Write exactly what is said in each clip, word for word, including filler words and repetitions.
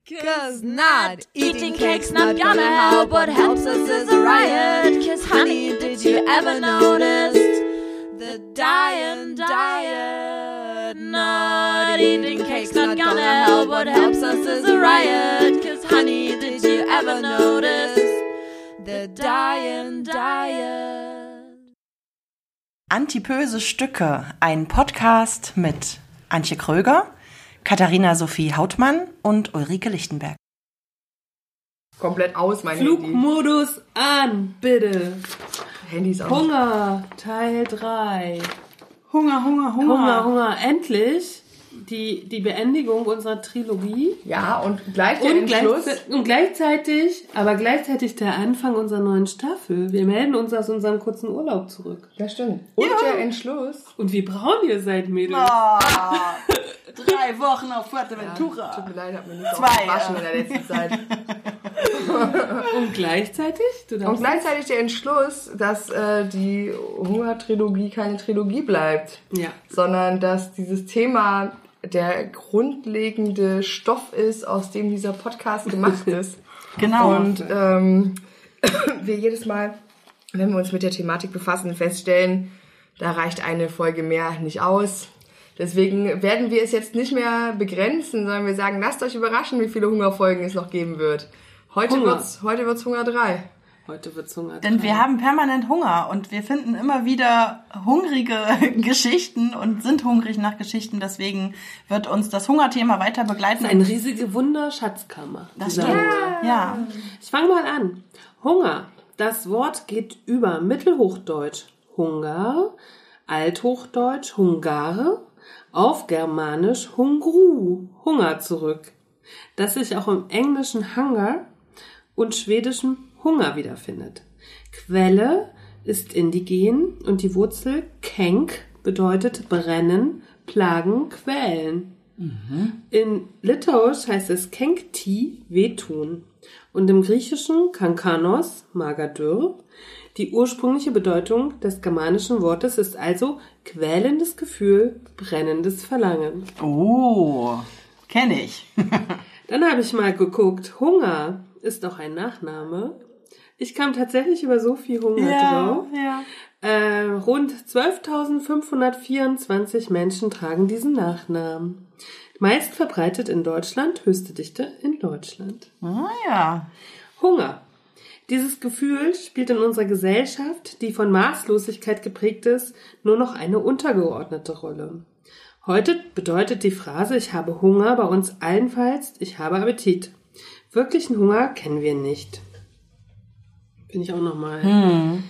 'Cause not eating cake's not gonna help. What helps us is a riot. 'Cause honey, did you ever notice the dying diet? Not eating cake's not gonna help. What helps us is a riot. 'Cause honey, did you ever notice the dying diet? Antipöse Stücke, ein Podcast mit Antje Kröger, Katharina Sophie Hautmann und Ulrike Lichtenberg. Komplett aus, mein Flugmodus an, bitte. Handy ist aus. Hunger, Teil drei. Hunger, Hunger, Hunger. Hunger, Hunger. Endlich die, die Beendigung unserer Trilogie. Ja, und gleich der Und, Entschluss. gleichze- und gleichzeitig, aber gleichzeitig der Anfang unserer neuen Staffel. Wir melden uns aus unserem kurzen Urlaub zurück. Das stimmt. Und Ja. der Entschluss. Und wie braun ihr seid, Mädels. Oh, drei Wochen auf Fuerteventura. Tut mir leid, hab mir nicht so Zwei, gewaschen ja. in der letzten Zeit. Und gleichzeitig? Du Und darfst gleichzeitig der Entschluss, dass äh, die Hungertrilogie keine Trilogie bleibt, Ja. sondern dass dieses Thema der grundlegende Stoff ist, aus dem dieser Podcast gemacht ist. Genau. Und ähm, wir jedes Mal, wenn wir uns mit der Thematik befassen, feststellen, da reicht eine Folge mehr nicht aus. Deswegen werden wir es jetzt nicht mehr begrenzen, sondern wir sagen, lasst euch überraschen, wie viele Hungerfolgen es noch geben wird. Heute Hunger. wird's, heute wird's Hunger drei. Heute wird's Hunger. Denn wir haben permanent Hunger und wir finden immer wieder hungrige Geschichten und sind hungrig nach Geschichten. Deswegen wird uns das Hungerthema weiter begleiten. Eine riesige Wunder-Schatzkammer. Das dieser stimmt. Hunger. Ja. Ich fange mal an. Hunger. Das Wort geht über Mittelhochdeutsch Hunger, Althochdeutsch Hungare, auf Germanisch Hungru, Hunger zurück, das sich auch im Englischen Hunger und Schwedischen Hunger wiederfindet. Quelle ist indigen und die Wurzel kenk bedeutet brennen, plagen, quälen. In Litauisch heißt es kenkti, wehtun. Und im Griechischen kankanos, mager-dürr. Die ursprüngliche Bedeutung des germanischen Wortes ist also quälendes Gefühl, brennendes Verlangen. Oh, kenne ich. Dann habe ich mal geguckt, Hunger ist auch ein Nachname. Ich kam tatsächlich über Sophie Hunger drauf. ja. Äh, rund zwölftausendfünfhundertvierundzwanzig Menschen tragen diesen Nachnamen. Meist verbreitet in Deutschland, höchste Dichte in Deutschland. Ah, ja. Hunger. Dieses Gefühl spielt in unserer Gesellschaft, die von Maßlosigkeit geprägt ist, nur noch eine untergeordnete Rolle. Heute bedeutet die Phrase "Ich habe Hunger" bei uns allenfalls "Ich habe Appetit". Wirklichen Hunger kennen wir nicht. Finde ich auch nochmal. Hm.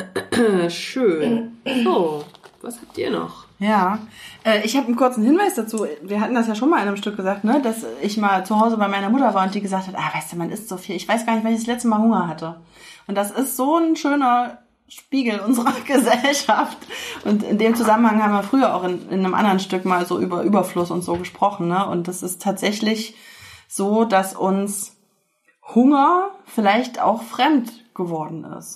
Schön. So, was habt ihr noch? Ja, äh, ich habe einen kurzen Hinweis dazu. Wir hatten das ja schon mal in einem Stück gesagt, ne, dass ich mal zu Hause bei meiner Mutter war und die gesagt hat, ah, weißt du, man isst so viel. Ich weiß gar nicht, wann ich das letzte Mal Hunger hatte. Und das ist so ein schöner Spiegel unserer Gesellschaft. Und in dem Zusammenhang haben wir früher auch in, in einem anderen Stück mal so über Überfluss und so gesprochen, ne. Und das ist tatsächlich so, dass uns Hunger vielleicht auch fremd geworden ist.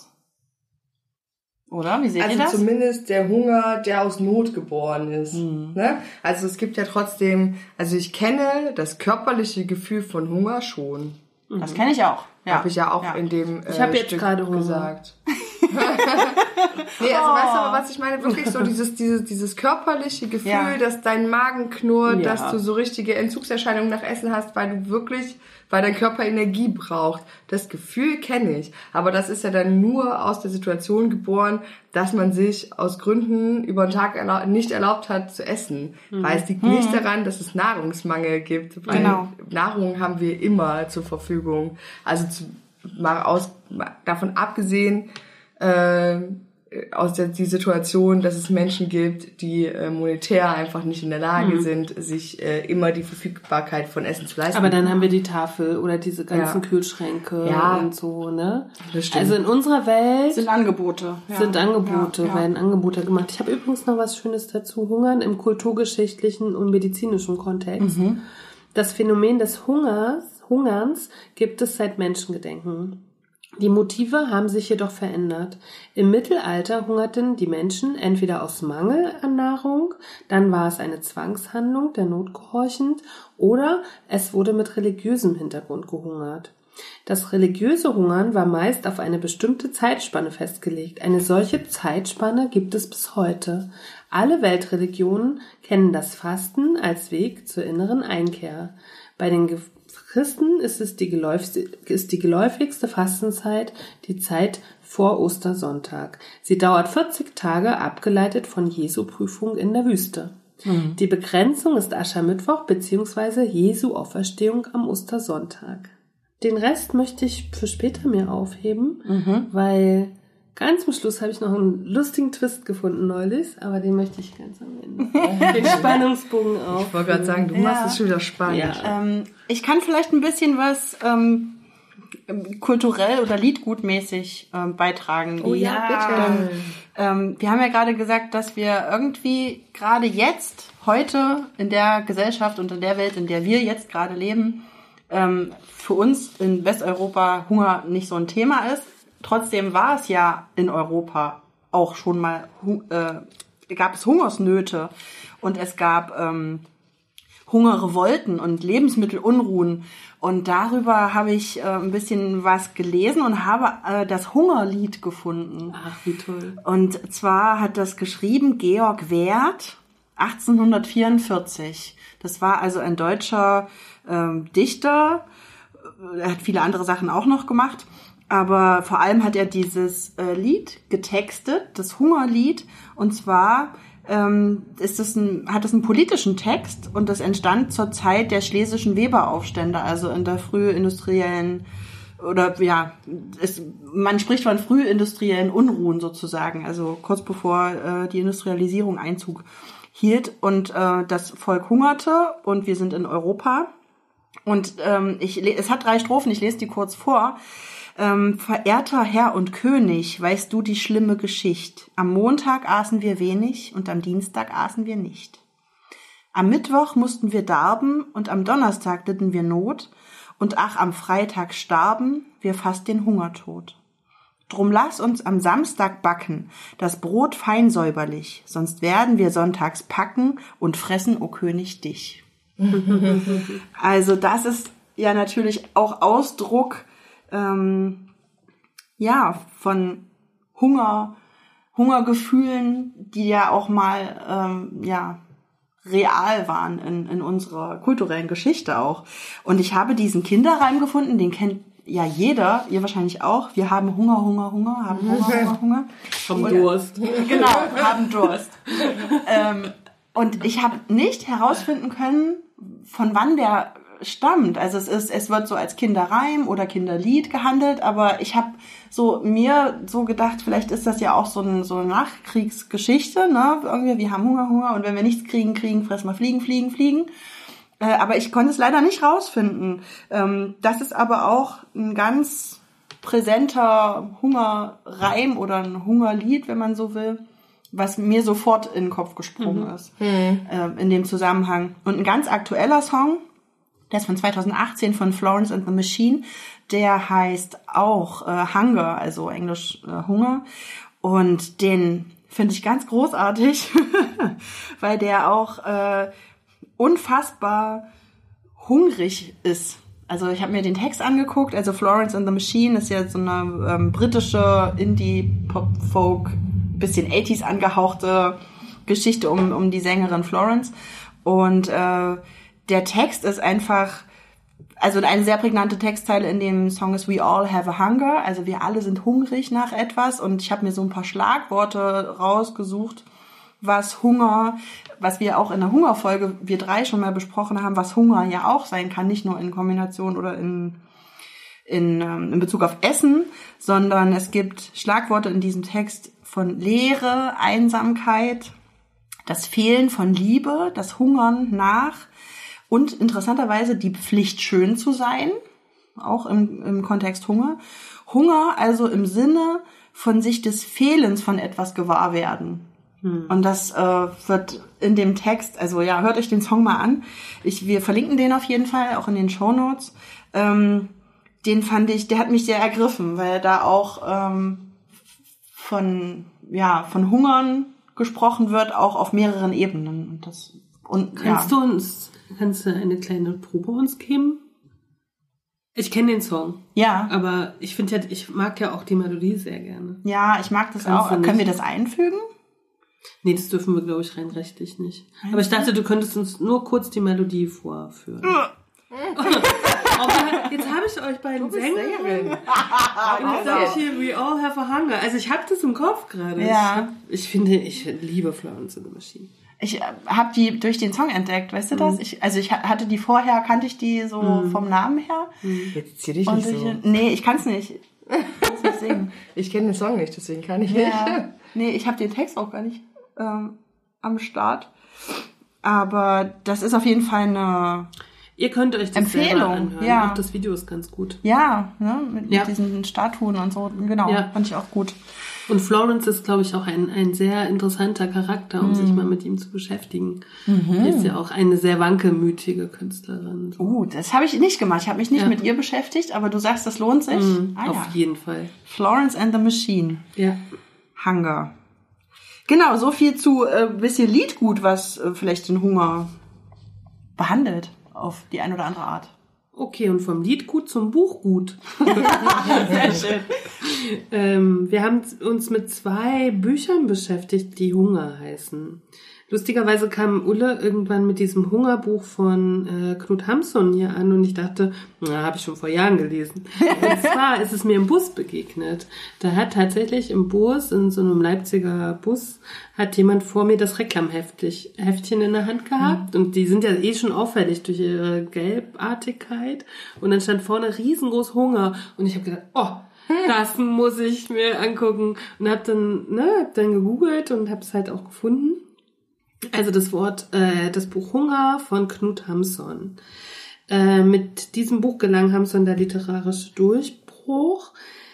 Oder? Wie seht Also ihr das? zumindest der Hunger, der aus Not geboren ist. Hm. Ne? Also es gibt ja trotzdem, also ich kenne das körperliche Gefühl von Hunger schon. Das kenne ich auch. Ja. Habe ich ja auch Ja. in dem äh, Ich hab jetzt Stück gerade Hunger. gesagt. Nee, also weißt du aber, was ich meine? Wirklich so dieses, dieses, dieses körperliche Gefühl, Ja. dass dein Magen knurrt, Ja. dass du so richtige Entzugserscheinungen nach Essen hast, weil du wirklich, weil dein Körper Energie braucht. Das Gefühl kenne ich. Aber das ist ja dann nur aus der Situation geboren, dass man sich aus Gründen über den Tag erlau- nicht erlaubt hat zu essen. Mhm. Weil es liegt nicht daran, dass es Nahrungsmangel gibt. Weil Genau. Nahrung haben wir immer zur Verfügung. Also zu, mal aus, mal davon abgesehen, äh, aus der die Situation, dass es Menschen gibt, die äh, monetär einfach nicht in der Lage Mhm. sind, sich äh, immer die Verfügbarkeit von Essen zu leisten. Aber dann haben wir die Tafel oder diese ganzen Ja. Kühlschränke Ja. und so, ne? Das stimmt. Also in unserer Welt Sind Angebote. Ja. sind Angebote, Ja, ja. werden Angebote gemacht. Ich habe übrigens noch was Schönes dazu. Hungern im kulturgeschichtlichen und medizinischen Kontext. Das Phänomen des Hungers, Hungerns gibt es seit Menschengedenken. Die Motive haben sich jedoch verändert. Im Mittelalter hungerten die Menschen entweder aus Mangel an Nahrung, dann war es eine Zwangshandlung, der Not gehorchend, oder es wurde mit religiösem Hintergrund gehungert. Das religiöse Hungern war meist auf eine bestimmte Zeitspanne festgelegt. Eine solche Zeitspanne gibt es bis heute. Alle Weltreligionen kennen das Fasten als Weg zur inneren Einkehr. Bei den Christen ist es die, ist die geläufigste Fastenzeit die Zeit vor Ostersonntag. Sie dauert vierzig Tage, abgeleitet von Jesu Prüfung in der Wüste. Mhm. Die Begrenzung ist Aschermittwoch bzw. Jesu Auferstehung am Ostersonntag. Den Rest möchte ich für später mir aufheben, mhm. weil ganz zum Schluss habe ich noch einen lustigen Twist gefunden neulich, aber den möchte ich ganz am Ende. Den Spannungsbogen auf. Ich wollte gerade sagen, du ja. machst es schon wieder spannend. Ja. Ähm, ich kann vielleicht ein bisschen was ähm, kulturell oder liedgutmäßig ähm, beitragen. Oh ja, bitte. Ähm, wir haben ja gerade gesagt, dass wir irgendwie gerade jetzt, heute in der Gesellschaft und in der Welt, in der wir jetzt gerade leben, ähm, für uns in Westeuropa Hunger nicht so ein Thema ist. Trotzdem war es ja in Europa auch schon mal, äh, gab es Hungersnöte und es gab ähm, Hungerrevolten und Lebensmittelunruhen. Und darüber habe ich äh, ein bisschen was gelesen und habe äh, das Hungerlied gefunden. Ach, wie toll. Und zwar hat das geschrieben Georg Werth achtzehnhundertvierundvierzig. Das war also ein deutscher ähm, Dichter. Er hat viele andere Sachen auch noch gemacht. Aber vor allem hat er dieses äh, Lied getextet, das Hungerlied. Und zwar ähm, ist das ein, hat es einen politischen Text und das entstand zur Zeit der schlesischen Weberaufstände, also in der frühindustriellen oder ja, es, man spricht von frühindustriellen Unruhen sozusagen, also kurz bevor äh, die Industrialisierung Einzug hielt und äh, das Volk hungerte und wir sind in Europa. Und ähm, ich, es hat drei Strophen, ich lese die kurz vor. Ähm, verehrter Herr und König, weißt du die schlimme Geschicht? Am Montag aßen wir wenig und am Dienstag aßen wir nicht. Am Mittwoch mussten wir darben und am Donnerstag litten wir Not und ach, am Freitag starben wir fast den Hungertod. Drum lass uns am Samstag backen, das Brot fein säuberlich, sonst werden wir sonntags packen und fressen, o König, dich. Also das ist ja natürlich auch Ausdruck ähm, ja von Hunger, Hungergefühlen, die ja auch mal ähm, ja real waren in, in unserer kulturellen Geschichte auch. Und ich habe diesen Kinderreim gefunden, den kennt ja jeder, ihr wahrscheinlich auch. Wir haben Hunger, Hunger, Hunger, haben Hunger, Hunger, Hunger. Haben Durst. Genau, haben Durst. ähm, und ich habe nicht herausfinden können, von wann der stammt. Also es ist, es wird so als Kinderreim oder Kinderlied gehandelt, aber ich habe so mir so gedacht, vielleicht ist das ja auch so, ein, so eine Nachkriegsgeschichte, ne? Irgendwie, wir haben Hunger, Hunger und wenn wir nichts kriegen, kriegen, fressen wir fliegen, fliegen, fliegen. Äh, aber ich konnte es leider nicht rausfinden. Ähm, das ist aber auch ein ganz präsenter Hungerreim oder ein Hungerlied, wenn man so will, was mir sofort in den Kopf gesprungen mhm. ist mhm. Äh, in dem Zusammenhang. Und ein ganz aktueller Song, der ist von zweitausendachtzehn von Florence and the Machine, der heißt auch äh, Hunger, also englisch äh, Hunger. Und den finde ich ganz großartig, weil der auch äh, unfassbar hungrig ist. Also ich habe mir den Text angeguckt, also Florence and the Machine ist ja so eine ähm, britische Indie-Pop-Folk, bisschen achtziger angehauchte Geschichte um, um die Sängerin Florence. Und äh, der Text ist einfach, also eine sehr prägnante Textzeile in dem Song ist We all have a hunger, also wir alle sind hungrig nach etwas. Und ich habe mir so ein paar Schlagworte rausgesucht, was Hunger, was wir auch in der Hungerfolge, wir drei schon mal besprochen haben, was Hunger ja auch sein kann, nicht nur in Kombination oder in, in, in Bezug auf Essen, sondern es gibt Schlagworte in diesem Text von Leere, Einsamkeit, das Fehlen von Liebe, das Hungern nach und interessanterweise die Pflicht, schön zu sein, auch im, im Kontext Hunger. Hunger also im Sinne von sich des Fehlens von etwas gewahr werden. Und das äh, wird in dem Text, also ja, hört euch den Song mal an. Ich, wir verlinken den auf jeden Fall, auch in den Shownotes. Ähm, den fand ich, der hat mich sehr ergriffen, weil da auch ähm, von, ja, von Hungern gesprochen wird, auch auf mehreren Ebenen. Und das, und, kannst ja. du uns, kannst du eine kleine Probe uns geben? Ich kenne den Song. Ja. Aber ich finde ja, ich mag ja auch die Melodie sehr gerne. Ja, ich mag das Kannst auch. du nicht. Können wir das einfügen? Nee, das dürfen wir, glaube ich, rein rechtlich nicht. Aber ich dachte, du könntest uns nur kurz die Melodie vorführen. Oh, jetzt habe ich euch beiden Sängerinnen. Jetzt sage ich hier, we all have a hunger. Also ich habe das im Kopf gerade. Ja. Ich, ich finde, ich liebe Florence and the Machine. Ich habe die durch den Song entdeckt, weißt du das? Mhm. Ich, also ich hatte die vorher, kannte ich die so mhm. vom Namen her. Jetzt zieh dich Und nicht durch, so. Nee, ich kann's nicht. Ich kann's nicht singen. Ich kenne den Song nicht, deswegen kann ich ja. nicht. Nee, ich habe den Text auch gar nicht ähm, am Start. Aber das ist auf jeden Fall eine Ihr könnt euch das Empfehlung, selber anhören. ja. Auch das Video ist ganz gut. Ja, ne, mit, Ja. mit diesen Statuen und so. Genau, Ja. fand ich auch gut. Und Florence ist, glaube ich, auch ein, ein sehr interessanter Charakter, um Mhm. sich mal mit ihm zu beschäftigen. Die ist ja auch eine sehr wankelmütige Künstlerin. Uh, das habe ich nicht gemacht. Ich habe mich nicht Ja. mit ihr beschäftigt, aber du sagst, das lohnt sich. Mhm, Ah, auf ja. jeden Fall. Florence and the Machine. Ja. Hunger. Genau, so viel zu äh, bisschen Liedgut, was äh, vielleicht den Hunger behandelt auf die eine oder andere Art. Okay, und vom Liedgut zum Buchgut. Sehr schön. ähm, wir haben uns mit zwei Büchern beschäftigt, die Hunger heißen. Lustigerweise kam Ulle irgendwann mit diesem Hungerbuch von äh, Knut Hamsun hier an und ich dachte, na, habe ich schon vor Jahren gelesen. Und zwar ist es mir im Bus begegnet. Da hat tatsächlich im Bus, in so einem Leipziger Bus, hat jemand vor mir das Reklamheftchen in der Hand gehabt und die sind ja eh schon auffällig durch ihre Gelbartigkeit und dann stand vorne riesengroß Hunger und ich habe gedacht, oh, das muss ich mir angucken und habe dann, ne, hab dann gegoogelt und habe es halt auch gefunden. Also das Wort, äh, das Buch Hunger von Knut Hamsun. Äh, mit diesem Buch gelang Hamsun der literarische Durchbruch.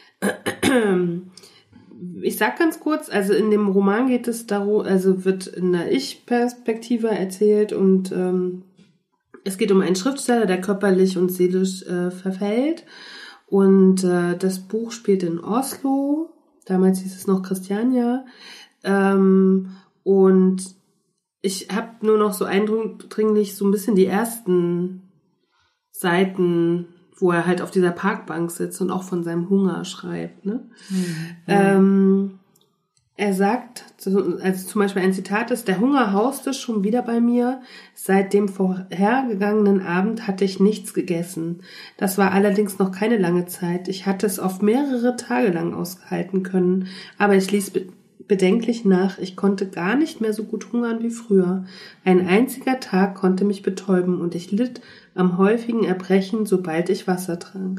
Ich sag ganz kurz, also in dem Roman geht es darum, also wird in der Ich-Perspektive erzählt und ähm, es geht um einen Schriftsteller, der körperlich und seelisch äh, verfällt. Und äh, das Buch spielt in Oslo. Damals hieß es noch Christiania. Ähm, und ich habe nur noch so eindringlich so ein bisschen die ersten Seiten, wo er halt auf dieser Parkbank sitzt und auch von seinem Hunger schreibt. Ne? Mhm. Ähm, er sagt, also zum Beispiel ein Zitat ist, der Hunger hauste schon wieder bei mir. Seit dem vorhergegangenen Abend hatte ich nichts gegessen. Das war allerdings noch keine lange Zeit. Ich hatte es oft mehrere Tage lang aushalten können, aber ich ließ be- bedenklich nach. Ich konnte gar nicht mehr so gut hungern wie früher. Ein einziger Tag konnte mich betäuben und ich litt am häufigen Erbrechen, sobald ich Wasser trank.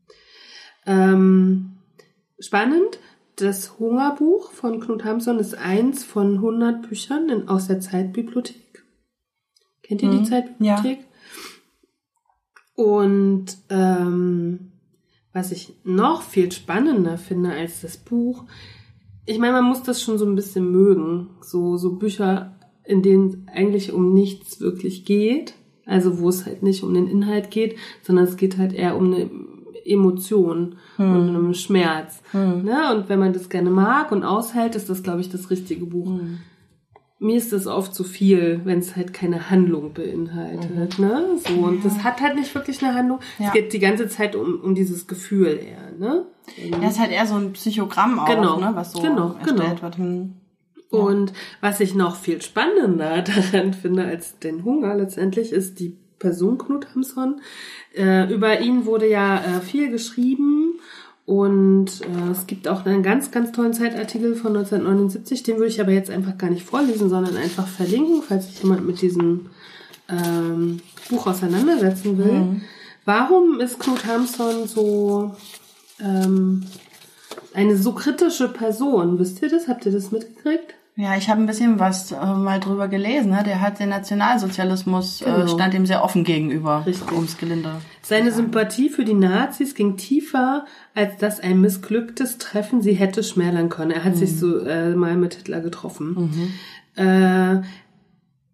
Ähm, spannend. Das Hungerbuch von Knut Hamsun ist eins von hundert Büchern in, aus der Zeitbibliothek. Kennt ihr die Mhm. Zeitbibliothek? Ja. Und ähm, was ich noch viel spannender finde als das Buch, ich meine, man muss das schon so ein bisschen mögen. So, so Bücher, in denen es eigentlich um nichts wirklich geht. Also wo es halt nicht um den Inhalt geht, sondern es geht halt eher um eine Emotion hm. und einem Schmerz. Hm. Ne? Und wenn man das gerne mag und aushält, ist das, glaube ich, das richtige Buch. Hm. Mir ist das oft zu viel, wenn es halt keine Handlung beinhaltet. Mhm. Ne? So, und ja. das hat halt nicht wirklich eine Handlung. Ja. Es geht die ganze Zeit um, um dieses Gefühl eher. Ne? Ja, es ist halt eher so ein Psychogramm auch, genau. ne? Was so genau, erstellt genau. wird. Hm. Ja. Und was ich noch viel spannender daran finde als den Hunger letztendlich, ist die Person Knut Hamsun. Äh, über ihn wurde ja äh, viel geschrieben und äh, es gibt auch einen ganz, ganz tollen Zeitartikel von neunzehnhundertneunundsiebzig, den würde ich aber jetzt einfach gar nicht vorlesen, sondern einfach verlinken, falls sich jemand mit diesem ähm, Buch auseinandersetzen will. Mhm. Warum ist Knut Hamsun so ähm, eine so kritische Person? Wisst ihr das? Habt ihr das mitgekriegt? Ja, ich habe ein bisschen was äh, mal drüber gelesen. Ne? Der hat den Nationalsozialismus, genau. äh, stand ihm sehr offen gegenüber, ums Gelinde. Seine Sympathie für die Nazis ging tiefer, als dass ein missglücktes Treffen sie hätte schmälern können. Er hat mhm. sich so äh, mal mit Hitler getroffen. Mhm. Äh,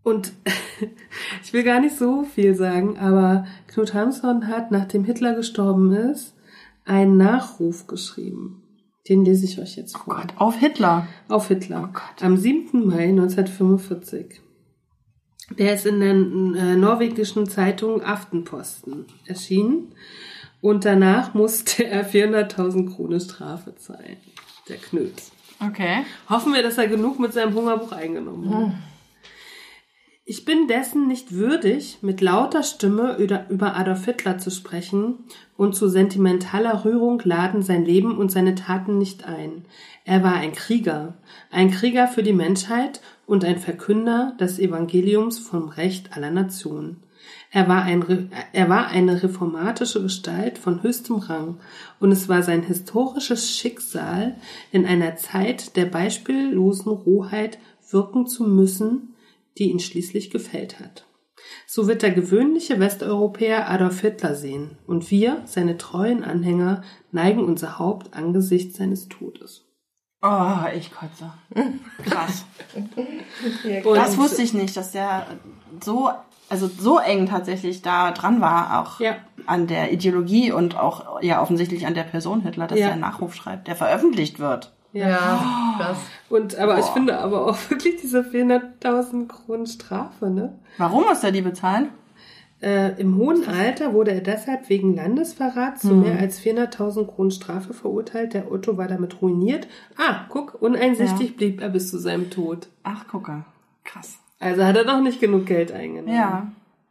Und ich will gar nicht so viel sagen, aber Knut Hamsun hat, nachdem Hitler gestorben ist, einen Nachruf geschrieben. Den lese ich euch jetzt vor. Oh Gott, auf Hitler. Auf Hitler. Oh Gott. Am siebten Mai neunzehnhundertfünfundvierzig. Der ist in der äh, norwegischen Zeitung Aftenposten erschienen. Und danach musste er vierhunderttausend Kronen Strafe zahlen. Der Knut. Okay. Hoffen wir, dass er genug mit seinem Hungerbuch eingenommen hat. Hm. Ich bin dessen nicht würdig, mit lauter Stimme über Adolf Hitler zu sprechen, und zu sentimentaler Rührung laden sein Leben und seine Taten nicht ein. Er war ein Krieger, ein Krieger für die Menschheit und ein Verkünder des Evangeliums vom Recht aller Nationen. Er war, ein, er war eine reformatische Gestalt von höchstem Rang, und es war sein historisches Schicksal, in einer Zeit der beispiellosen Rohheit wirken zu müssen, die ihn schließlich gefällt hat. So wird der gewöhnliche Westeuropäer Adolf Hitler sehen, und wir, seine treuen Anhänger, neigen unser Haupt angesichts seines Todes. Oh, ich kotze. Krass. Und das wusste ich nicht, dass der so, also so eng tatsächlich da dran war, auch ja. an der Ideologie und auch ja offensichtlich an der Person Hitler, dass ja. er einen Nachruf schreibt, der veröffentlicht wird. Ja, ja krass. Und, aber Boah. ich finde aber auch wirklich diese vierhunderttausend Kronen Strafe, ne? Warum muss er die bezahlen? Äh, Im hohen Alter wurde er deshalb wegen Landesverrats zu hm. mehr als vierhunderttausend Kronen Strafe verurteilt. Der Otto war damit ruiniert. Ah, guck, uneinsichtig ja. blieb er bis zu seinem Tod. Ach, gucke. Krass. Also hat er doch nicht genug Geld eingenommen. Ja.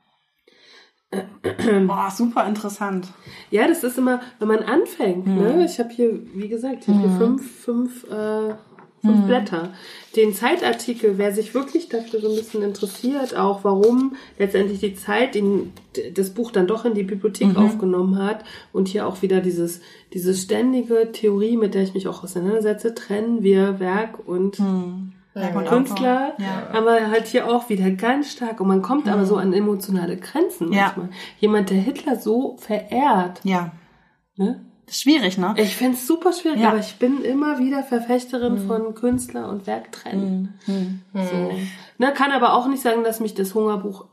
Boah, super interessant. Ja, das ist immer, wenn man anfängt, hm. ne? Ich habe hier, wie gesagt, ich habe hier hm. fünf, fünf, äh, fünf hm. Blätter. Den Zeitartikel, wer sich wirklich dafür so ein bisschen interessiert, auch warum letztendlich die Zeit ihn, das Buch dann doch in die Bibliothek mhm. aufgenommen hat, und hier auch wieder dieses, diese ständige Theorie, mit der ich mich auch auseinandersetze, trennen wir Werk und hm. Werk und Künstler, ja. haben wir halt hier auch wieder ganz stark, und man kommt mhm. aber so an emotionale Grenzen manchmal. Ja. Jemand, der Hitler so verehrt. Ja. Ne? Das ist schwierig, ne? Ich find's es super schwierig, ja. aber ich bin immer wieder Verfechterin mhm. von Künstler und Werk trennen. Mhm. So. Ne, kann aber auch nicht sagen, dass mich das Hungerbuch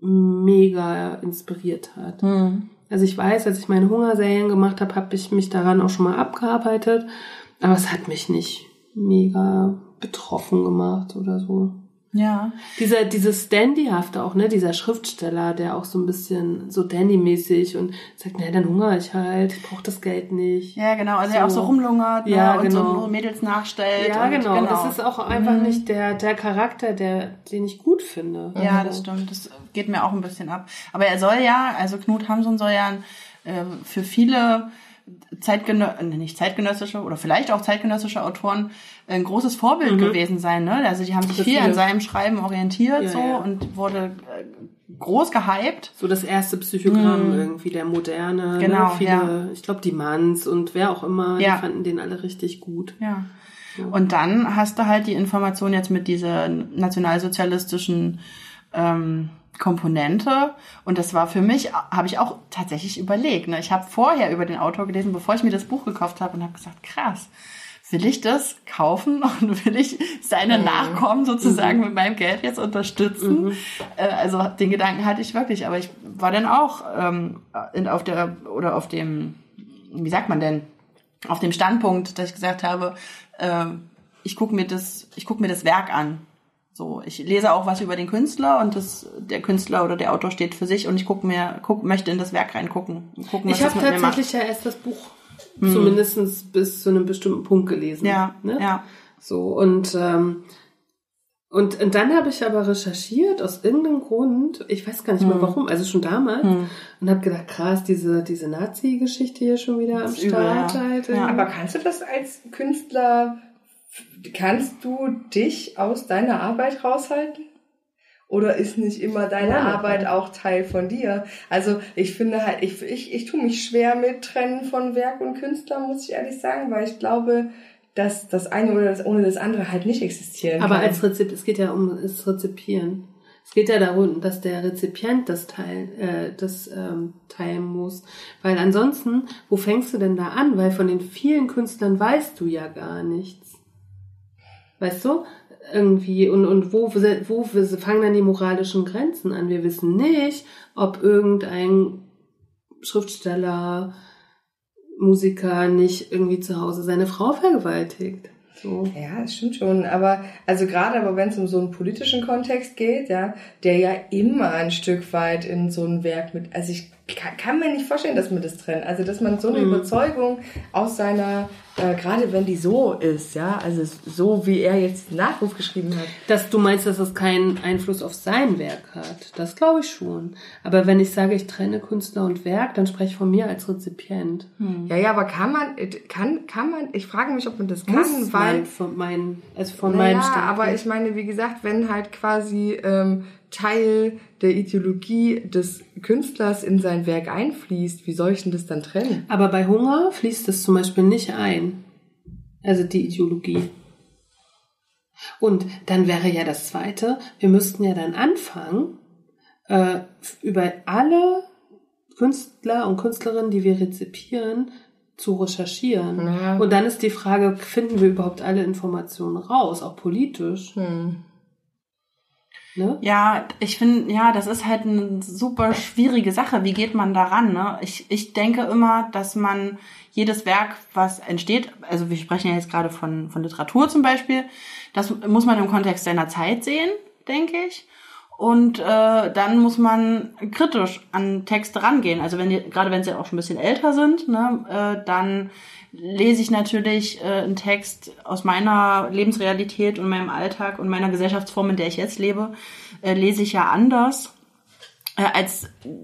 mega inspiriert hat. Mhm. Also ich weiß, als ich meine Hungerserien gemacht habe, habe ich mich daran auch schon mal abgearbeitet, aber es hat mich nicht mega betroffen gemacht oder so. Ja. Dieser, dieses Dandyhafte auch, ne, dieser Schriftsteller, der auch so ein bisschen so Dandy-mäßig und sagt, ne, dann hungere ich halt, ich brauche das Geld nicht. Ja, genau, also so. er auch so rumlungert, ne, ja, und genau. so Mädels nachstellt. Ja, und, genau. genau, das ist auch einfach mhm. nicht der, der Charakter, der, den ich gut finde. Ja, also. das stimmt, das geht mir auch ein bisschen ab. Aber er soll ja, also Knut Hamsun soll ja äh, für viele zeitgenö- nicht zeitgenössische oder vielleicht auch zeitgenössische Autoren ein großes Vorbild mhm. gewesen sein, ne? Also die haben sich viel an seinem Schreiben orientiert, ja, so ja. und wurde äh, groß gehypt. So das erste Psychogramm mhm. irgendwie, der moderne, genau, ne? Viele, ja. ich glaube die Manns und wer auch immer, ja. die fanden den alle richtig gut. Ja. So. Und dann hast du halt die Information jetzt mit dieser nationalsozialistischen ähm, Komponente, und das war für mich, habe ich auch tatsächlich überlegt. Ne? Ich habe vorher über den Autor gelesen, bevor ich mir das Buch gekauft habe, und habe gesagt, krass, will ich das kaufen und will ich seine mhm. Nachkommen sozusagen mhm. mit meinem Geld jetzt unterstützen? Mhm. Äh, also den Gedanken hatte ich wirklich, aber ich war dann auch ähm, in, auf der oder auf dem, wie sagt man denn, auf dem Standpunkt, dass ich gesagt habe, äh, ich gucke mir das, ich gucke mir das Werk an. So, ich lese auch was über den Künstler, und das, der Künstler oder der Autor steht für sich, und ich guck mir, guck, möchte in das Werk reingucken. Gucken, was ich habe tatsächlich tatsächlich ja erst das Buch hm. zumindest bis zu einem bestimmten Punkt gelesen. Ja, ne? ja. So, und, ähm, und, und dann habe ich aber recherchiert, aus irgendeinem Grund, ich weiß gar nicht hm. mehr warum, also schon damals, hm. und habe gedacht, krass, diese, diese Nazi-Geschichte hier schon wieder am Start. Ja. Halt. Ja. Aber kannst du das als Künstler, kannst du dich aus deiner Arbeit raushalten? Oder ist nicht immer deine ja, Arbeit ja. auch Teil von dir? Also ich finde halt, ich, ich, ich tue mich schwer mit Trennen von Werk und Künstler, muss ich ehrlich sagen, weil ich glaube, dass das eine oder das ohne das andere halt nicht existieren Aber kann. als Rezip, es geht ja um das Rezipieren. Es geht ja darum, dass der Rezipient das teil, äh, das ähm, teilen muss. Weil ansonsten, wo fängst du denn da an? Weil von den vielen Künstlern weißt du ja gar nichts. Weißt du? irgendwie, und, und wo, wo fangen dann die moralischen Grenzen an? Wir wissen nicht, ob irgendein Schriftsteller, Musiker nicht irgendwie zu Hause seine Frau vergewaltigt. So. Ja, das stimmt schon. Aber, also gerade aber wenn es um so einen politischen Kontext geht, ja, der ja immer ein Stück weit in so ein Werk mit, also ich kann, kann mir nicht vorstellen, dass man das trennt. Also, dass man so eine mhm. Überzeugung aus seiner, äh, gerade wenn die so ist, ja, also so wie er jetzt den Nachruf geschrieben hat. Dass du meinst, dass es keinen Einfluss auf sein Werk hat. Das glaube ich schon. Aber wenn ich sage, ich trenne Künstler und Werk, dann spreche ich von mir als Rezipient. Hm. Ja, ja, aber kann man, kann, kann man, ich frage mich, ob man das kann, Muss weil, man von meinen, also von naja, meinem Standpunkt. aber ich meine, wie gesagt, wenn halt quasi, ähm, Teil der Ideologie des Künstlers in sein Werk einfließt, wie soll ich denn das dann trennen? Aber bei Hunger fließt das zum Beispiel nicht ein. Also die Ideologie. Und dann wäre ja das Zweite, wir müssten ja dann anfangen, äh, über alle Künstler und Künstlerinnen, die wir rezipieren, zu recherchieren. Ja. Und dann ist die Frage, finden wir überhaupt alle Informationen raus, auch politisch? Hm. Ne? Ja, ich finde, ja, das ist halt eine super schwierige Sache. Wie geht man daran? Ne? Ich, ich denke immer, dass man jedes Werk, was entsteht, also wir sprechen ja jetzt gerade von, von Literatur zum Beispiel, das muss man im Kontext seiner Zeit sehen, denke ich. Und äh, dann muss man kritisch an Texte rangehen. Also wenn die, gerade wenn sie auch schon ein bisschen älter sind, ne, äh, dann lese ich natürlich äh, einen Text aus meiner Lebensrealität und meinem Alltag und meiner Gesellschaftsform, in der ich jetzt lebe, äh, lese ich ja anders äh, als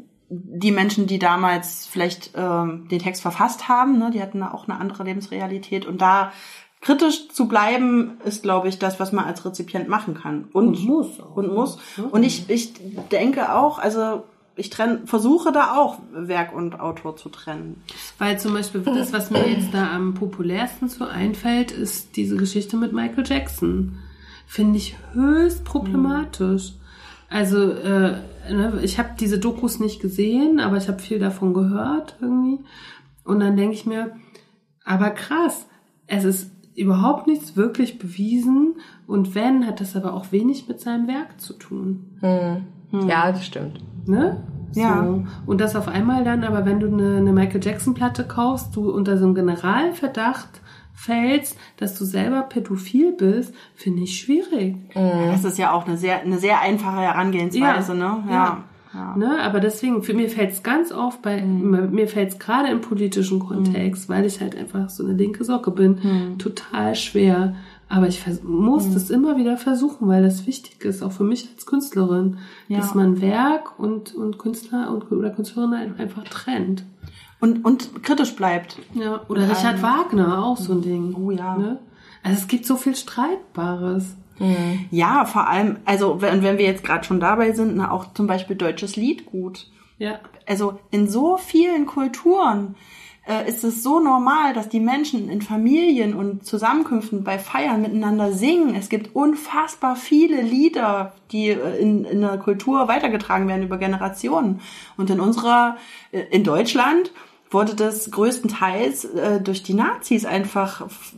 die Menschen, die damals vielleicht ähm, den Text verfasst haben. Ne? Die hatten auch eine andere Lebensrealität. Und da kritisch zu bleiben, ist, glaube ich, das, was man als Rezipient machen kann. Und, und muss. Auch. Und muss. Und ich, ich denke auch, also ich trenn, versuche da auch Werk und Autor zu trennen. Weil zum Beispiel das, was mir jetzt da am populärsten so einfällt, ist diese Geschichte mit Michael Jackson. Finde ich höchst problematisch. Also äh, ne, ich habe diese Dokus nicht gesehen, aber ich habe viel davon gehört irgendwie. Und dann denke ich mir, aber krass, es ist überhaupt nichts wirklich bewiesen. Und wenn, hat das aber auch wenig mit seinem Werk zu tun. Hm. Hm. Ja, das stimmt. Ne? So. Ja. Und das auf einmal dann, aber wenn du eine, eine Michael Jackson Platte kaufst, du unter so einem Generalverdacht fällst, dass du selber pädophil bist, finde ich schwierig. Mhm. Das ist ja auch eine sehr, eine sehr einfache Herangehensweise, ja. ne? Ja. ja. Ja. Ne? Aber deswegen, für mir fällt es ganz oft bei, mhm. mir fällt es gerade im politischen Kontext, mhm. weil ich halt einfach so eine linke Socke bin, mhm. total schwer. Aber ich vers- muss mhm. das immer wieder versuchen, weil das wichtig ist, auch für mich als Künstlerin, ja. dass man Werk und, und Künstler und, oder Künstlerin einfach trennt. Und, und kritisch bleibt. Ja. Oder und Richard ähm, Wagner, auch so ein Ding. Oh ja. Ne? Also es gibt so viel Streitbares. Mhm. Ja, vor allem, also wenn, wenn wir jetzt gerade schon dabei sind, ne, auch zum Beispiel deutsches Liedgut. Ja. Also in so vielen Kulturen äh, ist es so normal, dass die Menschen in Familien und Zusammenkünften bei Feiern miteinander singen. Es gibt unfassbar viele Lieder, die äh, in, in der Kultur weitergetragen werden über Generationen. Und in unserer, äh, in Deutschland wurde das größtenteils äh, durch die Nazis einfach f-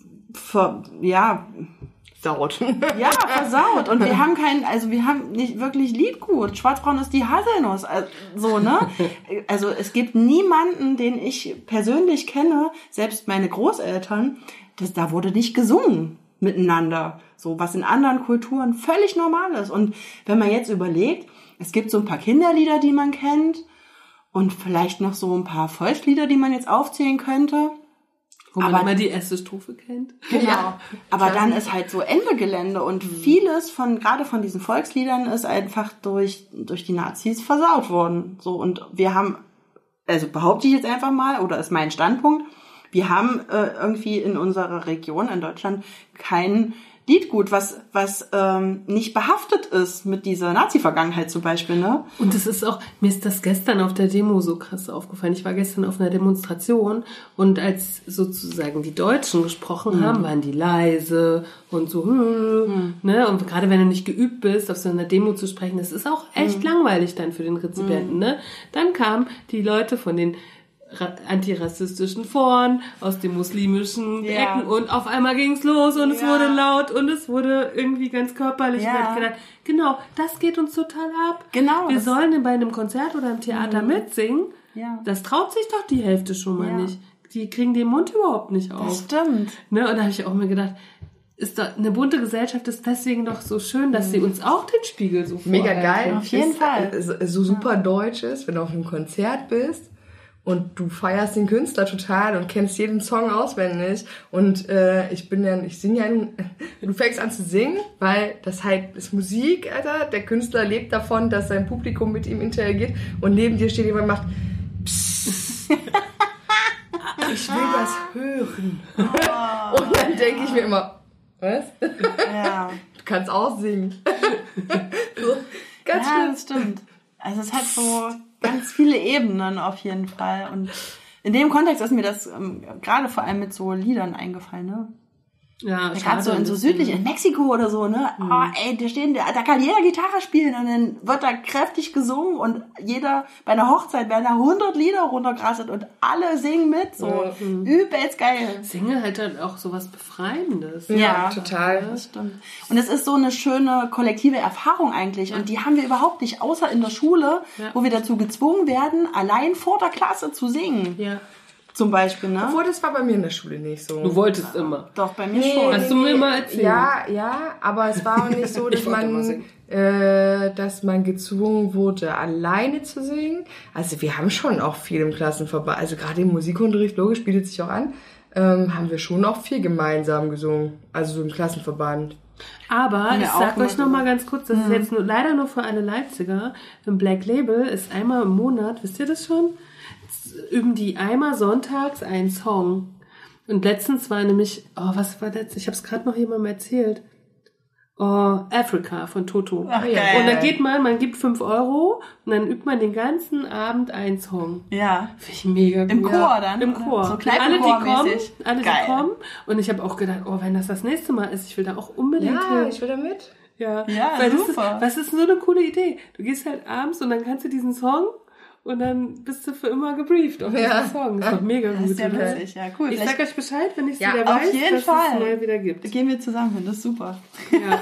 ver, ja, Versaut. Ja, versaut. Und wir haben keinen, also wir haben nicht wirklich Liedgut. Schwarzbraun ist die Haselnuss. Also, so, ne? Also es gibt niemanden, den ich persönlich kenne, selbst meine Großeltern, das, da wurde nicht gesungen miteinander. So, was in anderen Kulturen völlig normal ist. Und wenn man jetzt überlegt, es gibt so ein paar Kinderlieder, die man kennt und vielleicht noch so ein paar Volkslieder, die man jetzt aufzählen könnte. Wo man aber immer die erste Strophe kennt. Genau. Ja, aber dann ist halt so Ende Gelände und vieles von, gerade von diesen Volksliedern ist einfach durch, durch die Nazis versaut worden. So, und wir haben, also behaupte ich jetzt einfach mal, oder ist mein Standpunkt, wir haben äh, irgendwie in unserer Region in Deutschland kein Liedgut, was was ähm, nicht behaftet ist mit dieser Nazi-Vergangenheit zum Beispiel, ne? Und es ist auch, mir ist das gestern auf der Demo so krass aufgefallen. Ich war gestern auf einer Demonstration und als sozusagen die Deutschen gesprochen mhm. haben, waren die leise und so, mhm. ne? Und gerade wenn du nicht geübt bist, auf so einer Demo zu sprechen, das ist auch echt mhm. langweilig dann für den Rezipienten, mhm. ne? Dann kamen die Leute von den ra- antirassistischen Foren, aus den muslimischen Ja. Ecken und auf einmal ging's los und es Ja. wurde laut und es wurde irgendwie ganz körperlich. Ja. Und ich hab gedacht, genau, das geht uns total ab. Genau, Wir das- sollen bei einem Konzert oder im Theater mitsingen. Ja. Das traut sich doch die Hälfte schon mal Ja. nicht. Die kriegen den Mund überhaupt nicht Das auf. stimmt. Ne? Und da habe ich auch mir gedacht, ist doch, eine bunte Gesellschaft ist deswegen doch so schön, dass sie uns auch den Spiegel so Mega vorhalten. geil. Auf jeden ist, Fall. äh, So, so super deutsch ist, wenn du auf einem Konzert bist und du feierst den Künstler total und kennst jeden Song auswendig. Und äh, ich bin ja, ich singe ja nun, du fängst an zu singen, weil das halt ist Musik, Alter. Der Künstler lebt davon, dass sein Publikum mit ihm interagiert und neben dir steht jemand und macht Psst. Ich will das hören. Und dann denke ich mir immer, was? Ja. Du kannst auch singen. So, ganz Ja, schlimm. das stimmt. Also es hat so ganz viele Ebenen auf jeden Fall. Und in dem Kontext ist mir das ähm, gerade vor allem mit so Liedern eingefallen, ne? Ja, Gerade so in so südlich, in Mexiko oder so, ne? Mhm. Oh, ey, da stehen, da kann jeder Gitarre spielen und dann wird da kräftig gesungen und jeder, bei einer Hochzeit werden da hundert Lieder runtergerasselt und alle singen mit, so. Mhm. Übelst geil. Single hat dann auch so was Befreiendes. Ja, total. Das stimmt. Und es ist so eine schöne kollektive Erfahrung eigentlich. Und die haben wir überhaupt nicht, außer in der Schule, Ja. wo wir dazu gezwungen werden, allein vor der Klasse zu singen. Ja. Zum Beispiel, ne? Obwohl, das war bei mir in der Schule nicht so. Du wolltest immer. Doch, bei mir Nee, schon. Hast du mir mal erzählt? Ja, ja, aber es war auch nicht so, dass Ich wollte mal man, singen. äh, dass man gezwungen wurde, alleine zu singen. Also wir haben schon auch viel im Klassenverband, also gerade im Musikunterricht, logisch, bietet sich auch an, ähm, haben wir schon auch viel gemeinsam gesungen, also so im Klassenverband. Aber Ja, ich auch sag immer euch noch mal ganz kurz, das ist jetzt nur, leider nur für alle Leipziger. Im Black Label ist einmal im Monat, wisst ihr das schon? Üben die einmal sonntags einen Song. Und letztens war nämlich, oh, was war das? Ich habe es gerade noch jemandem erzählt. Oh, Africa von Toto. Ach, ja. geil. Und da geht man, man gibt fünf Euro und dann übt man den ganzen Abend einen Song. Ja. Finde ich mega gut. Im Chor dann? Im Oder? Chor. So alle, die kommen, Kneipenchor-mäßig. alle, die Geil. kommen. Und ich habe auch gedacht, oh, wenn das das nächste Mal ist, ich will da auch unbedingt Ja, hin. ich will da mit. Ja, Ja, weil super. Das ist, was ist so eine coole Idee? Du gehst halt abends und dann kannst du diesen Song und dann bist du für immer gebrieft auf Ja. diesen Song. Das ist doch mega Das gut, ist ja oder? witzig, ja, cool. Ich Vielleicht sag euch Bescheid, wenn ich es Ja, wieder auf weiß, jeden dass Fall. es neu wieder gibt. gehen wir zusammen hin, das ist super. Ja.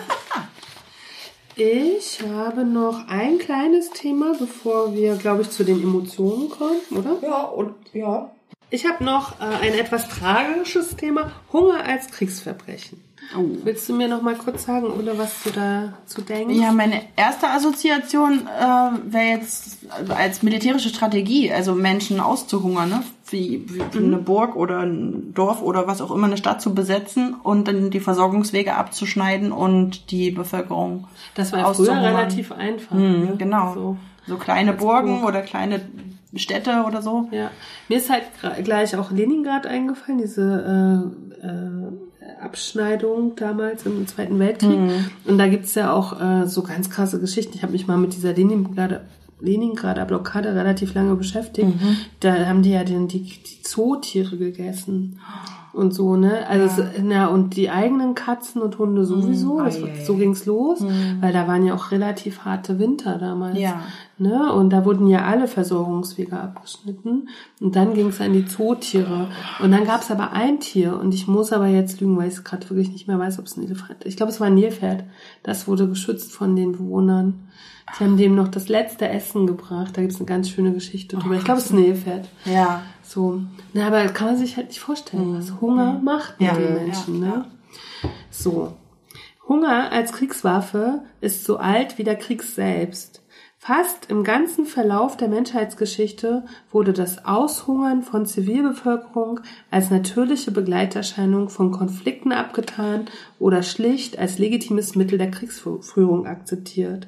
Ich habe noch ein kleines Thema, bevor wir, glaube ich, zu den Emotionen kommen, oder? Ja, und, ja. Ich habe noch äh, ein etwas tragisches Thema, Hunger als Kriegsverbrechen. Oh. Willst du mir noch mal kurz sagen, oder was du dazu denkst? Ja, meine erste Assoziation äh, wäre jetzt als militärische Strategie, also Menschen auszuhungern, ne? Wie, wie eine Burg oder ein Dorf oder was auch immer, eine Stadt zu besetzen und dann die Versorgungswege abzuschneiden und die Bevölkerung Das war ja früher auszuhungern. relativ einfach. Mhm, ne? genau. So. So kleine Burgen Burg. oder kleine Städte oder so. Ja, mir ist halt gra- gleich auch Leningrad eingefallen, diese äh, äh, Abschneidung damals im Zweiten Weltkrieg. Und da gibt's ja auch äh, so ganz krasse Geschichten. Ich habe mich mal mit dieser Leningrader, Leningrader Blockade relativ lange beschäftigt. Da haben die ja den, die, die Zootiere gegessen. Und so, ne? Also, es, na, und die eigenen Katzen und Hunde sowieso. Das, Ei, ei, so ging's los, weil da waren ja auch relativ harte Winter damals. Ja. Ne? Und da wurden ja alle Versorgungswege abgeschnitten. Und dann ging's an die Zootiere. Und dann gab's aber ein Tier. Und ich muss aber jetzt lügen, weil ich es gerade wirklich nicht mehr weiß, ob es ein Elefant ist. Ich glaube, es war ein Nilpferd. Das wurde geschützt von den Bewohnern. Die haben dem noch das letzte Essen gebracht. Da gibt's eine ganz schöne Geschichte drüber. Ich glaube, es ist ein Nilpferd. Ja. So. Na, aber kann man sich halt nicht vorstellen, was Hunger macht mit Ja. den Menschen, Ja, ne? So. Hunger als Kriegswaffe ist so alt wie der Krieg selbst. Fast im ganzen Verlauf der Menschheitsgeschichte wurde das Aushungern von Zivilbevölkerung als natürliche Begleiterscheinung von Konflikten abgetan oder schlicht als legitimes Mittel der Kriegsführung akzeptiert.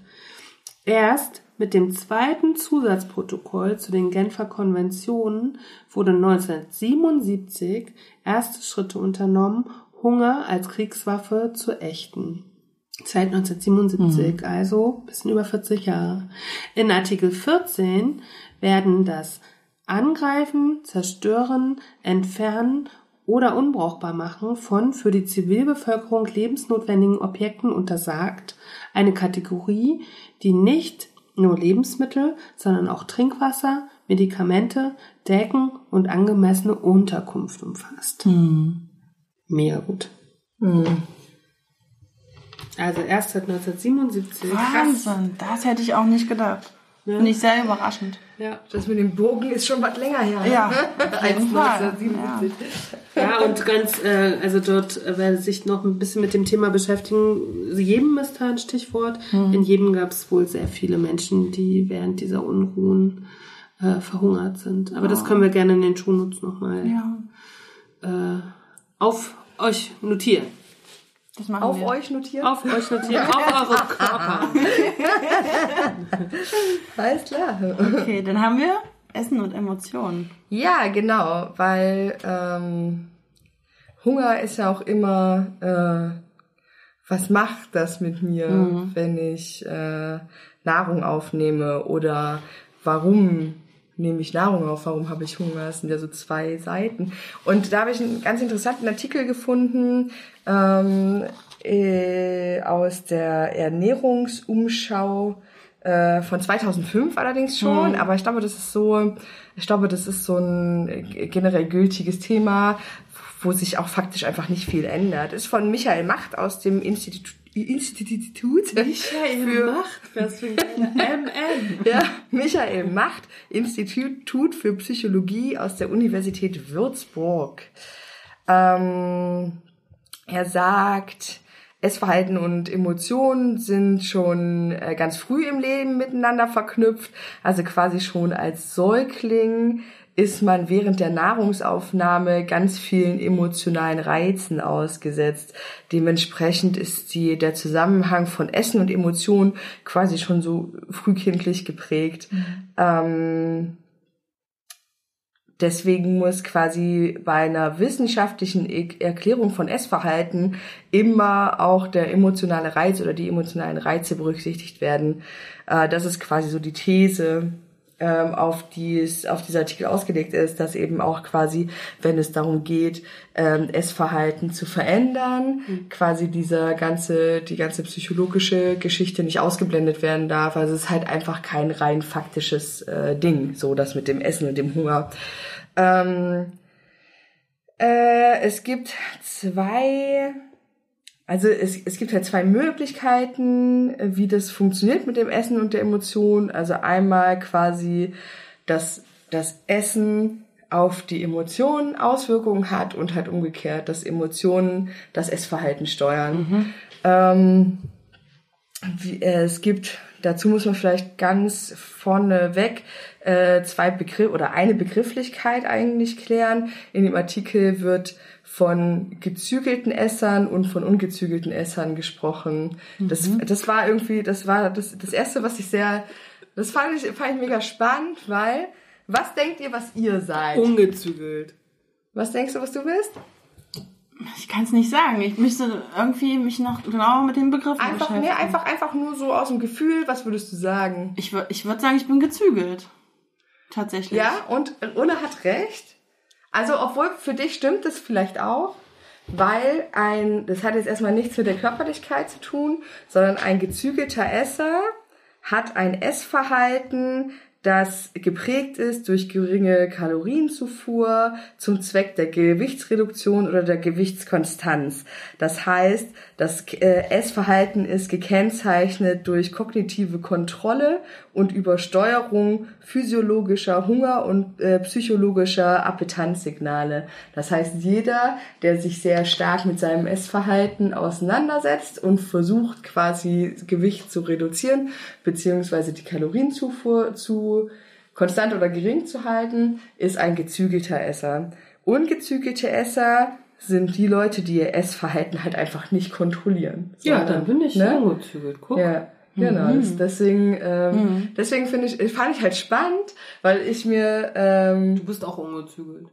Erst mit dem zweiten Zusatzprotokoll zu den Genfer Konventionen wurde neunzehnhundertsiebenundsiebzig erste Schritte unternommen, Hunger als Kriegswaffe zu ächten. Seit neunzehnhundertsiebenundsiebzig, mhm. also ein bisschen über vierzig Jahre. In Artikel vierzehn werden das Angreifen, Zerstören, Entfernen oder unbrauchbar machen von für die Zivilbevölkerung lebensnotwendigen Objekten untersagt, eine Kategorie, die nicht nur Lebensmittel, sondern auch Trinkwasser, Medikamente, Decken und angemessene Unterkunft umfasst. Hm. Mega gut. Hm. Also erst seit neunzehnhundertsiebenundsiebzig. Wahnsinn, das hätte ich auch nicht gedacht. Ja. Finde ich sehr überraschend. Ja. Das mit dem Bogen ist schon was länger her. Ja, ne? auf Als jeden Fall. neunzehnhundertsiebenundsiebzig. Ja, und ganz, äh, also dort, äh, wer sich noch ein bisschen mit dem Thema beschäftigen, jedem ist da ein Stichwort. Mhm. In jedem gab es wohl sehr viele Menschen, die während dieser Unruhen äh, verhungert sind. Aber das können wir gerne in den Shownotes nochmal Ja, äh, auf euch notieren. das machen Auf wir. euch notiert? Auf euch notieren, auf eure Körper. Alles klar. Okay, dann haben wir Essen und Emotionen. Ja, genau, weil ähm, Hunger ist ja auch immer, äh, was macht das mit mir, mhm. wenn ich äh, Nahrung aufnehme oder warum nehme ich Nahrung auf, warum habe ich Hunger? Das sind ja so zwei Seiten. Und da habe ich einen ganz interessanten Artikel gefunden ähm, äh, aus der Ernährungsumschau äh, von zweitausendfünf allerdings schon. Mhm. Aber ich glaube, das ist so, ich glaube, das ist so ein generell gültiges Thema, wo sich auch faktisch einfach nicht viel ändert. Ist von Michael Macht aus dem Institut Institut Michael für Macht, was für ein M M. Ja, Michael Macht, Institut für Psychologie aus der Universität Würzburg. Ähm, er sagt, Essverhalten und Emotionen sind schon äh, ganz früh im Leben miteinander verknüpft, also quasi schon als Säugling ist man während der Nahrungsaufnahme ganz vielen emotionalen Reizen ausgesetzt. Dementsprechend ist die, der Zusammenhang von Essen und Emotionen quasi schon so frühkindlich geprägt. Mhm. Ähm, deswegen muss quasi bei einer wissenschaftlichen Erklärung von Essverhalten immer auch der emotionale Reiz oder die emotionalen Reize berücksichtigt werden. Äh, das ist quasi so die These, auf die es, auf dieser Artikel ausgelegt ist, dass eben auch quasi, wenn es darum geht, ähm, Essverhalten zu verändern, mhm. quasi dieser ganze, die ganze psychologische Geschichte nicht ausgeblendet werden darf. Also es ist halt einfach kein rein faktisches äh, Ding, so das mit dem Essen und dem Hunger. Ähm, äh, es gibt zwei Also es, es gibt halt zwei Möglichkeiten, wie das funktioniert mit dem Essen und der Emotion. Also einmal quasi, dass das Essen auf die Emotionen Auswirkungen hat und halt umgekehrt, dass Emotionen das Essverhalten steuern. Mhm. Ähm, wie, äh, es gibt, dazu muss man vielleicht ganz vorneweg äh, zwei Begriff oder eine Begrifflichkeit eigentlich klären. In dem Artikel wird von gezügelten Essern und von ungezügelten Essern gesprochen. Mhm. Das, das war irgendwie, das war das, das erste, was ich sehr, das fand ich, fand ich mega spannend, weil, was denkt ihr, was ihr seid? Ungezügelt. Was denkst du, was du bist? Ich kann es nicht sagen. Ich müsste irgendwie mich noch genau mit den Begriffen einfach, beschäftigen. Nee, einfach, einfach nur so aus dem Gefühl, was würdest du sagen? Ich würde, ich würde sagen, ich bin gezügelt. Tatsächlich. Ja, und Ulla hat recht. Also, obwohl für dich stimmt das vielleicht auch, weil ein, das hat jetzt erstmal nichts mit der Körperlichkeit zu tun, sondern ein gezügelter Esser hat ein Essverhalten, das geprägt ist durch geringe Kalorienzufuhr zum Zweck der Gewichtsreduktion oder der Gewichtskonstanz. Das heißt, das äh, Essverhalten ist gekennzeichnet durch kognitive Kontrolle und Übersteuerung physiologischer Hunger und äh, psychologischer Appetenzsignale. Das heißt, jeder, der sich sehr stark mit seinem Essverhalten auseinandersetzt und versucht, quasi Gewicht zu reduzieren, beziehungsweise die Kalorienzufuhr zu konstant oder gering zu halten, ist ein gezügelter Esser. Ungezügelte Esser sind die Leute, die ihr Essverhalten halt einfach nicht kontrollieren. Ja, sondern, dann bin ich ne? ungezügelt. Guck. Ja. Genau, mhm. deswegen, ähm, mhm. deswegen finde ich, fand ich halt spannend, weil ich mir, ähm, du bist auch ungezügelt.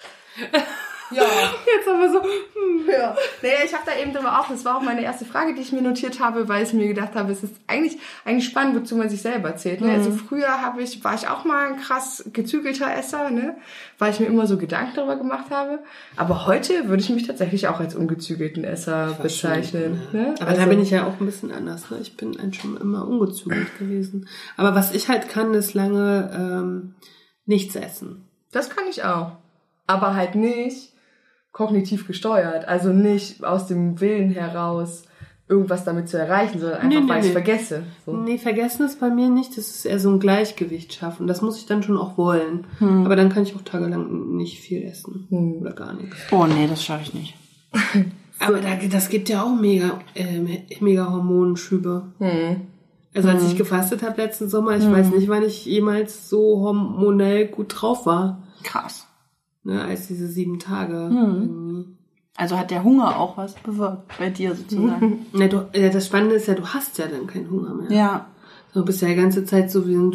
Ja. Jetzt aber so, hm. Ja. Naja, ich habe da eben drüber auch, das war auch meine erste Frage, die ich mir notiert habe, weil ich mir gedacht habe, es ist eigentlich, eigentlich spannend, wozu man sich selber erzählt. Ne? Mhm. Also früher habe ich, war ich auch mal ein krass gezügelter Esser, ne? Weil ich mir immer so Gedanken darüber gemacht habe. Aber heute würde ich mich tatsächlich auch als ungezügelten Esser bezeichnen. Schon, ne? Aber also, da bin ich ja auch ein bisschen anders. Ne? Ich bin eigentlich schon immer ungezügelt gewesen. Aber was ich halt kann, ist lange ähm, Nichts essen. Das kann ich auch. Aber halt nicht kognitiv gesteuert. Also nicht aus dem Willen heraus irgendwas damit zu erreichen, sondern einfach, nee, nee, weil ich nee. vergesse. So. Nee, vergessen ist bei mir nicht. Das ist eher so ein Gleichgewicht schaffen. Das muss ich dann schon auch wollen. Hm. Aber dann kann ich auch tagelang nicht viel essen. Hm. Oder gar nichts. Oh nee, das schaffe ich nicht. Aber da, das gibt ja auch mega, äh, mega Hormonschübe. Hm. Also als hm. ich gefastet habe letzten Sommer, ich hm. weiß nicht, wann ich jemals so hormonell gut drauf war. Krass. Ne, als diese sieben Tage. Hm. Also hat der Hunger auch was bewirkt bei dir sozusagen? Ja, du, ja, das Spannende ist ja, du hast ja dann keinen Hunger mehr. Ja. Du bist ja die ganze Zeit so wie ein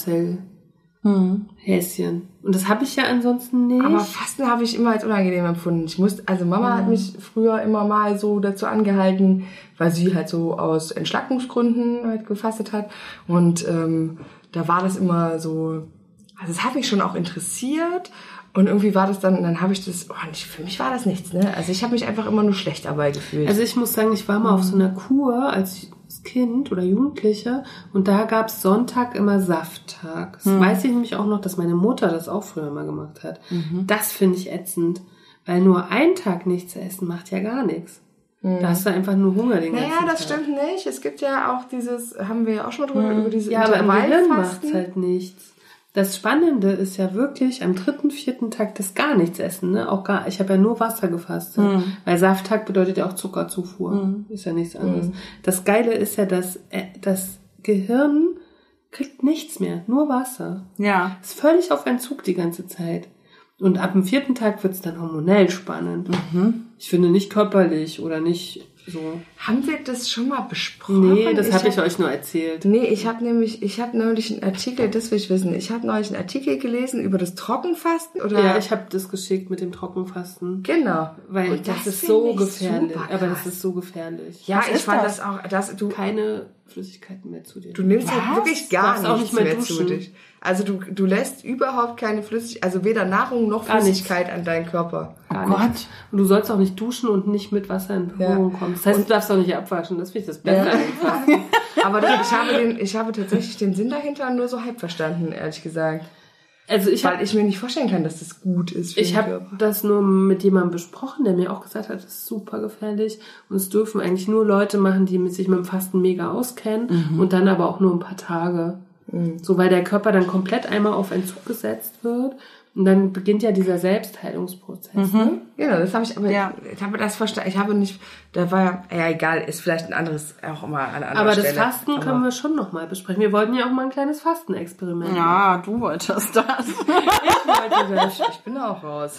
Duracell-Häschen. Hm. Und das habe ich ja ansonsten nicht. Aber Fasten habe ich immer als unangenehm empfunden. Ich musste, also Mama hm. hat mich früher immer mal so dazu angehalten, weil sie halt so aus Entschlackungsgründen halt gefastet hat. Und ähm, da war das immer so, also es hat mich schon auch interessiert. Und irgendwie war das dann, und dann habe ich das, oh, nicht, für mich war das nichts, ne? Also ich habe mich einfach immer nur schlecht dabei gefühlt. Also ich muss sagen, ich war mal mhm. auf so einer Kur als Kind oder Jugendliche und da gab's Sonntag immer Safttag. Das mhm. weiß ich nämlich auch noch, dass meine Mutter das auch früher mal gemacht hat. Mhm. Das finde ich ätzend, weil nur ein Tag nichts zu essen macht ja gar nichts. Mhm. Da hast du einfach nur Hunger den ganzen Tag. Naja, das stimmt nicht. Es gibt ja auch dieses, haben wir ja auch schon mal drüber, mhm. über diese ja, Intervallfasten. Ja, aber im Gehirn macht's halt nichts. Das Spannende ist ja wirklich am dritten, vierten Tag das gar nichts essen, ne? Auch gar, ich habe ja nur Wasser gefasst, mm. weil Safttag bedeutet ja auch Zuckerzufuhr, mm. ist ja nichts anderes. Mm. Das Geile ist ja, dass äh, das Gehirn kriegt nichts mehr, nur Wasser. Ja. Ist völlig auf Entzug die ganze Zeit. Und ab dem vierten Tag wird's dann hormonell spannend. Mhm. Ich finde nicht körperlich oder nicht so. Haben wir das schon mal besprochen? Nee, das habe ich euch nur erzählt. Nee, ich habe nämlich, ich habe neulich einen Artikel, das will ich wissen, ich habe neulich einen Artikel gelesen über das Trockenfasten. Oder? Ja, ich habe das geschickt mit dem Trockenfasten. Genau. Weil und das, das ist so gefährlich. Aber das ist so gefährlich. Ja, Was ich fand das, das auch, dass du keine Flüssigkeiten mehr zu dir. Du nimmst Was? halt wirklich gar nichts auch nicht mehr, mehr zu dir. Also du, du lässt überhaupt keine Flüssigkeit, also weder Nahrung noch gar Flüssigkeit nicht. An deinen Körper. Gar oh Gott. Nicht. Und du sollst auch nicht duschen und nicht mit Wasser in Berührung ja. kommen. Das heißt, und du darfst auch nicht abwaschen. Das finde ich das Beste. Ja. Aber ich habe, den, ich habe tatsächlich den Sinn dahinter nur so halb verstanden, ehrlich gesagt. Also ich Weil hab, ich mir nicht vorstellen kann, dass das gut ist für Ich habe das nur mit jemandem besprochen, der mir auch gesagt hat, das ist super gefährlich. Und es dürfen eigentlich nur Leute machen, die sich mit dem Fasten mega auskennen. Mhm. Und dann aber auch nur ein paar Tage. Mhm. So, weil der Körper dann komplett einmal auf Entzug gesetzt wird. Und dann beginnt ja dieser Selbstheilungsprozess. Mhm. Ne? Genau, das habe ich aber, ja. ich habe das verstanden. Ich habe nicht, da war ja, ja egal, ist vielleicht ein anderes, auch immer an einer anderen aber Stelle. Das Fasten aber können wir schon nochmal besprechen. Wir wollten ja auch mal ein kleines Fastenexperiment. Ja, du wolltest das. Ich wollte das. Ich bin auch raus.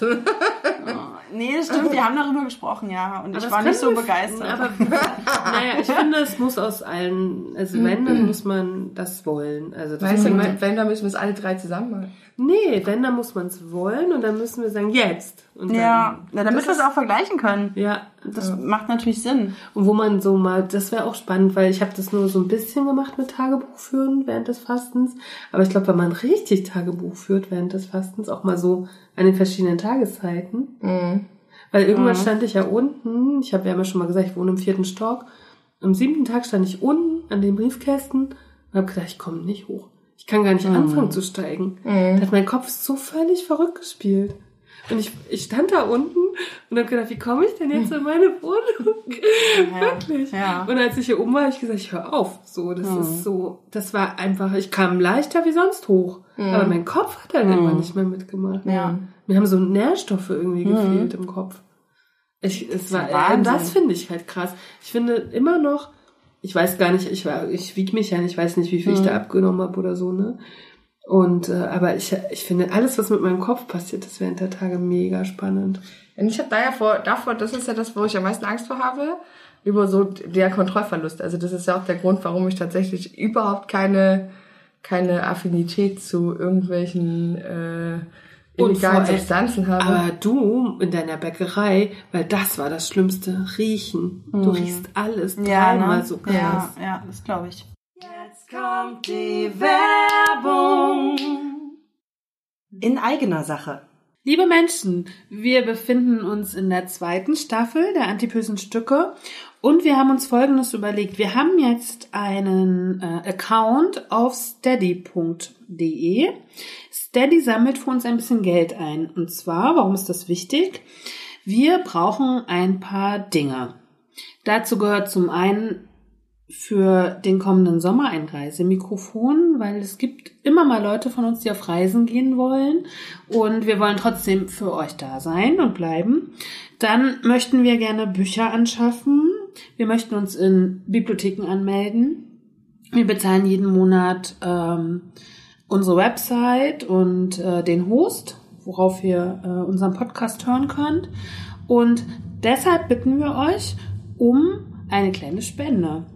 Nee, das stimmt, wir haben darüber gesprochen, ja. Und aber ich war nicht so begeistert. Aber, naja, ich finde, es muss aus allen, also wenn, dann muss man das wollen. Also das weißt du, wenn, dann müssen wir es alle drei zusammen machen. Nee, wenn, dann muss man es wollen und dann müssen wir sagen, jetzt. Und dann, ja, ja, damit wir es auch vergleichen können. Ja. Das ja. macht natürlich Sinn. Und wo man so mal, das wäre auch spannend, weil ich habe das nur so ein bisschen gemacht mit Tagebuch führen während des Fastens. Aber ich glaube, wenn man richtig Tagebuch führt während des Fastens, auch mal so an den verschiedenen Tageszeiten. Mhm. Weil irgendwann mhm. stand ich ja unten, ich habe ja immer schon mal gesagt, ich wohne im vierten Stock. Am siebten Tag stand ich unten an den Briefkästen und habe gedacht, ich komme nicht hoch. Ich kann gar nicht mhm. anfangen zu steigen. Mhm. Da hat mein Kopf so völlig verrückt gespielt. Und ich, ich stand da unten und habe gedacht, wie komme ich denn jetzt in meine Wohnung? Ja, wirklich. Ja. Und als ich hier oben war, habe ich gesagt, ich hör auf. So, das mhm. ist so, das war einfach, ich kam leichter wie sonst hoch. Mhm. Aber mein Kopf hat halt mhm. immer nicht mehr mitgemacht. Ja. Mir haben so Nährstoffe irgendwie mhm. gefehlt im Kopf. Ich, es war, äh, das finde ich halt krass. Ich finde immer noch, ich weiß gar nicht, ich war, ich wiege mich ja nicht, ich weiß nicht, wie viel mhm. ich da abgenommen habe oder so, ne? Und, äh, aber ich, ich finde, alles, was mit meinem Kopf passiert, ist während der Tage mega spannend. Und ich habe da ja vor, davor, das ist ja das, wo ich am meisten Angst vor habe, über so der Kontrollverlust. Also das ist ja auch der Grund, warum ich tatsächlich überhaupt keine, keine Affinität zu irgendwelchen, äh, illegalen Substanzen habe. Aber du in deiner Bäckerei, weil das war das Schlimmste, riechen. Du hm. riechst alles dreimal ja, ne? so krass. Ja, ja, das glaube ich. Jetzt kommt die Werbung. In eigener Sache. Liebe Menschen, wir befinden uns in der zweiten Staffel der Antipösen Stücke und wir haben uns Folgendes überlegt. Wir haben jetzt einen äh, Account auf steady punkt de. Steady sammelt für uns ein bisschen Geld ein. Und zwar, warum ist das wichtig? Wir brauchen ein paar Dinge. Dazu gehört zum einen für den kommenden Sommer ein Reisemikrofon, weil es gibt immer mal Leute von uns, die auf Reisen gehen wollen und wir wollen trotzdem für euch da sein und bleiben. Dann möchten wir gerne Bücher anschaffen. Wir möchten uns in Bibliotheken anmelden. Wir bezahlen jeden Monat ähm, unsere Website und äh, den Host, worauf ihr äh, unseren Podcast hören könnt. Und deshalb bitten wir euch um eine kleine Spende.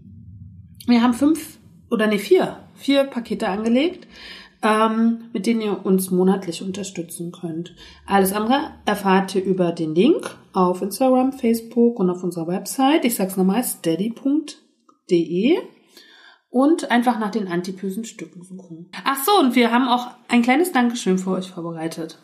Wir haben fünf oder nee vier, vier Pakete angelegt, ähm, mit denen ihr uns monatlich unterstützen könnt. Alles andere erfahrt ihr über den Link auf Instagram, Facebook und auf unserer Website. Ich sag's nochmal, steady punkt de und einfach nach den antipösen Stücken suchen. Ach so, und wir haben auch ein kleines Dankeschön für euch vorbereitet.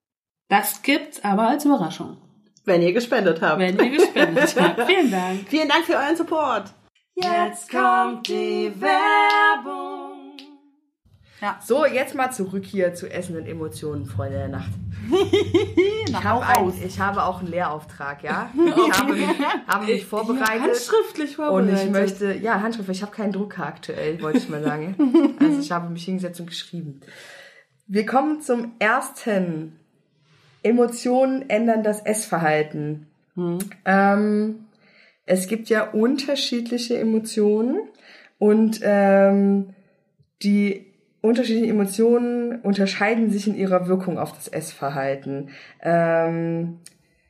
Das gibt's aber als Überraschung. Wenn ihr gespendet habt. Wenn ihr gespendet habt. Vielen Dank. Vielen Dank für euren Support. Jetzt kommt die Werbung. Ja. So, jetzt mal zurück hier zu Essen und Emotionen, Freunde der Nacht. ich, habe ein, ich habe auch einen Lehrauftrag, ja. Ich habe mich, habe mich vorbereitet. Ja, handschriftlich vorbereitet. Und ich möchte, ja, handschriftlich, ich habe keinen Drucker aktuell, wollte ich mal sagen. Also ich habe mich hingesetzt und geschrieben. Wir kommen zum ersten. Emotionen ändern das Essverhalten. Hm. Ähm, es gibt ja unterschiedliche Emotionen und ähm, die unterschiedlichen Emotionen unterscheiden sich in ihrer Wirkung auf das Essverhalten. Ähm,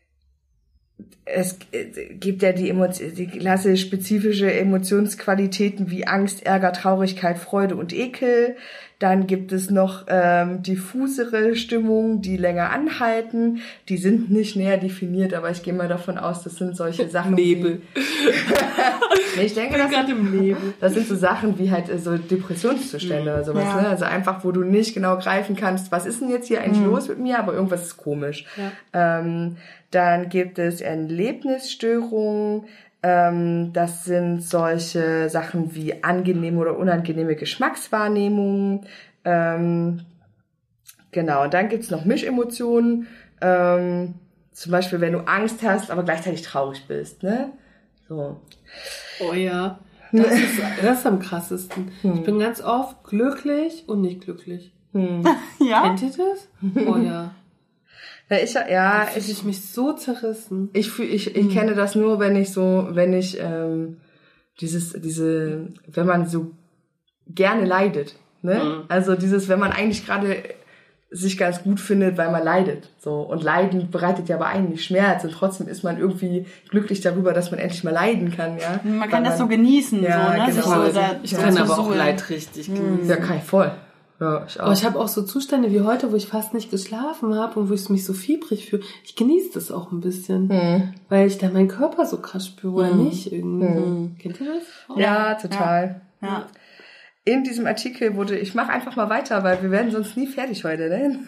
es gibt ja die, Emotion, die klassisch spezifische Emotionsqualitäten wie Angst, Ärger, Traurigkeit, Freude und Ekel. Dann gibt es noch ähm, diffusere Stimmungen, die länger anhalten. Die sind nicht näher definiert, aber ich gehe mal davon aus, das sind solche Sachen Nebel. Wie, nee, ich denke, das sind, im Nebel. das sind so Sachen wie halt so Depressionszustände oder sowas. Ja. Ne? Also einfach, wo du nicht genau greifen kannst, was ist denn jetzt hier eigentlich mhm. los mit mir, aber irgendwas ist komisch. Ja. Ähm, dann gibt es Erlebnisstörungen. Ähm, das sind solche Sachen wie angenehme oder unangenehme Geschmackswahrnehmungen. Ähm, genau, und dann gibt's noch Mischemotionen. Ähm, zum Beispiel, wenn du Angst hast, aber gleichzeitig traurig bist. Ne? So. Oh ja, das ist, das ist am krassesten. Hm. Ich bin ganz oft glücklich und nicht glücklich. Hm. Ja? Kennt ihr das? Oh ja. Ja, ich, ja, da fühle ich mich so zerrissen. Ich fühl, ich, ich mhm. kenne das nur, wenn ich so, wenn ich ähm, dieses, diese, wenn man so gerne leidet, ne? Mhm. Also dieses, wenn man eigentlich gerade sich ganz gut findet, weil man leidet, so, und Leiden bereitet ja aber eigentlich Schmerz und trotzdem ist man irgendwie glücklich darüber, dass man endlich mal leiden kann, ja. Man kann das so genießen, ja, so, ne? Genau. So, da, ich so kann so aber so auch Leid richtig genießen. Ja, kann ich voll. Ja, ich auch. Aber ich habe auch so Zustände wie heute, wo ich fast nicht geschlafen habe und wo ich mich so fiebrig fühle. Ich genieße das auch ein bisschen, hm. weil ich da meinen Körper so krass spüre, oder hm. nicht irgendwie. Hm. Kennt ihr das? Oh. Ja, total. Ja. ja. In diesem Artikel wurde, ich mache einfach mal weiter, weil wir werden sonst nie fertig heute, ne?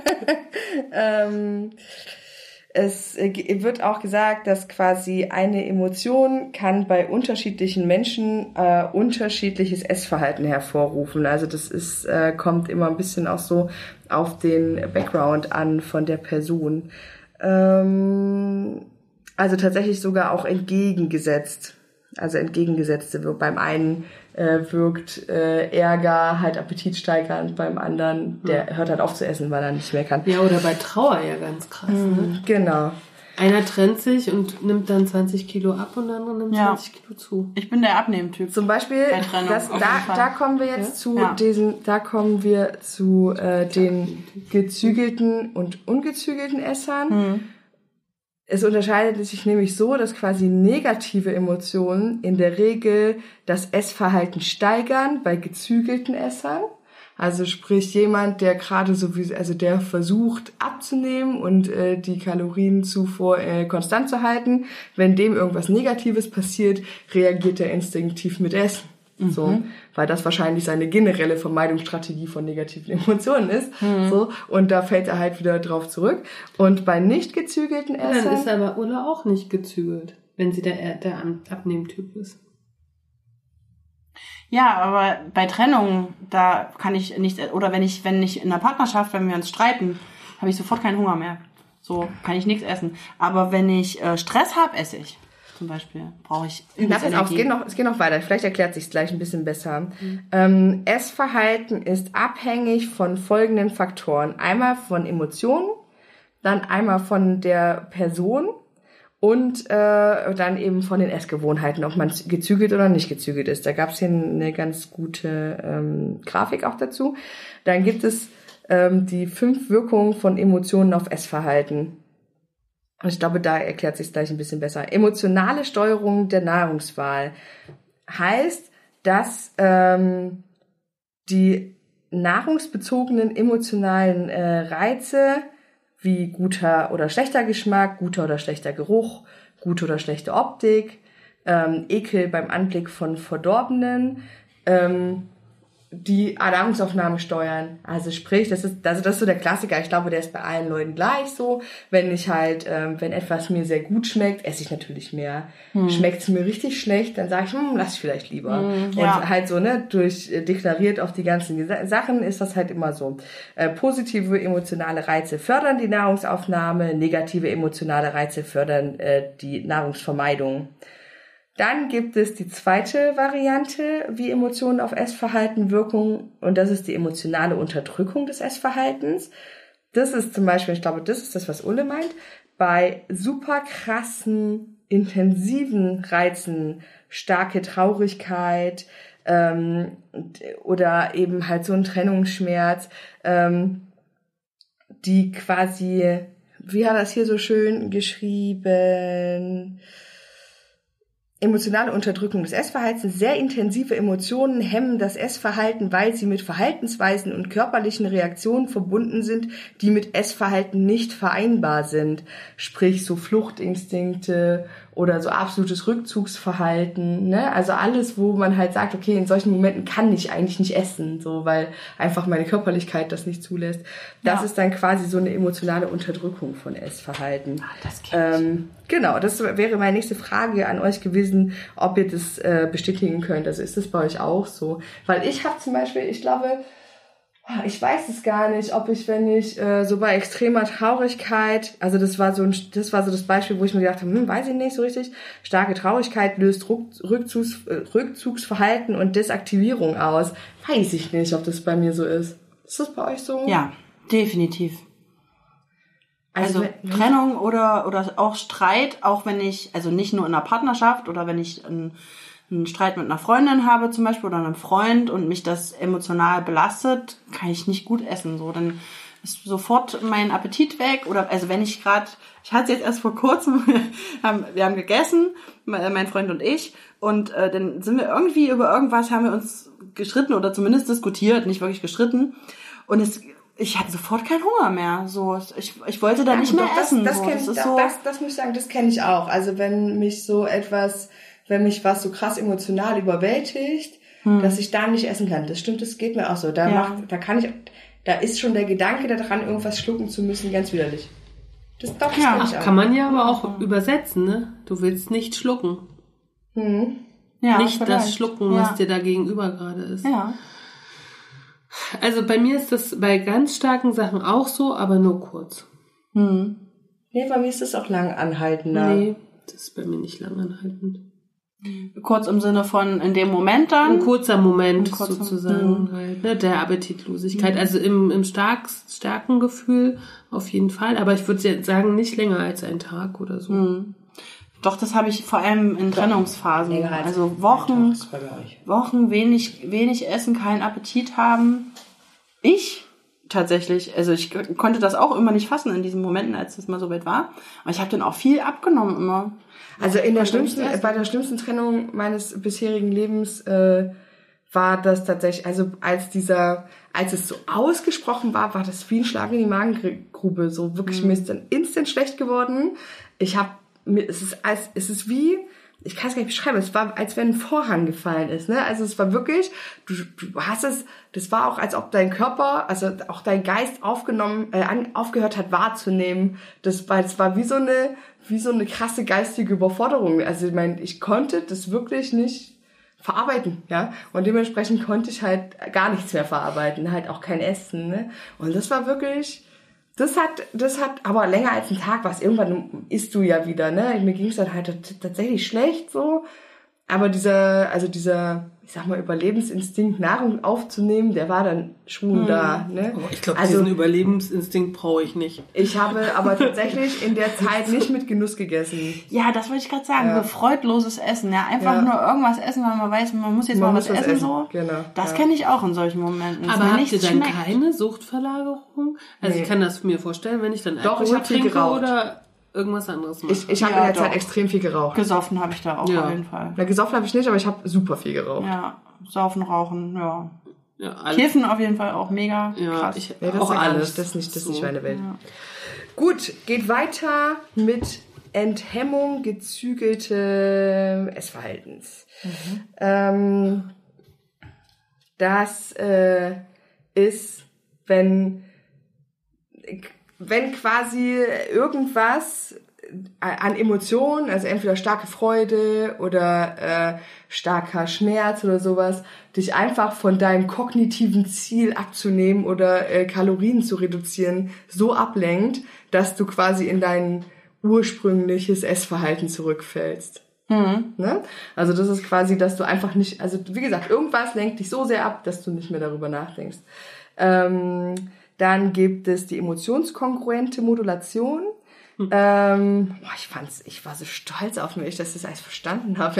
ähm, es wird auch gesagt, dass quasi eine Emotion kann bei unterschiedlichen Menschen äh, unterschiedliches Essverhalten hervorrufen. Also das ist äh, kommt immer ein bisschen auch so auf den Background an von der Person. Ähm, also tatsächlich sogar auch entgegengesetzt. Also entgegengesetzte. Beim einen äh, wirkt äh, Ärger halt appetitsteigernd, beim anderen, der hm. hört halt auf zu essen, weil er nicht mehr kann. Ja, oder bei Trauer ja ganz krass. Mhm. Ne? Genau. Einer trennt sich und nimmt dann zwanzig Kilo ab und der andere nimmt ja. zwanzig Kilo zu. Ich bin der Abnehmtyp. Zum Beispiel, das, da, da kommen wir jetzt ja? zu ja. diesen, da kommen wir zu äh, den gezügelten und ungezügelten Essern. Mhm. Es unterscheidet sich nämlich so, dass quasi negative Emotionen in der Regel das Essverhalten steigern bei gezügelten Essern. Also sprich jemand, der gerade so wie, also der versucht abzunehmen und äh, die Kalorienzufuhr äh, konstant zu halten. Wenn dem irgendwas Negatives passiert, reagiert er instinktiv mit Essen. Mhm. So, weil das wahrscheinlich seine generelle Vermeidungsstrategie von negativen Emotionen ist. Mhm. So, und da fällt er halt wieder drauf zurück. Und bei nicht gezügelten ja, Essern... Dann ist aber Ulla auch nicht gezügelt, wenn sie der, der Abnehmtyp ist. Ja, aber bei Trennung, da kann ich nicht, oder wenn ich, wenn ich in einer Partnerschaft, wenn wir uns streiten, habe ich sofort keinen Hunger mehr. So, kann ich nichts essen. Aber wenn ich äh, Stress habe, esse ich. Zum Beispiel brauche ich übelst Energie. Auf, es, geht noch, es geht noch weiter. Vielleicht erklärt sich es gleich ein bisschen besser. Mhm. Ähm, Essverhalten ist abhängig von folgenden Faktoren. Einmal von Emotionen, dann einmal von der Person und äh, dann eben von den Essgewohnheiten, ob man gezügelt oder nicht gezügelt ist. Da gab es hier eine ganz gute ähm, Grafik auch dazu. Dann gibt es ähm, die fünf Wirkungen von Emotionen auf Essverhalten. Und ich glaube, da erklärt sich es gleich ein bisschen besser. Emotionale Steuerung der Nahrungswahl heißt, dass ähm, die nahrungsbezogenen emotionalen äh, Reize wie guter oder schlechter Geschmack, guter oder schlechter Geruch, gute oder schlechte Optik, ähm, Ekel beim Anblick von Verdorbenen, ähm, die Nahrungsaufnahme steuern. Also sprich, das ist, also das ist so der Klassiker. Ich glaube, der ist bei allen Leuten gleich so. Wenn ich halt, ähm, wenn etwas mir sehr gut schmeckt, esse ich natürlich mehr. Hm. Schmeckt es mir richtig schlecht, dann sage ich, hm, lass ich vielleicht lieber. Hm, ja. Und halt so, ne, durch äh, deklariert auf die ganzen Sachen ist das halt immer so. Äh, positive emotionale Reize fördern die Nahrungsaufnahme, negative emotionale Reize fördern äh, die Nahrungsvermeidung. Dann gibt es die zweite Variante, wie Emotionen auf Essverhalten wirken, und das ist die emotionale Unterdrückung des Essverhaltens. Das ist zum Beispiel, ich glaube, das ist das, was Ulle meint, bei super krassen, intensiven Reizen, starke Traurigkeit ähm, oder eben halt so ein Trennungsschmerz, ähm, die quasi, wie hat das hier so schön geschrieben... Emotionale Unterdrückung des Essverhaltens. Sehr intensive Emotionen hemmen das Essverhalten, weil sie mit Verhaltensweisen und körperlichen Reaktionen verbunden sind, die mit Essverhalten nicht vereinbar sind. Sprich, so Fluchtinstinkte oder so absolutes Rückzugsverhalten, ne? Also alles, wo man halt sagt, okay, in solchen Momenten kann ich eigentlich nicht essen, so, weil einfach meine Körperlichkeit das nicht zulässt. Das ja. ist dann quasi so eine emotionale Unterdrückung von Essverhalten. Ach, das kenn ich. Ähm, genau, das wäre meine nächste Frage an euch gewesen, ob ihr das äh, bestätigen könnt. Also ist das bei euch auch so? Weil ich habe zum Beispiel, ich glaube, ich weiß es gar nicht, ob ich, wenn ich äh, so bei extremer Traurigkeit, also das war so ein, das war so das Beispiel, wo ich mir gedacht habe, hm, weiß ich nicht so richtig, starke Traurigkeit löst Rückzugs, äh, Rückzugsverhalten und Desaktivierung aus. Weiß ich nicht, ob das bei mir so ist. Ist das bei euch so? Ja, definitiv. Also, also wenn, Trennung oder oder auch Streit, auch wenn ich, also nicht nur in einer Partnerschaft oder wenn ich ein einen Streit mit einer Freundin habe zum Beispiel oder einem Freund und mich das emotional belastet, kann ich nicht gut essen. So, dann ist sofort mein Appetit weg. Oder also wenn ich gerade, ich hatte es jetzt erst vor kurzem, haben, wir haben gegessen, mein Freund und ich, und äh, dann sind wir irgendwie über irgendwas, haben wir uns gestritten oder zumindest diskutiert, nicht wirklich gestritten. Und es ich hatte sofort keinen Hunger mehr. So, ich, ich wollte da ja, nicht mehr das, essen. Das, so. kenn, das, das, ist so das, das muss ich sagen, das kenne ich auch. Also wenn mich so etwas, wenn mich was so krass emotional überwältigt, hm. dass ich da nicht essen kann. Das stimmt, das geht mir auch so. Da ja. macht, da kann ich, da ist schon der Gedanke daran, irgendwas schlucken zu müssen, ganz widerlich. Das, das ja, Ach, kann man ja aber auch übersetzen, ne? Du willst nicht schlucken. Hm. Ja, nicht vielleicht. Das Schlucken, ja. was dir da gegenüber gerade ist. Ja. Also bei mir ist das bei ganz starken Sachen auch so, aber nur kurz. Hm. Nee, bei mir ist das auch lang anhaltender. Nee, das ist bei mir nicht lang anhaltend. Kurz im Sinne von in dem Moment dann? Ein kurzer Moment Ein kurzer, sozusagen, mh. halt, ne, der Appetitlosigkeit. Mhm. Also im, im stark, starken Gefühl auf jeden Fall, aber ich würde jetzt sagen, nicht länger als ein Tag oder so. Mhm. Doch, das habe ich vor allem in Trennungsphasen. Ja, also Wochen, Wochen wenig, wenig essen, keinen Appetit haben. Ich tatsächlich, also ich konnte das auch immer nicht fassen in diesen Momenten, als das mal so weit war. Aber ich habe dann auch viel abgenommen immer. Also in der schlimmsten, bei der schlimmsten Trennung meines bisherigen Lebens äh, war das tatsächlich, also als dieser, als es so ausgesprochen war, war das wie ein Schlag in die Magengrube. So wirklich, mhm. mir ist dann instant schlecht geworden. Ich habe, es ist als, es ist wie, ich kann es gar nicht beschreiben, es war, als wenn ein Vorhang gefallen ist, ne? Also es war wirklich, du, du hast es, das war auch, als ob dein Körper, also auch dein Geist aufgenommen, äh, an, aufgehört hat wahrzunehmen. Das war, das war wie so eine, wie so eine krasse geistige Überforderung. Also ich meine, ich konnte das wirklich nicht verarbeiten, ja? Und dementsprechend konnte ich halt gar nichts mehr verarbeiten, halt auch kein Essen, ne? Und das war wirklich, Das hat, das hat aber länger als einen Tag was. Irgendwann isst du ja wieder, ne? Mir ging es dann halt t- tatsächlich schlecht so. Aber dieser, also dieser, ich sag mal, Überlebensinstinkt, Nahrung aufzunehmen, der war dann schon hm. da, ne? Oh, ich glaube, also, diesen Überlebensinstinkt brauche ich nicht. Ich habe aber tatsächlich in der Zeit nicht mit Genuss gegessen. Ja, das wollte ich gerade sagen. Ja. So freudloses Essen, ja. Einfach Ja. nur irgendwas essen, weil man weiß, man muss jetzt Man mal muss was was essen, essen. so. Genau. Das Ja. kenne ich auch in solchen Momenten. dass Aber mir habt nichts ihr dann schmeckt. keine Suchtverlagerung? Also Nee. ich kann das mir vorstellen, wenn ich dann Doch, ich Alkohol hab viel trinke geraucht. oder irgendwas anderes mache. Ich, ich habe Ja, in der doch. Zeit extrem viel geraucht. Gesoffen habe ich da auch Ja. auf jeden Fall. Na, gesoffen habe ich nicht, aber ich habe super viel geraucht. Ja, saufen, rauchen, ja. ja, alles. Kiffen auf jeden Fall auch mega Ja, krass. ich, Ja, das auch ist ja gar alles. Nicht, das ist nicht, das ist nicht So. meine Welt. Gut, geht weiter mit Enthemmung gezügeltem Essverhaltens. Mhm. Ähm, das äh, ist, wenn, wenn quasi irgendwas an Emotionen, also entweder starke Freude oder äh, starker Schmerz oder sowas, dich einfach von deinem kognitiven Ziel abzunehmen oder äh, Kalorien zu reduzieren, so ablenkt, dass du quasi in dein ursprüngliches Essverhalten zurückfällst. Mhm. Ne? Also das ist quasi, dass du einfach nicht, also wie gesagt, irgendwas lenkt dich so sehr ab, dass du nicht mehr darüber nachdenkst. Ähm, dann gibt es die emotionskongruente Modulation. Hm. Ähm, boah, ich fand's, ich war so stolz auf mich, dass ich das alles verstanden habe.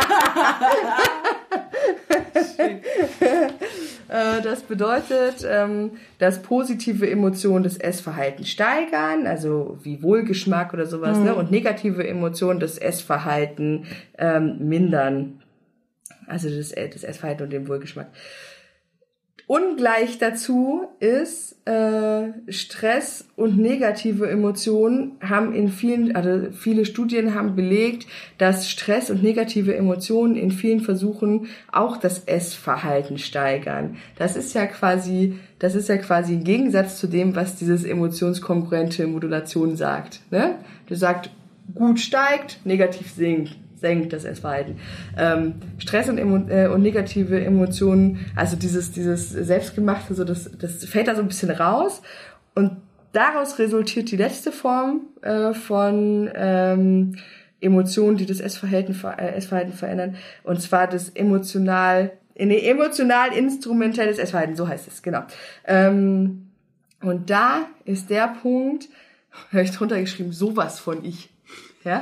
äh, das bedeutet, ähm, dass positive Emotionen das Essverhalten steigern, also wie Wohlgeschmack oder sowas, hm. ne? Und negative Emotionen das Essverhalten ähm, mindern. Also das, das Essverhalten und den Wohlgeschmack. Ungleich dazu ist, äh, Stress und negative Emotionen haben in vielen, also viele Studien haben belegt, dass Stress und negative Emotionen in vielen Versuchen auch das Essverhalten steigern. Das ist ja quasi, das ist ja quasi ein Gegensatz zu dem, was dieses emotionskongruente Modulation sagt, ne? Du sagst, gut steigt, negativ sinkt. senkt das Essverhalten. Ähm, Stress und, emo- äh, und negative Emotionen, also dieses dieses Selbstgemachte, so das das fällt da so ein bisschen raus und daraus resultiert die letzte Form äh, von ähm, Emotionen, die das Essverhalten, äh, Essverhalten verändern, und zwar das emotional, nee, emotional instrumentelles Essverhalten, so heißt es, genau. Ähm, und da ist der Punkt, habe ich drunter geschrieben, sowas von ich. Ja?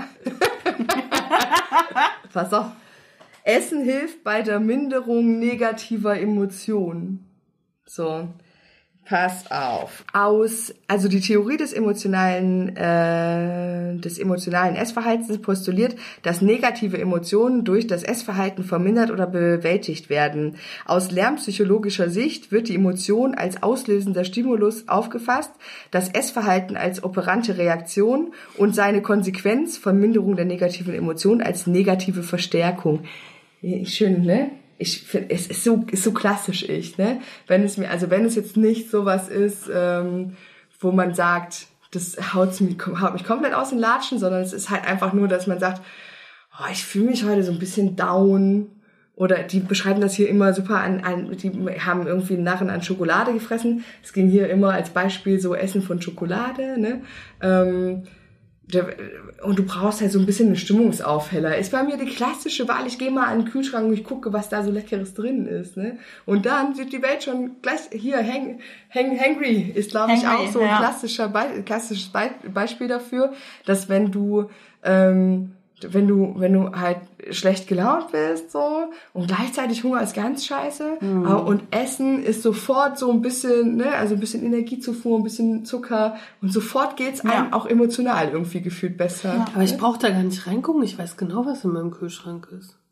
Pass auf. Essen hilft bei der Minderung negativer Emotionen. So, pass auf. Aus, also die Theorie des emotionalen, äh, des emotionalen Essverhaltens postuliert, dass negative Emotionen durch das Essverhalten vermindert oder bewältigt werden. Aus lernpsychologischer Sicht wird die Emotion als auslösender Stimulus aufgefasst, das Essverhalten als operante Reaktion und seine Konsequenz, Verminderung der negativen Emotionen, als negative Verstärkung. Schön, ne? Ich finde, es ist so, ist so klassisch ich, ne? Wenn es mir, also wenn es jetzt nicht sowas ist, ähm, wo man sagt, das haut mich, haut mich komplett aus den Latschen, sondern es ist halt einfach nur, dass man sagt, oh, ich fühle mich heute so ein bisschen down. Oder die beschreiben das hier immer super an, an, die haben irgendwie einen Narren an Schokolade gefressen. Es ging hier immer als Beispiel so Essen von Schokolade, ne? Ähm, Und du brauchst halt so ein bisschen einen Stimmungsaufheller. Ist bei mir die klassische Wahl, ich gehe mal an den Kühlschrank und ich gucke, was da so Leckeres drin ist, ne? Und dann sieht die Welt schon gleich, hier, hang, hang, hangry ist, glaube ich, Hangry, auch so ein ja. klassischer Be- klassisches Be- Beispiel dafür, dass wenn du, ähm, wenn du, wenn du halt schlecht gelaunt bist, so, und gleichzeitig Hunger ist ganz scheiße, Mhm. aber, und Essen ist sofort so ein bisschen, ne, also ein bisschen Energiezufuhr, ein bisschen Zucker, und sofort geht's einem Ja. auch emotional irgendwie gefühlt besser. Aber ich brauche da gar nicht reingucken. Ich weiß genau, was in meinem Kühlschrank ist.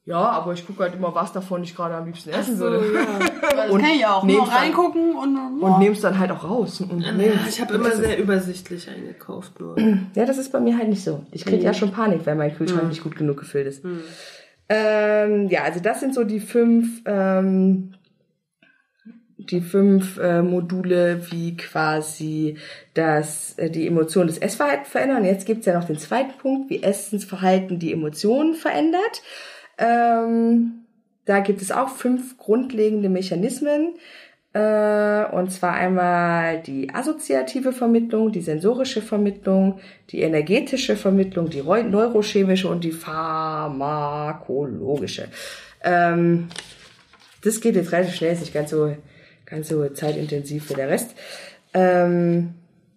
Ja, aber ich gucke halt immer, was davon ich gerade am liebsten essen so, würde. ja. Das kann ich auch. Nur reingucken und... Und nehme es dann halt auch raus. Und Ja, nehm's. ich habe immer sehr übersichtlich eingekauft. Nur. Ja, das ist bei mir halt nicht so. Ich kriege Mhm. ja schon Panik, wenn mein Kühlschrank Mhm. nicht gut genug gefüllt ist. Mhm. Ähm, ja, also das sind so die fünf, ähm, die fünf äh, Module, wie quasi das, äh, die Emotionen des Essverhaltens verändern. Jetzt gibt's ja noch den zweiten Punkt, wie Essensverhalten die Emotionen verändert. Ähm, da gibt es auch fünf grundlegende Mechanismen. Äh, und zwar einmal die assoziative Vermittlung, die sensorische Vermittlung, die energetische Vermittlung, die reu- neurochemische und die pharmakologische. Ähm, das geht jetzt relativ schnell, ist nicht ganz so, ganz so zeitintensiv wie der Rest. Ähm,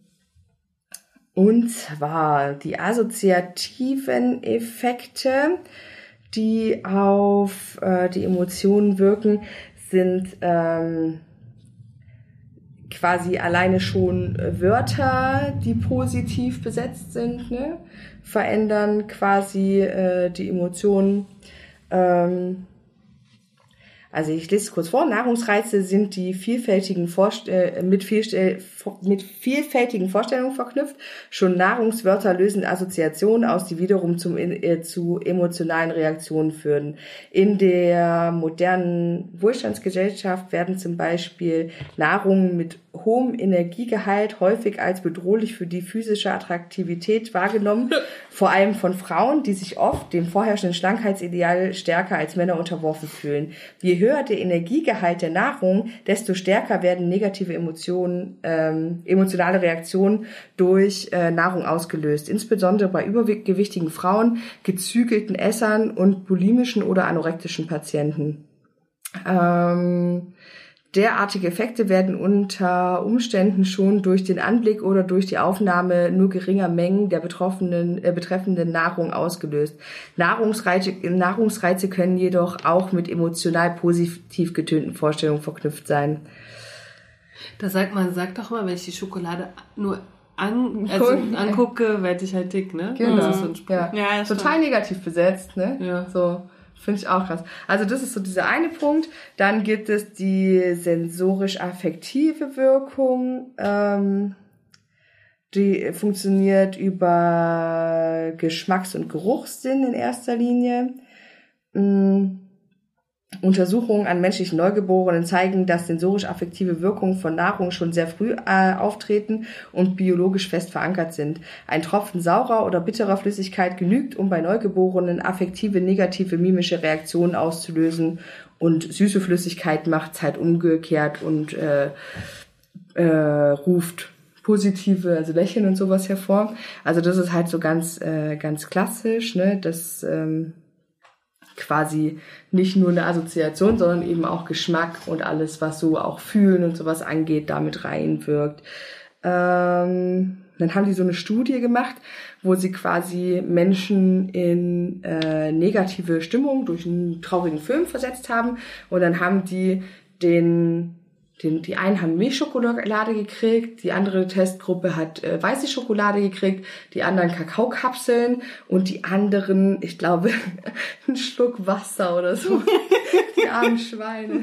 und zwar die assoziativen Effekte, die auf äh, die Emotionen wirken, sind ähm, quasi alleine schon Wörter, die positiv besetzt sind, ne? Verändern quasi äh, die Emotionen. Ähm, also ich lese es kurz vor. Nahrungsreize sind die vielfältigen Vorst- äh, mit, viel, äh, mit vielfältigen Vorstellungen verknüpft. Schon Nahrungswörter lösen Assoziationen aus, die wiederum zum, äh, zu emotionalen Reaktionen führen. In der modernen Wohlstandsgesellschaft werden zum Beispiel Nahrungen mit hohem Energiegehalt häufig als bedrohlich für die physische Attraktivität wahrgenommen, vor allem von Frauen, die sich oft dem vorherrschenden Schlankheitsideal stärker als Männer unterworfen fühlen. Je höher der Energiegehalt der Nahrung, desto stärker werden negative Emotionen, ähm, emotionale Reaktionen durch äh, Nahrung ausgelöst. Insbesondere bei übergewichtigen Frauen, gezügelten Essern und bulimischen oder anorektischen Patienten. Ähm, Derartige Effekte werden unter Umständen schon durch den Anblick oder durch die Aufnahme nur geringer Mengen der betroffenen, äh, betreffenden Nahrung ausgelöst. Nahrungsreize, Nahrungsreize können jedoch auch mit emotional positiv getönten Vorstellungen verknüpft sein. Da sagt man, sag doch mal, wenn ich die Schokolade nur an, also angucke, werde ich halt dick, ne? Genau. Das ist so ein Spruch. Ja. Ja, das Total negativ besetzt, ne? Ja. So. Finde ich auch krass. Also das ist so dieser eine Punkt. Dann gibt es die sensorisch-affektive Wirkung. Ähm, die funktioniert über Geschmacks- und Geruchssinn in erster Linie. Ähm, Untersuchungen an menschlichen Neugeborenen zeigen, dass sensorisch-affektive Wirkungen von Nahrung schon sehr früh äh, auftreten und biologisch fest verankert sind. Ein Tropfen saurer oder bitterer Flüssigkeit genügt, um bei Neugeborenen affektive, negative, mimische Reaktionen auszulösen, und süße Flüssigkeit macht es halt umgekehrt und äh, äh, ruft positive, also Lächeln und sowas hervor. Also das ist halt so ganz äh, ganz klassisch, ne, das ähm, quasi nicht nur eine Assoziation, sondern eben auch Geschmack und alles, was so auch Fühlen und sowas angeht, damit reinwirkt. Ähm, dann haben die so eine Studie gemacht, wo sie quasi Menschen in äh, negative Stimmung durch einen traurigen Film versetzt haben, und dann haben die den Den, die einen haben Milchschokolade gekriegt, die andere Testgruppe hat äh, weiße Schokolade gekriegt, die anderen Kakaokapseln und die anderen, ich glaube, einen Schluck Wasser oder so. Die armen Schweine.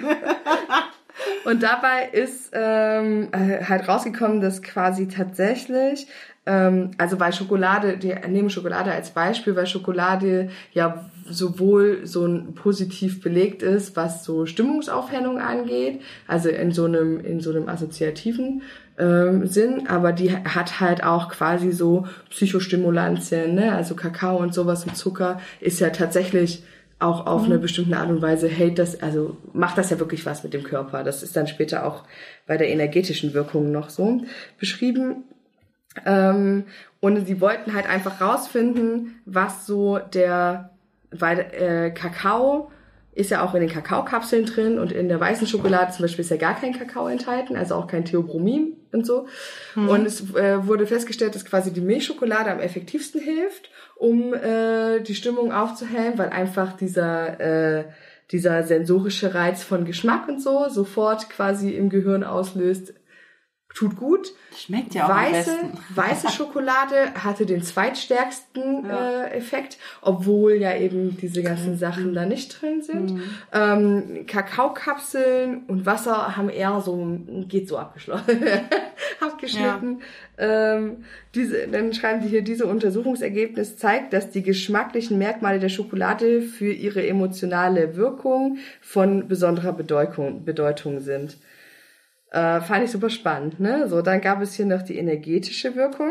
Und dabei ist ähm, halt rausgekommen, dass quasi tatsächlich, ähm, also weil Schokolade, die nehmen Schokolade als Beispiel, weil Schokolade ja sowohl so ein positiv belegt ist, was so Stimmungsaufhellung angeht, also in so einem in so einem assoziativen ähm, Sinn, aber die hat halt auch quasi so Psychostimulantien, ne? Also Kakao und sowas und Zucker ist ja tatsächlich auch auf mhm. eine bestimmte Art und Weise hält das, also macht das ja wirklich was mit dem Körper. Das ist dann später auch bei der energetischen Wirkung noch so beschrieben. Ähm, und sie wollten halt einfach rausfinden, was so der, weil äh, Kakao ist ja auch in den Kakaokapseln drin, und in der weißen Schokolade zum Beispiel ist ja gar kein Kakao enthalten, also auch kein Theobromin und so. Mhm. Und es äh, wurde festgestellt, dass quasi die Milchschokolade am effektivsten hilft, um äh, die Stimmung aufzuhellen, weil einfach dieser äh, dieser sensorische Reiz von Geschmack und so sofort quasi im Gehirn auslöst, tut gut. Schmeckt ja auch weiße, am besten. Weiße Schokolade hatte den zweitstärksten ja. äh, Effekt, obwohl ja eben diese ganzen Sachen da nicht drin sind. Mhm. Ähm, Kakaokapseln und Wasser haben eher so, geht so abgeschlossen, abgeschnitten. Ja. Ähm, diese, dann schreiben die hier, diese Untersuchungsergebnis zeigt, dass die geschmacklichen Merkmale der Schokolade für ihre emotionale Wirkung von besonderer Bedeutung, Bedeutung sind. Äh, fand ich super spannend, ne? So, dann gab es hier noch die energetische Wirkung.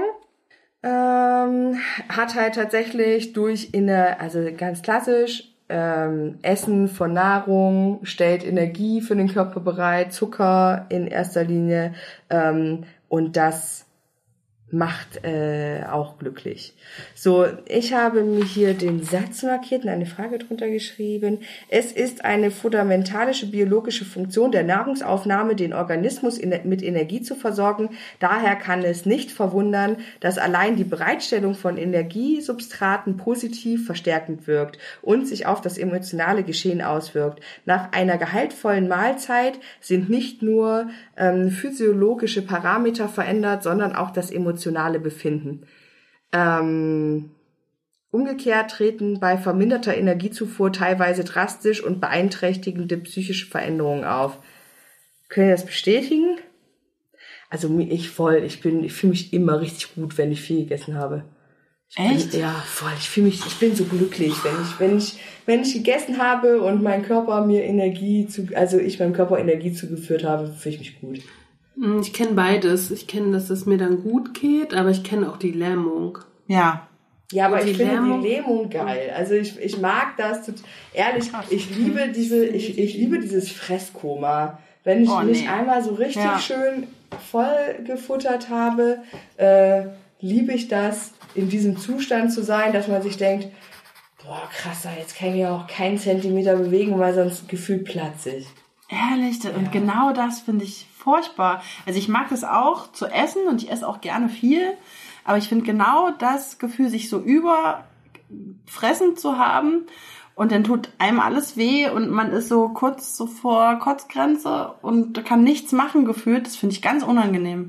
Ähm, hat halt tatsächlich durch inner, also ganz klassisch, ähm, Essen von Nahrung stellt Energie für den Körper bereit, Zucker in erster Linie, ähm, und das macht äh, auch glücklich. So, ich habe mir hier den Satz markiert und eine Frage drunter geschrieben. Es ist eine fundamentalische biologische Funktion der Nahrungsaufnahme, den Organismus in, mit Energie zu versorgen. Daher kann es nicht verwundern, dass allein die Bereitstellung von Energiesubstraten positiv verstärkend wirkt und sich auf das emotionale Geschehen auswirkt. Nach einer gehaltvollen Mahlzeit sind nicht nur ähm, physiologische Parameter verändert, sondern auch das emotionale Befinden. Ähm, umgekehrt treten bei verminderter Energiezufuhr teilweise drastisch und beeinträchtigende psychische Veränderungen auf. Können Sie das bestätigen? Also ich voll, ich bin, ich fühle mich immer richtig gut, wenn ich viel gegessen habe. Ich Echt? Bin, ja, voll. Ich fühle mich, ich bin so glücklich, wenn ich, wenn ich, wenn ich gegessen habe und mein Körper mir Energie zu, also ich meinem Körper Energie zugeführt habe, fühle ich mich gut. Ich kenne beides. Ich kenne, dass es mir dann gut geht, aber ich kenne auch die Lähmung. Ja. Ja, aber Und ich die finde Lähmung? die Lähmung geil. Also ich, ich mag das, tut- ehrlich, ich liebe diese, ich, ich liebe dieses Fresskoma. Wenn ich Oh, mich nee. einmal so richtig Ja. schön voll gefuttert habe, äh, liebe ich das, in diesem Zustand zu sein, dass man sich denkt, boah, krass, jetzt kann ich mich auch keinen Zentimeter bewegen, weil sonst gefühlt platze ich. Ehrlich, und genau das finde ich furchtbar. Also ich mag es auch zu essen und ich esse auch gerne viel, aber ich finde genau das Gefühl, sich so überfressen zu haben und dann tut einem alles weh und man ist so kurz so vor Kotzgrenze und kann nichts machen gefühlt, das finde ich ganz unangenehm.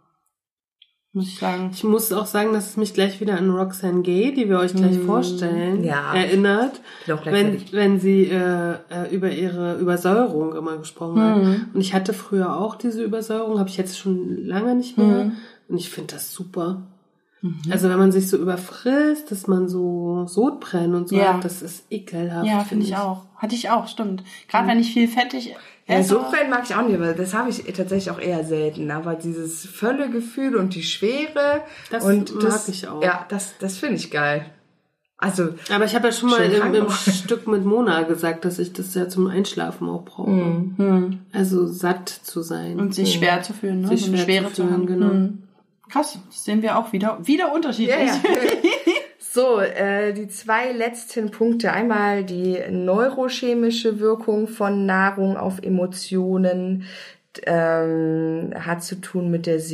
Muss ich sagen. Ich muss auch sagen, dass es mich gleich wieder an Roxane Gay, die wir euch gleich vorstellen, Ja. erinnert, Bin auch gleich wenn, fertig. wenn sie äh, äh, über ihre Übersäuerung immer gesprochen hat. Und ich hatte früher auch diese Übersäuerung, habe ich jetzt schon lange nicht mehr. Und ich finde das super. Also wenn man sich so überfrisst, dass man so Sodbrennen und so Ja. hat, das ist ekelhaft. Ja, finde ich auch. Hatte ich auch, stimmt. Gerade wenn ich viel fettig Ja, esse. Sodbrennen mag ich auch nicht, weil das habe ich tatsächlich auch eher selten. Aber dieses Völlegefühl und die Schwere Das und mag das, ich auch. Ja, das, das finde ich geil. Also, Aber ich habe ja schon mal Schön im, krank im auch. Stück mit Mona gesagt, dass ich das ja zum Einschlafen auch brauche. Also satt zu sein. Und sich schwer zu fühlen, ne? Sich So eine schwer Schwere zu fühlen, genau. Hm. Krass, das sehen wir auch wieder. Wieder unterschiedlich. ja, ja. So, äh, die zwei letzten Punkte. Einmal die neurochemische Wirkung von Nahrung auf Emotionen. Ähm, hat zu tun mit der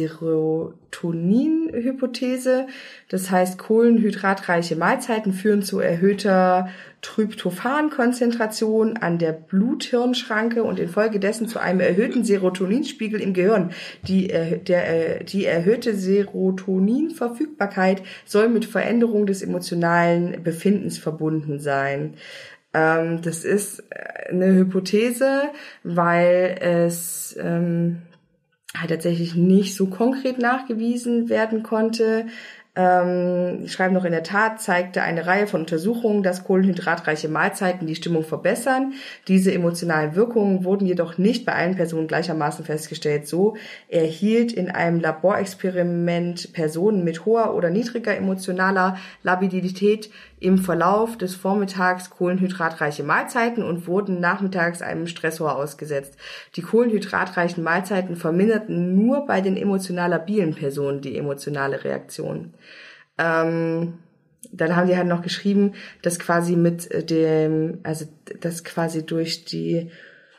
Serotonin-Hypothese. Das heißt, kohlenhydratreiche Mahlzeiten führen zu erhöhter Tryptophan-Konzentration an der Blut-Hirn-Schranke und infolgedessen zu einem erhöhten Serotoninspiegel im Gehirn. Die, äh, der, äh, die erhöhte Serotoninverfügbarkeit soll mit Veränderung des emotionalen Befindens verbunden sein. Ähm, das ist eine Hypothese, weil es ähm, halt tatsächlich nicht so konkret nachgewiesen werden konnte. Ähm, ich schreibe noch, in der Tat zeigte eine Reihe von Untersuchungen, dass kohlenhydratreiche Mahlzeiten die Stimmung verbessern. Diese emotionalen Wirkungen wurden jedoch nicht bei allen Personen gleichermaßen festgestellt. So erhielt in einem Laborexperiment Personen mit hoher oder niedriger emotionaler Labilität im Verlauf des Vormittags kohlenhydratreiche Mahlzeiten und wurden nachmittags einem Stressor ausgesetzt. Die kohlenhydratreichen Mahlzeiten verminderten nur bei den emotional labilen Personen die emotionale Reaktion. Ähm, dann haben die halt noch geschrieben, dass quasi mit dem, also dass quasi durch die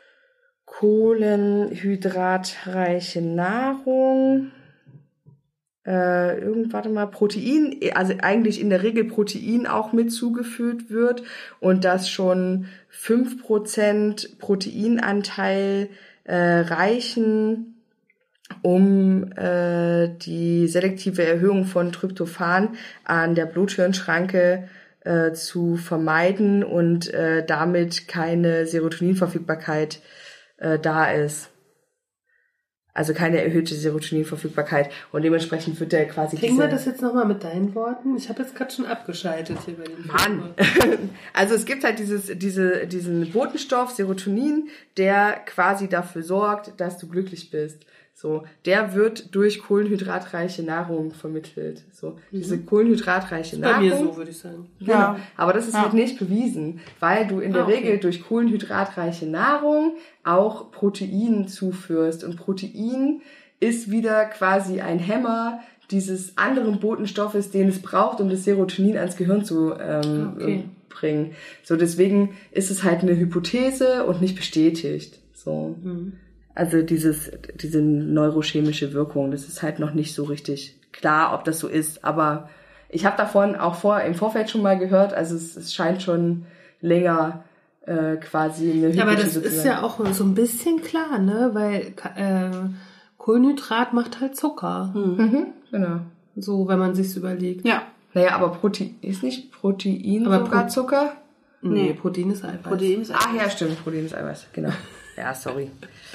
kohlenhydratreiche Nahrung Äh, irgend, warte mal, Protein, also eigentlich in der Regel Protein auch mit zugeführt wird und dass schon fünf Prozent Proteinanteil äh, reichen, um äh, die selektive Erhöhung von Tryptophan an der Blut-Hirn-Schranke äh, zu vermeiden und äh, damit keine Serotoninverfügbarkeit äh, da ist. Also keine erhöhte Serotoninverfügbarkeit. Und dementsprechend wird der quasi... Kriegen wir das jetzt nochmal mit deinen Worten? Ich habe jetzt gerade schon abgeschaltet hier bei dem Mann! Also es gibt halt dieses, diese, diesen Botenstoff Serotonin, der quasi dafür sorgt, dass du glücklich bist. So, der wird durch kohlenhydratreiche Nahrung vermittelt. So, mhm. diese kohlenhydratreiche bei Nahrung. Bei mir so, würde ich sagen. Genau. Ja. Aber das ist ja. halt nicht bewiesen, weil du in der ah, okay. Regel durch kohlenhydratreiche Nahrung auch Protein zuführst. Und Protein ist wieder quasi ein Hämmer dieses anderen Botenstoffes, den es braucht, um das Serotonin ans Gehirn zu ähm, okay. bringen. So, deswegen ist es halt eine Hypothese und nicht bestätigt. So. Mhm. Also dieses, diese neurochemische Wirkung, das ist halt noch nicht so richtig klar, ob das so ist. Aber ich habe davon auch vor im Vorfeld schon mal gehört, also es, es scheint schon länger äh, quasi eine Hypothese. Ja, aber das ist ja auch so ein bisschen klar, ne? Weil äh, Kohlenhydrat macht halt Zucker. Mhm. Mhm, genau. So, wenn man sich's überlegt. Ja. Naja, aber Protein ist nicht Protein aber sogar Pro- Zucker? Nee, nee, Protein ist Eiweiß. Protein ist Eiweiß. Ach ja, stimmt, Protein ist Eiweiß, genau. Ja, sorry.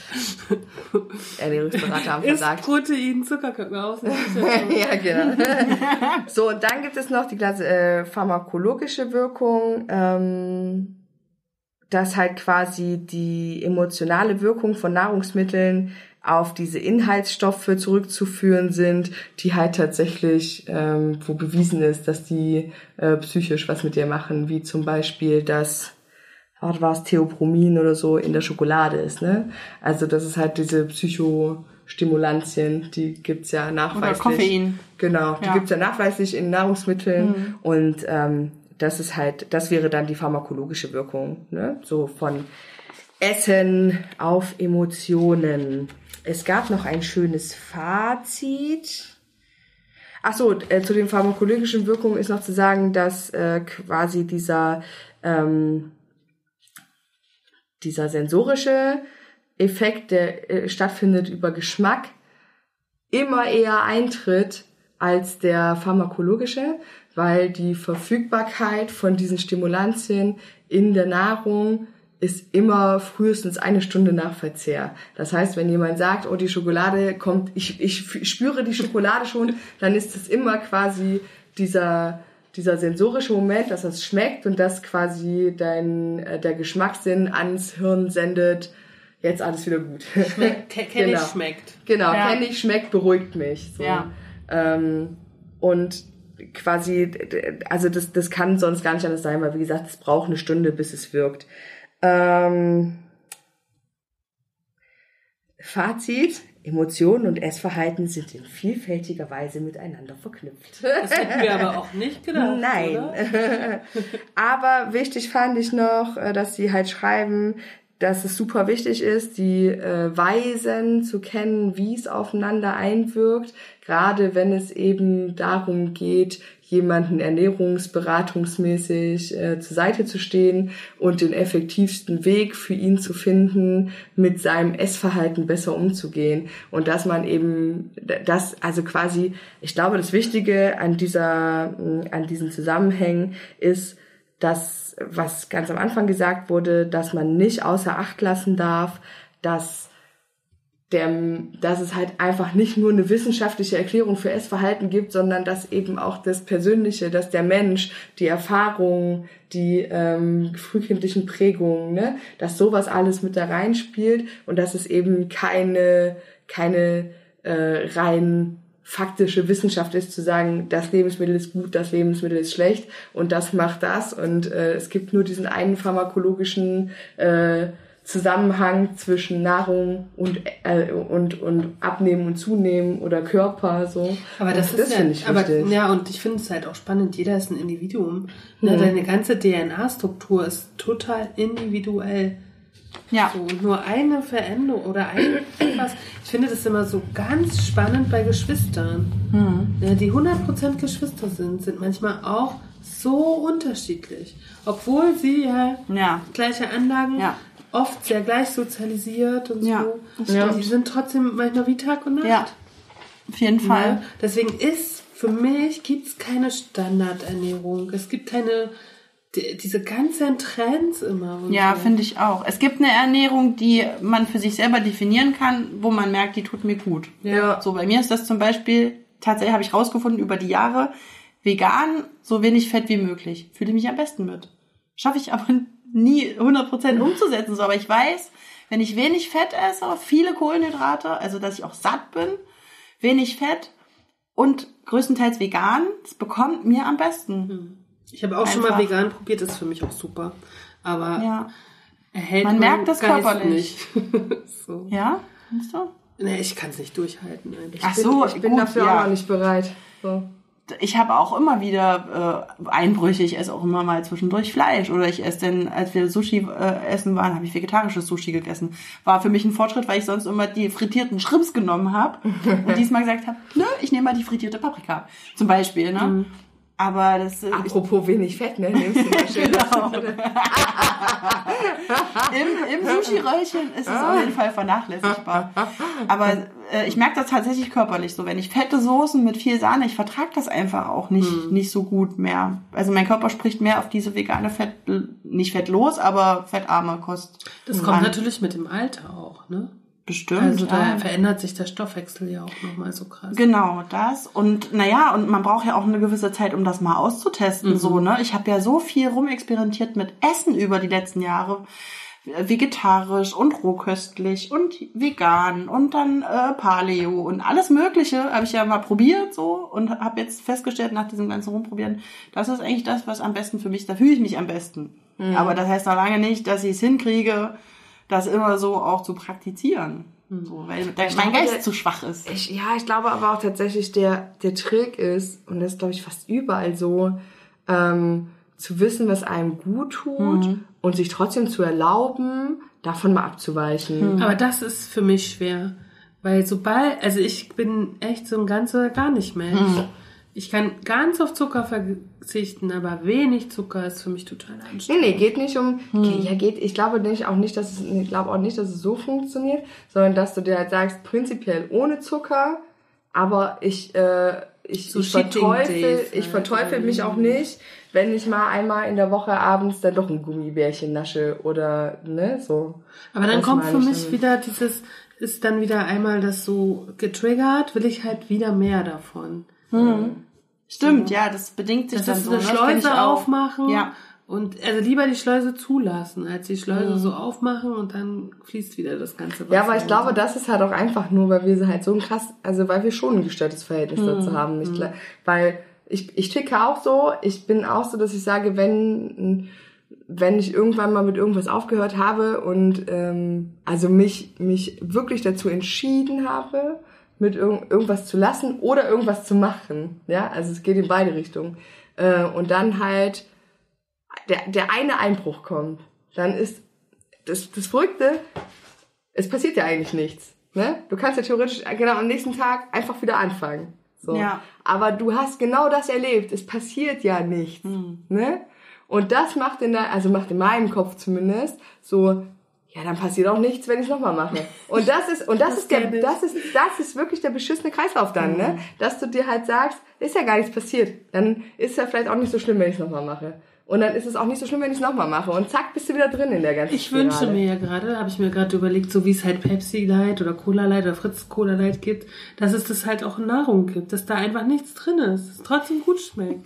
Ernährungsberater haben versagt. Ist Protein, Zucker könnte man ausnehmen. Ja, genau. So, und dann gibt es noch die Klasse, äh, pharmakologische Wirkung, ähm, dass halt quasi die emotionale Wirkung von Nahrungsmitteln auf diese Inhaltsstoffe zurückzuführen sind, die halt tatsächlich, ähm, wo bewiesen ist, dass die äh, psychisch was mit dir machen, wie zum Beispiel das was war es, Theobromин oder so in der Schokolade ist, ne? Also das ist halt diese Psychostimulantien, die gibt's ja nachweislich. Oder Koffein. Genau, die ja. gibt's ja nachweislich in Nahrungsmitteln mhm. und ähm, das ist halt, das wäre dann die pharmakologische Wirkung, ne? So von Essen auf Emotionen. Es gab noch ein schönes Fazit. Ach so, äh, zu den pharmakologischen Wirkungen ist noch zu sagen, dass äh, quasi dieser ähm, dieser sensorische Effekt, der äh, stattfindet über Geschmack, immer eher eintritt als der pharmakologische, weil die Verfügbarkeit von diesen Stimulantien in der Nahrung ist immer frühestens eine Stunde nach Verzehr. Das heißt, wenn jemand sagt, oh, die Schokolade kommt, ich, ich spüre die Schokolade schon, dann ist es immer quasi dieser dieser sensorische Moment, dass es schmeckt und dass quasi dein äh, der Geschmackssinn ans Hirn sendet, jetzt alles wieder gut. Schmeckt, kenn genau. ich, schmeckt. Genau, ja. kenn ich, schmeckt, beruhigt mich. So. Ja. Ähm, und quasi, also das das kann sonst gar nicht anders sein, weil wie gesagt, es braucht eine Stunde, bis es wirkt. Ähm, Fazit: Emotionen und Essverhalten sind in vielfältiger Weise miteinander verknüpft. Das hätten wir aber auch nicht gedacht. Nein. Oder? Aber wichtig fand ich noch, dass sie halt schreiben, dass es super wichtig ist, die äh, Weisen zu kennen, wie es aufeinander einwirkt, gerade wenn es eben darum geht, jemanden ernährungsberatungsmäßig äh, zur Seite zu stehen und den effektivsten Weg für ihn zu finden, mit seinem Essverhalten besser umzugehen. Und dass man eben das, also quasi, ich glaube, das Wichtige an dieser, an diesen Zusammenhängen ist, dass, was ganz am Anfang gesagt wurde, dass man nicht außer Acht lassen darf, dass der, dass es halt einfach nicht nur eine wissenschaftliche Erklärung für Essverhalten gibt, sondern dass eben auch das Persönliche, dass der Mensch, die Erfahrungen, die ähm, frühkindlichen Prägungen, ne, dass sowas alles mit da reinspielt und dass es eben keine keine äh, rein faktische Wissenschaft ist, zu sagen, das Lebensmittel ist gut, das Lebensmittel ist schlecht und das macht das und äh, es gibt nur diesen einen pharmakologischen äh, Zusammenhang zwischen Nahrung und äh, und und Abnehmen und Zunehmen oder Körper so. Aber das, das ist ja, ich aber wichtig. Ja, und ich finde es halt auch spannend. Jeder ist ein Individuum. Ne? Mhm. Deine ganze D N A-Struktur ist total individuell. Ja. So, nur eine Veränderung oder ein was. Ich finde das immer so ganz spannend bei Geschwistern. Mhm. Ja, die hundert Prozent Geschwister sind, sind manchmal auch so unterschiedlich. Obwohl sie ja, ja. gleiche Anlagen ja. oft sehr gleich sozialisiert und Ja, so. das Ja. stimmt. Die sind trotzdem manchmal wie Tag und Nacht. Ja, auf jeden Fall. Ja, deswegen ist für mich gibt's keine Standardernährung. Es gibt keine die, diese ganzen Trends immer. Und Ja, so. finde ich auch. Es gibt eine Ernährung, die man für sich selber definieren kann, wo man merkt, die tut mir gut. Ja. So, bei mir ist das zum Beispiel, tatsächlich habe ich rausgefunden über die Jahre, vegan, so wenig Fett wie möglich. Fühle ich mich am besten mit. Schaffe ich aber nie hundert Prozent umzusetzen. So, aber ich weiß, wenn ich wenig Fett esse, viele Kohlenhydrate, also dass ich auch satt bin, wenig Fett und größtenteils vegan, das bekommt mir am besten. Ich habe auch Einfach. schon mal vegan probiert, das ist für mich auch super. Aber Ja. erhält Man merkt das Geist körperlich. nicht. So. Ja? Findest du? Nee, ich kann es nicht durchhalten eigentlich. Ach so, Ich bin gut, dafür ja. auch noch nicht bereit. So. Ich habe auch immer wieder äh, Einbrüche. Ich esse auch immer mal zwischendurch Fleisch. Oder ich esse dann, als wir Sushi äh, essen waren, habe ich vegetarisches Sushi gegessen. War für mich ein Fortschritt, weil ich sonst immer die frittierten Shrimps genommen habe. Und diesmal gesagt habe, nö, ich nehme mal die frittierte Paprika. Zum Beispiel, ne? Mhm. Aber das... Äh, Apropos wenig Fett, ne? Nimmst du mal schön genau. Im, im Sushi-Röllchen ist es auf jeden Fall vernachlässigbar. Aber äh, ich merke das tatsächlich körperlich so. Wenn ich fette Soßen mit viel Sahne, ich vertrage das einfach auch nicht, hm. nicht so gut mehr. Also mein Körper spricht mehr auf diese vegane Fett, nicht fettlos, aber fettarme Kost. Das kommt an. Natürlich mit dem Alter auch, ne? Bestimmt. Also da ja. verändert sich der Stoffwechsel ja auch nochmal so krass. Genau, das. Und naja, und man braucht ja auch eine gewisse Zeit, um das mal auszutesten. Mhm. So, ne? Ich habe ja so viel rumexperimentiert mit Essen über die letzten Jahre. Vegetarisch und rohköstlich und vegan und dann äh, Paleo und alles Mögliche habe ich ja mal probiert so und habe jetzt festgestellt nach diesem ganzen Rumprobieren, das ist eigentlich das, was am besten für mich, da fühle ich mich am besten. Mhm. Aber das heißt noch lange nicht, dass ich es hinkriege, das immer so auch zu praktizieren. So, weil der, mein Geist der, zu schwach ist. Ich, ja, ich glaube aber auch tatsächlich, der, der Trick ist, und das ist, glaube ich, fast überall so, ähm, zu wissen, was einem gut tut mhm. und sich trotzdem zu erlauben, davon mal abzuweichen. Mhm. Aber das ist für mich schwer. Weil sobald, also ich bin echt so ein ganz oder gar nicht Mensch. Mhm. Ich kann ganz auf Zucker verzichten, aber wenig Zucker ist für mich total anstrengend. Nee, nee, geht nicht um, hm. ja, geht, ich glaube nicht, auch nicht, dass es, ich glaube auch nicht, dass es so funktioniert, sondern dass du dir halt sagst, prinzipiell ohne Zucker, aber ich, äh, ich, so ich verteufel, ich verteufel mich auch nicht, wenn ich mal einmal in der Woche abends dann doch ein Gummibärchen nasche oder, ne, so. Aber dann kommt für mich damit. wieder dieses, ist dann wieder einmal das so getriggert, will ich halt wieder mehr davon. Hm. Stimmt, ja, das bedingt sich das dann ist so. Eine Schleuse aufmachen ja. und also lieber die Schleuse zulassen, als die Schleuse mhm. so aufmachen und dann fließt wieder das ganze Wasser. Ja, aber ich glaube, so. Das ist halt auch einfach nur, weil wir halt so ein krass, also weil wir schon ein gestörtes Verhältnis mhm. dazu haben. Ich, mhm. Weil ich, ich ticke auch so, ich bin auch so, dass ich sage, wenn wenn ich irgendwann mal mit irgendwas aufgehört habe und ähm, also mich mich wirklich dazu entschieden habe, mit irg- irgendwas zu lassen oder irgendwas zu machen. Ja, also es geht in beide Richtungen. Äh, und dann halt der, der eine Einbruch kommt. Dann ist das, das Verrückte, es passiert ja eigentlich nichts. Ne? Du kannst ja theoretisch genau am nächsten Tag einfach wieder anfangen. So. Ja. Aber du hast genau das erlebt. Es passiert ja nichts. Mhm. Ne? Und das macht in der, also macht in meinem Kopf zumindest so, ja, dann passiert auch nichts, wenn ich es nochmal mache. Und das ist, und das, das ist der, das ist, das ist wirklich der beschissene Kreislauf dann, mhm. ne? Dass du dir halt sagst, ist ja gar nichts passiert. Dann ist ja vielleicht auch nicht so schlimm, wenn ich es nochmal mache. Und dann ist es auch nicht so schlimm, wenn ich es nochmal mache. Und zack, bist du wieder drin in der ganzen Ich Spirale. Wünsche mir ja gerade, habe ich mir gerade überlegt, so wie es halt Pepsi Light oder Cola Light oder Fritz Cola Light gibt, dass es das halt auch in Nahrung gibt, dass da einfach nichts drin ist, dass es trotzdem gut schmeckt.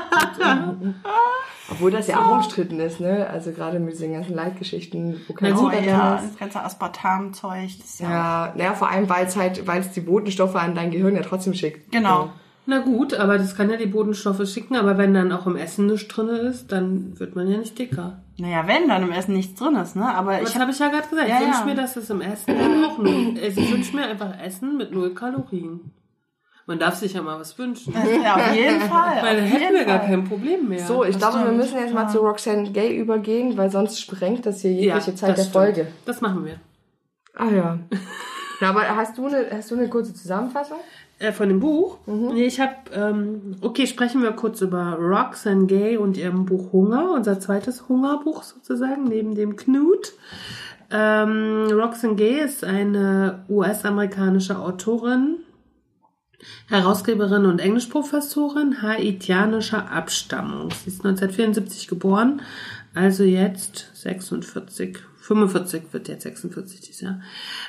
Obwohl das ja auch umstritten ist, ne? Also gerade mit diesen ganzen Leitgeschichten, wo kein oh, Zucker ja, drin ist. Das ganze Aspartam-Zeug. Das ist ja, ja, naja, vor allem, weil es halt, weil es die Botenstoffe an dein Gehirn ja trotzdem schickt. Genau. Ja. Na gut, aber das kann ja die Botenstoffe schicken, aber wenn dann auch im Essen nichts drin ist, dann wird man ja nicht dicker. Naja, wenn dann im Essen nichts drin ist, ne? Aber, aber ich das habe ich ja gerade gesagt. Ja, ich wünsche ja. mir, dass es im Essen auch null. Also ich wünsche mir einfach Essen mit null Kalorien. Man darf sich ja mal was wünschen. Ja, auf jeden Fall. Weil dann hätten wir gar kein Problem mehr. So, ich das glaube, stimmt. wir müssen jetzt mal zu Roxane Gay übergehen, weil sonst sprengt das hier jegliche ja, Zeit der stimmt. Folge. Das machen wir. Ah ja. Ja, aber hast du eine, hast du eine kurze Zusammenfassung? Äh, von dem Buch? Mhm. Nee, ich habe, ähm, okay, sprechen wir kurz über Roxane Gay und ihrem Buch Hunger, unser zweites Hungerbuch sozusagen, neben dem Knut. Ähm, Roxane Gay ist eine U S-amerikanische Autorin, Herausgeberin und Englischprofessorin haitianischer Abstammung. Sie ist neunzehnhundertvierundsiebzig geboren, also jetzt sechsundvierzig, fünfundvierzig wird jetzt sechsundvierzig dieses Jahr.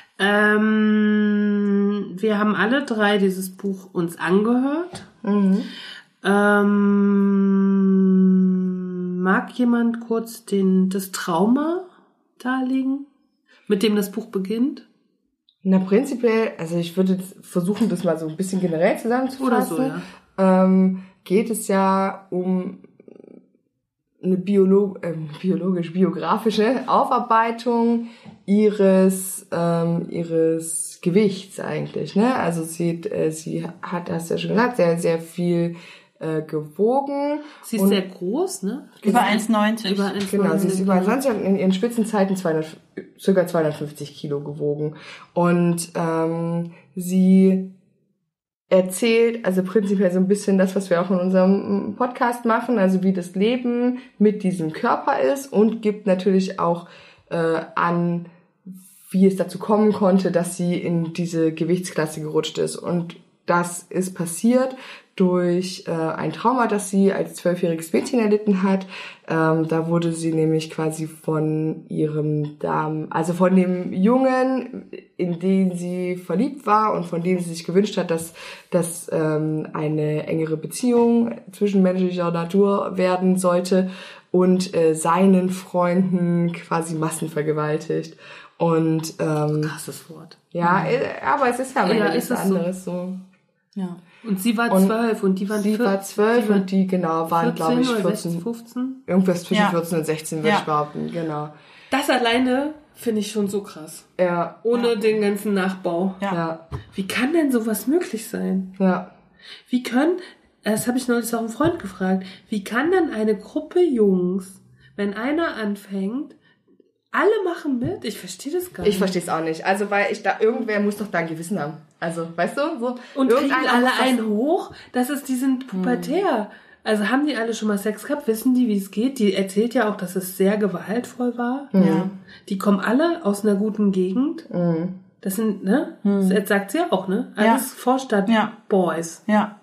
Ähm, wir haben alle drei dieses Buch uns angehört. Mhm. Ähm, mag jemand kurz den, das Trauma darlegen, mit dem das Buch beginnt? Na, prinzipiell, also ich würde jetzt versuchen, das mal so ein bisschen generell zusammenzufassen. Oder so, ja. Ähm, geht es ja um eine Biolo- äh, biologisch-biografische Aufarbeitung ihres ähm, ihres Gewichts eigentlich, ne? Also sie äh, sie hat, hast du ja schon gesagt, sehr sehr viel äh, gewogen. Sie ist und sehr groß, ne? Über eins neunzig. Über eins Genau, sie ist über neunzig, zwanzig und in ihren Spitzenzeiten zweihundert, circa zweihundertfünfzig Kilo gewogen. Und ähm, sie erzählt also prinzipiell so ein bisschen das, was wir auch in unserem Podcast machen, also wie das Leben mit diesem Körper ist, und gibt natürlich auch äh, an, wie es dazu kommen konnte, dass sie in diese Gewichtsklasse gerutscht ist. Und das ist passiert durch äh, ein Trauma, das sie als zwölfjähriges Mädchen erlitten hat. Ähm, da wurde sie nämlich quasi von ihrem Darm, also von dem Jungen, in den sie verliebt war und von dem sie sich gewünscht hat, dass, dass ähm, eine engere Beziehung zwischenmenschlicher Natur werden sollte, und äh, seinen Freunden quasi massenvergewaltigt. Und ähm, krasses Wort. ja, äh, aber es ist ja, Ja, ja ist nichts es so. anderes so. Ja. Und sie war Und zwölf und die waren Sie vier- war zwölf die waren und die, genau, waren, glaube ich, vierzehn oder vierzehn, fünfzehn. irgendwas zwischen Ja. vierzehn und sechzehn, würde Ja. ich behaupten, genau. Das alleine finde ich schon so krass. Ja, Ohne den ganzen Nachbau. Ja. ja, Wie kann denn sowas möglich sein? ja. Wie können, das habe ich neulich auch einen Freund gefragt, wie kann denn eine Gruppe Jungs, wenn einer anfängt, alle machen mit? Ich verstehe das gar nicht. Ich verstehe es auch nicht. Also, weil ich da, irgendwer muss doch da ein Gewissen haben. Also, weißt du, so. Und kriegen irgendeiner alle muss das- einen hoch? Das ist, die sind pubertär. Also haben die alle schon mal Sex gehabt? Wissen die, wie es geht? Die erzählt ja auch, dass es sehr gewaltvoll war. Ja. Die kommen alle aus einer guten Gegend. Mhm. Das sind, ne? Das sagt sie ja auch, ne? Alles Ja. Vorstadt-Boys. Ja.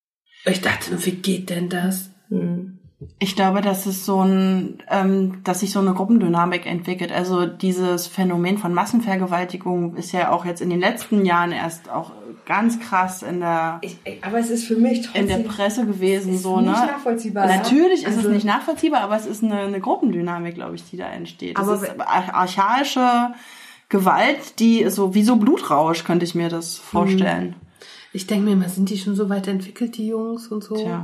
Ich dachte nur, wie geht denn das? Mhm. Ich glaube, dass es so ein, ähm, dass sich so eine Gruppendynamik entwickelt. Also dieses Phänomen von Massenvergewaltigung ist ja auch jetzt in den letzten Jahren erst auch ganz krass in der Ich, aber es ist für mich trotzdem in der Presse gewesen, ist so, nicht ne? nachvollziehbar. Natürlich ist Also- es nicht nachvollziehbar, aber es ist eine, eine Gruppendynamik, glaube ich, die da entsteht. Aber es ist wenn- ar- archaische Gewalt, die so wie so Blutrausch, könnte ich mir das vorstellen. Ich denke mir immer, sind die schon so weit entwickelt, die Jungs und so? Tja.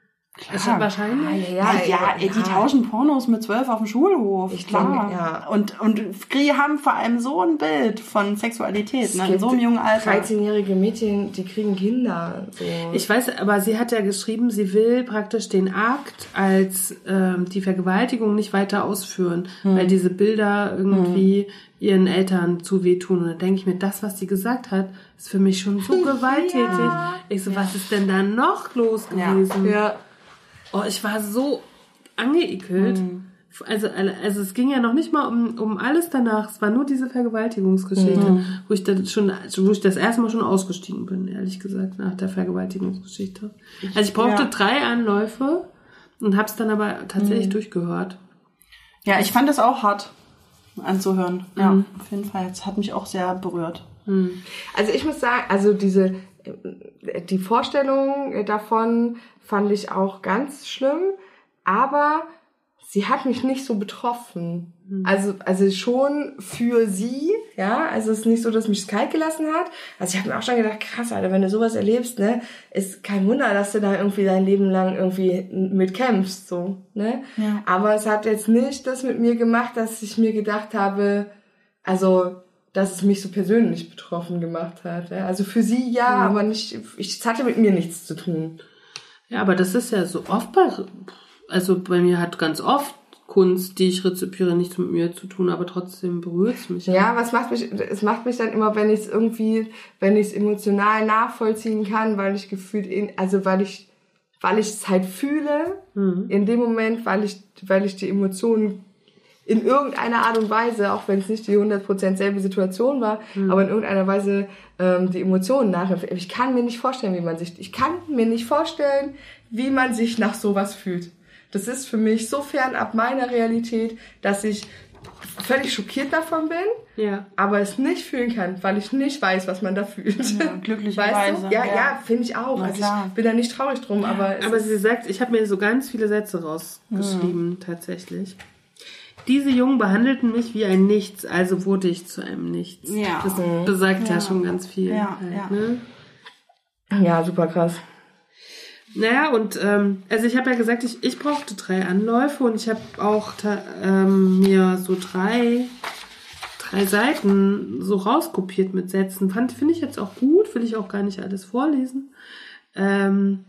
Ist ja wahrscheinlich. Ja, ja, ey, die tauschen Pornos mit zwölf auf dem Schulhof. Ich klar. denke, ja. Und, und die haben vor allem so ein Bild von Sexualität, ne, in gibt so einem jungen Alter. dreizehnjährige Mädchen, die kriegen Kinder. So. Ich weiß, aber sie hat ja geschrieben, sie will praktisch den Akt als ähm, die Vergewaltigung nicht weiter ausführen, weil diese Bilder irgendwie ihren Eltern zu wehtun. Und dann denke ich mir, das, was sie gesagt hat, ist für mich schon so gewalttätig. Ich so, was ist denn da noch los gewesen? ja. Oh, ich war so angeekelt. Also, also es ging ja noch nicht mal um, um alles danach. Es war nur diese Vergewaltigungsgeschichte, wo ich dann schon, wo ich das erste Mal schon ausgestiegen bin, ehrlich gesagt, nach der Vergewaltigungsgeschichte. Also ich brauchte Ja. drei Anläufe und hab's dann aber tatsächlich durchgehört. Ja, ich fand das auch hart anzuhören. Ja, auf jeden Fall. Es hat mich auch sehr berührt. Also ich muss sagen, also diese, die Vorstellung davon fand ich auch ganz schlimm, aber sie hat mich nicht so betroffen. Also, also schon für sie, ja, also es ist nicht so, dass mich kalt gelassen hat. Also ich habe mir auch schon gedacht, krass, Alter, wenn du sowas erlebst, ne, ist kein Wunder, dass du da irgendwie dein Leben lang irgendwie mitkämpfst, so, ne. Ja. Aber es hat jetzt nicht das mit mir gemacht, dass ich mir gedacht habe, also, dass es mich so persönlich betroffen gemacht hat. Ja. Also für sie ja, aber nicht, ich, es hatte mit mir nichts zu tun. Ja, aber das ist ja so oft bei, also bei mir hat ganz oft Kunst, die ich rezipiere, nichts mit mir zu tun, aber trotzdem berührt es mich. Ja, aber es macht mich, es macht mich dann immer, wenn ich es irgendwie, wenn ich es emotional nachvollziehen kann, weil ich gefühlt, in, also weil ich, weil ich es halt fühle, Mhm. in dem Moment, weil ich, weil ich die Emotionen in irgendeiner Art und Weise, auch wenn es nicht die hundert Prozent selbe Situation war, mhm. aber in irgendeiner Weise ähm, die Emotionen nachempfinden. Ich kann mir nicht vorstellen, wie man sich, ich kann mir nicht vorstellen, wie man sich nach sowas fühlt. Das ist für mich so fernab meiner Realität, dass ich völlig schockiert davon bin, ja. aber es nicht fühlen kann, weil ich nicht weiß, was man da fühlt. Ja, glücklicherweise. Weißt du? Ja, ja, ja finde ich auch. Na, also klar. ich bin da nicht traurig drum, aber es Aber ist sie sagt, ich habe mir so ganz viele Sätze rausgeschrieben, mhm. tatsächlich. Diese Jungen behandelten mich wie ein Nichts, also wurde ich zu einem Nichts. Ja. Das besagt ja, ja schon ganz viel. Ja, halt, ja. Ne? Ja, super krass. Naja, und ähm, also ich habe ja gesagt, ich, ich brauchte drei Anläufe und ich habe auch ta- ähm, mir so drei, drei Seiten so rauskopiert mit Sätzen. Fand, finde ich jetzt auch gut, will ich auch gar nicht alles vorlesen. Ähm,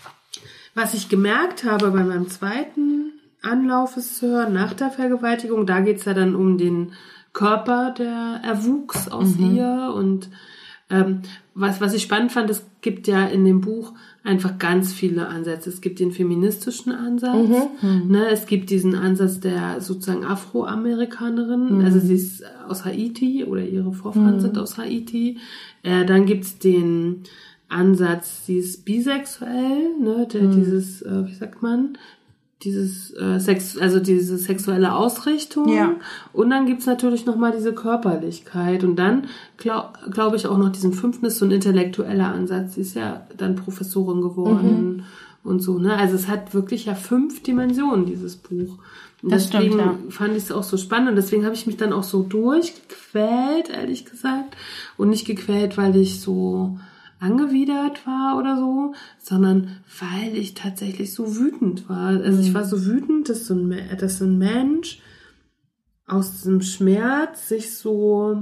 was ich gemerkt habe bei meinem zweiten Anlauf ist zu hören, nach der Vergewaltigung, da geht's ja dann um den Körper, der erwuchs aus mhm. ihr und ähm, was, was ich spannend fand, es gibt ja in dem Buch einfach ganz viele Ansätze. Es gibt den feministischen Ansatz, mhm. ne, es gibt diesen Ansatz der sozusagen Afroamerikanerin, mhm. also sie ist aus Haiti oder ihre Vorfahren mhm. sind aus Haiti. Äh, dann gibt's den Ansatz, sie ist bisexuell, ne, der, mhm. dieses, äh, wie sagt man, dieses äh, Sex, also diese sexuelle Ausrichtung. Ja. Und dann gibt's natürlich nochmal diese Körperlichkeit. Und dann glaube glaub ich auch noch diesen fünften ist so ein intellektueller Ansatz. Sie ist ja dann Professorin geworden mhm. und so, ne? Also es hat wirklich ja fünf Dimensionen, dieses Buch. Und das deswegen stimmt, ja. fand ich es auch so spannend. Und deswegen habe ich mich dann auch so durchgequält, ehrlich gesagt. Und nicht gequält, weil ich so angewidert war oder so, sondern weil ich tatsächlich so wütend war. Also ich war so wütend, dass so ein, dass so ein Mensch aus diesem Schmerz sich so,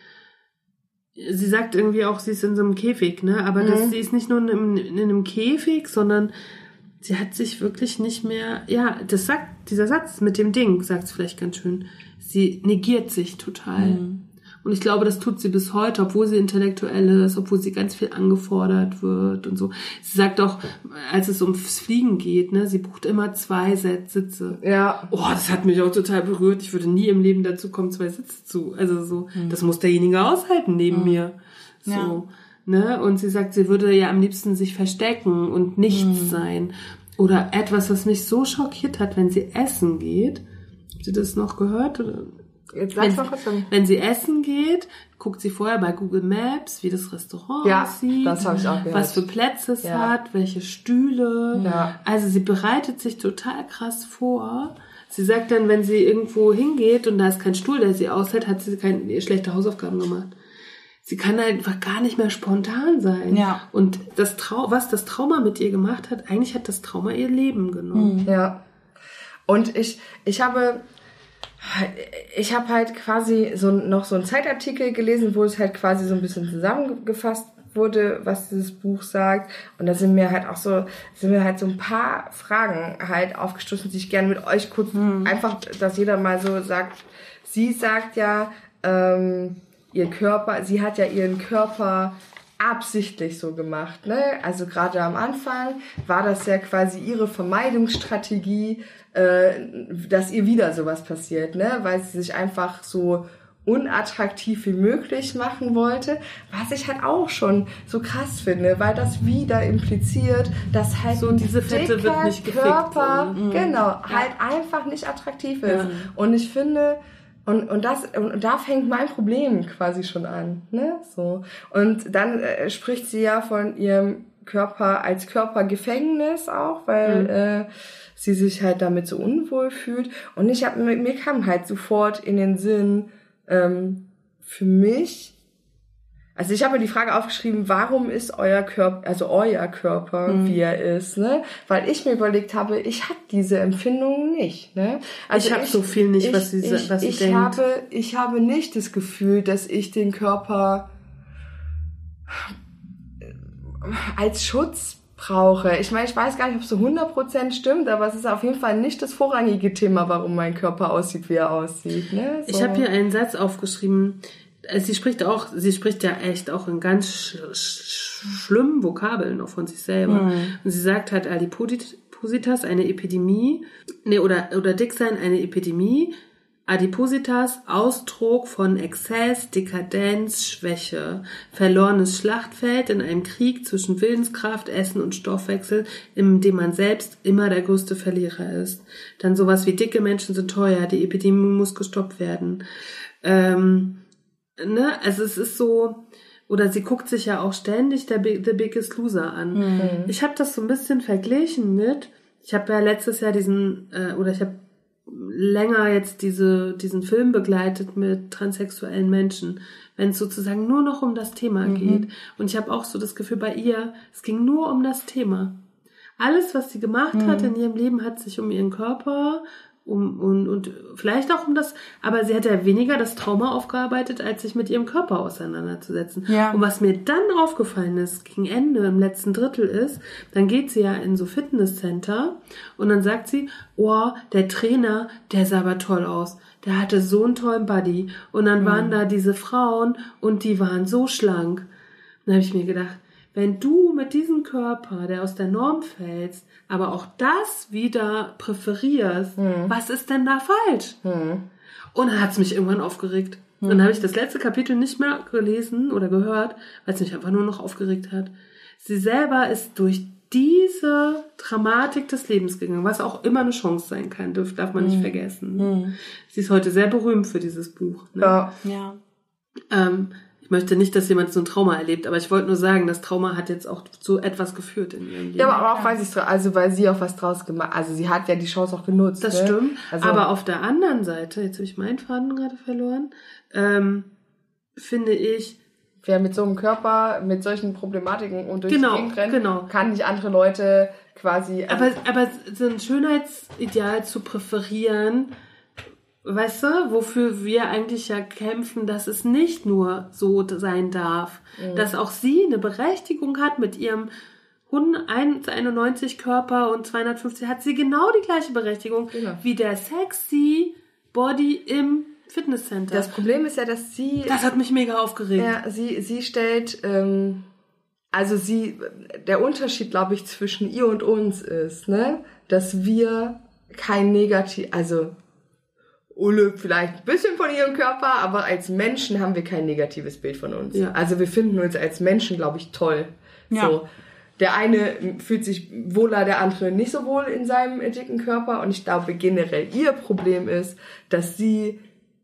sie sagt irgendwie auch, sie ist in so einem Käfig, ne? Aber mhm. das, sie ist nicht nur in einem, in einem Käfig, sondern sie hat sich wirklich nicht mehr, ja, das sagt, dieser Satz mit dem Ding, sagt es vielleicht ganz schön, sie negiert sich total. Mhm. Und ich glaube, das tut sie bis heute, obwohl sie intellektuell ist, obwohl sie ganz viel angefordert wird und so. Sie sagt auch, als es ums Fliegen geht, ne, sie bucht immer zwei Sitze. Ja. Oh, das hat mich auch total berührt. Ich würde nie im Leben dazu kommen, zwei Sitze zu. Also so, mhm. das muss derjenige aushalten neben mhm. mir. So, ja. ne? Und sie sagt, sie würde ja am liebsten sich verstecken und nichts mhm. sein. Oder etwas, was mich so schockiert hat, wenn sie essen geht. Habt ihr das noch gehört? Oder? Jetzt sag's mal was dann. Wenn sie essen geht, guckt sie vorher bei Google Maps, wie das Restaurant ja, aussieht, das habe ich auch gehört. was für Plätze es ja. hat, welche Stühle. Ja. Also sie bereitet sich total krass vor. Sie sagt dann, wenn sie irgendwo hingeht und da ist kein Stuhl, der sie aushält, hat sie keine schlechte Hausaufgaben gemacht. Sie kann einfach gar nicht mehr spontan sein. Ja. Und das Trau- was das Trauma mit ihr gemacht hat, eigentlich hat das Trauma ihr Leben genommen. Ja. Und ich, ich habe... Ich habe halt quasi so noch so einen Zeitartikel gelesen, wo es halt quasi so ein bisschen zusammengefasst wurde, was dieses Buch sagt. Und da sind mir halt auch so, sind mir halt so ein paar Fragen halt aufgestoßen, die ich gerne mit euch kurz mhm. einfach, dass jeder mal so sagt. Sie sagt ja, ähm, ihr Körper, sie hat ja ihren Körper absichtlich so gemacht, ne? Also gerade am Anfang war das ja quasi ihre Vermeidungsstrategie, äh, dass ihr wieder sowas passiert, ne? Weil sie sich einfach so unattraktiv wie möglich machen wollte, was ich halt auch schon so krass finde, weil das wieder impliziert, dass halt so diese Fette wird nicht gefickt, Körper, so. genau, ja. halt einfach nicht attraktiv ist. Ja. Und ich finde, Und, und das, und da fängt mein Problem quasi schon an, ne, so. Und dann äh, spricht sie ja von ihrem Körper als Körpergefängnis auch, weil, mhm. äh, sie sich halt damit so unwohl fühlt. Und ich hab, mir, mir kam halt sofort in den Sinn, ähm, für mich, also ich habe mir die Frage aufgeschrieben, warum ist euer Körper, also euer Körper, mhm. wie er ist, ne? Weil ich mir überlegt habe, ich habe diese Empfindungen nicht, ne? Also ich habe so viel nicht, ich, was sie, ich, was sie ich denkt. Habe, ich habe nicht das Gefühl, dass ich den Körper als Schutz brauche. Ich meine, ich weiß gar nicht, ob es so hundert Prozent stimmt, aber es ist auf jeden Fall nicht das vorrangige Thema, warum mein Körper aussieht, wie er aussieht, ne? So. Ich habe hier einen Satz aufgeschrieben. Sie spricht auch, sie spricht ja echt auch in ganz sch- sch- schlimmen Vokabeln auch von sich selber. Mhm. Und sie sagt halt, Adipositas eine Epidemie, nee, oder, oder Dicksein eine Epidemie, Adipositas, Ausdruck von Exzess, Dekadenz, Schwäche. Verlorenes Schlachtfeld in einem Krieg zwischen Willenskraft, Essen und Stoffwechsel, in dem man selbst immer der größte Verlierer ist. Dann sowas wie dicke Menschen sind teuer, die Epidemie muss gestoppt werden. Ähm, ne? Also es ist so, oder sie guckt sich ja auch ständig der Big, The Biggest Loser an. Mhm. Ich habe das so ein bisschen verglichen mit, ich habe ja letztes Jahr diesen, äh, oder ich habe länger jetzt diese diesen Film begleitet mit transsexuellen Menschen, wenn es sozusagen nur noch um das Thema mhm. geht. Und ich habe auch so das Gefühl bei ihr, es ging nur um das Thema. Alles, was sie gemacht mhm. hat in ihrem Leben, hat sich um ihren Körper um und, und vielleicht auch um das, aber sie hat ja weniger das Trauma aufgearbeitet, als sich mit ihrem Körper auseinanderzusetzen. Ja. Und was mir dann aufgefallen ist, gegen Ende, im letzten Drittel ist, dann geht sie ja in so Fitnesscenter und dann sagt sie, oh, der Trainer, der sah aber toll aus. Der hatte so einen tollen Body. Und dann mhm. waren da diese Frauen und die waren so schlank. Dann habe ich mir gedacht, wenn du mit diesem Körper, der aus der Norm fällst, aber auch das wieder präferierst, hm. was ist denn da falsch? Hm. Und dann hat es mich irgendwann aufgeregt. Hm. Dann habe ich das letzte Kapitel nicht mehr gelesen oder gehört, weil es mich einfach nur noch aufgeregt hat. Sie selber ist durch diese Dramatik des Lebens gegangen, was auch immer eine Chance sein kann, darf, darf man hm. nicht vergessen. Hm. Sie ist heute sehr berühmt für dieses Buch. Ne? Ja. ja. Ähm, Ich möchte nicht, dass jemand so ein Trauma erlebt, aber ich wollte nur sagen, das Trauma hat jetzt auch zu etwas geführt in ihrem Leben. Ja, aber auch, weil sie also weil sie auch was draus gemacht, also sie hat ja die Chance auch genutzt. Das ne? stimmt, also, aber auf der anderen Seite, jetzt habe ich meinen Faden gerade verloren, ähm, finde ich... Wer mit so einem Körper, mit solchen Problematiken und durch genau, die Gegend rennt, genau. kann nicht andere Leute quasi... Also aber, aber so ein Schönheitsideal zu präferieren... Weißt du, wofür wir eigentlich ja kämpfen, dass es nicht nur so sein darf. Mhm. Dass auch sie eine Berechtigung hat mit ihrem eins Komma einundneunzig Körper und zweihundertfünfzig, hat sie genau die gleiche Berechtigung genau. wie der sexy Body im Fitnesscenter. Das Problem ist ja, dass sie... Das hat mich mega aufgeregt. Ja, sie, sie stellt... Ähm, also sie... Der Unterschied, glaube ich, zwischen ihr und uns ist, ne, dass wir kein Negativ... Also... Ulle vielleicht ein bisschen von ihrem Körper, aber als Menschen haben wir kein negatives Bild von uns. Ja. Also wir finden uns als Menschen, glaube ich, toll. Ja. So, der eine fühlt sich wohler, der andere nicht so wohl in seinem dicken Körper. Und ich glaube generell ihr Problem ist, dass sie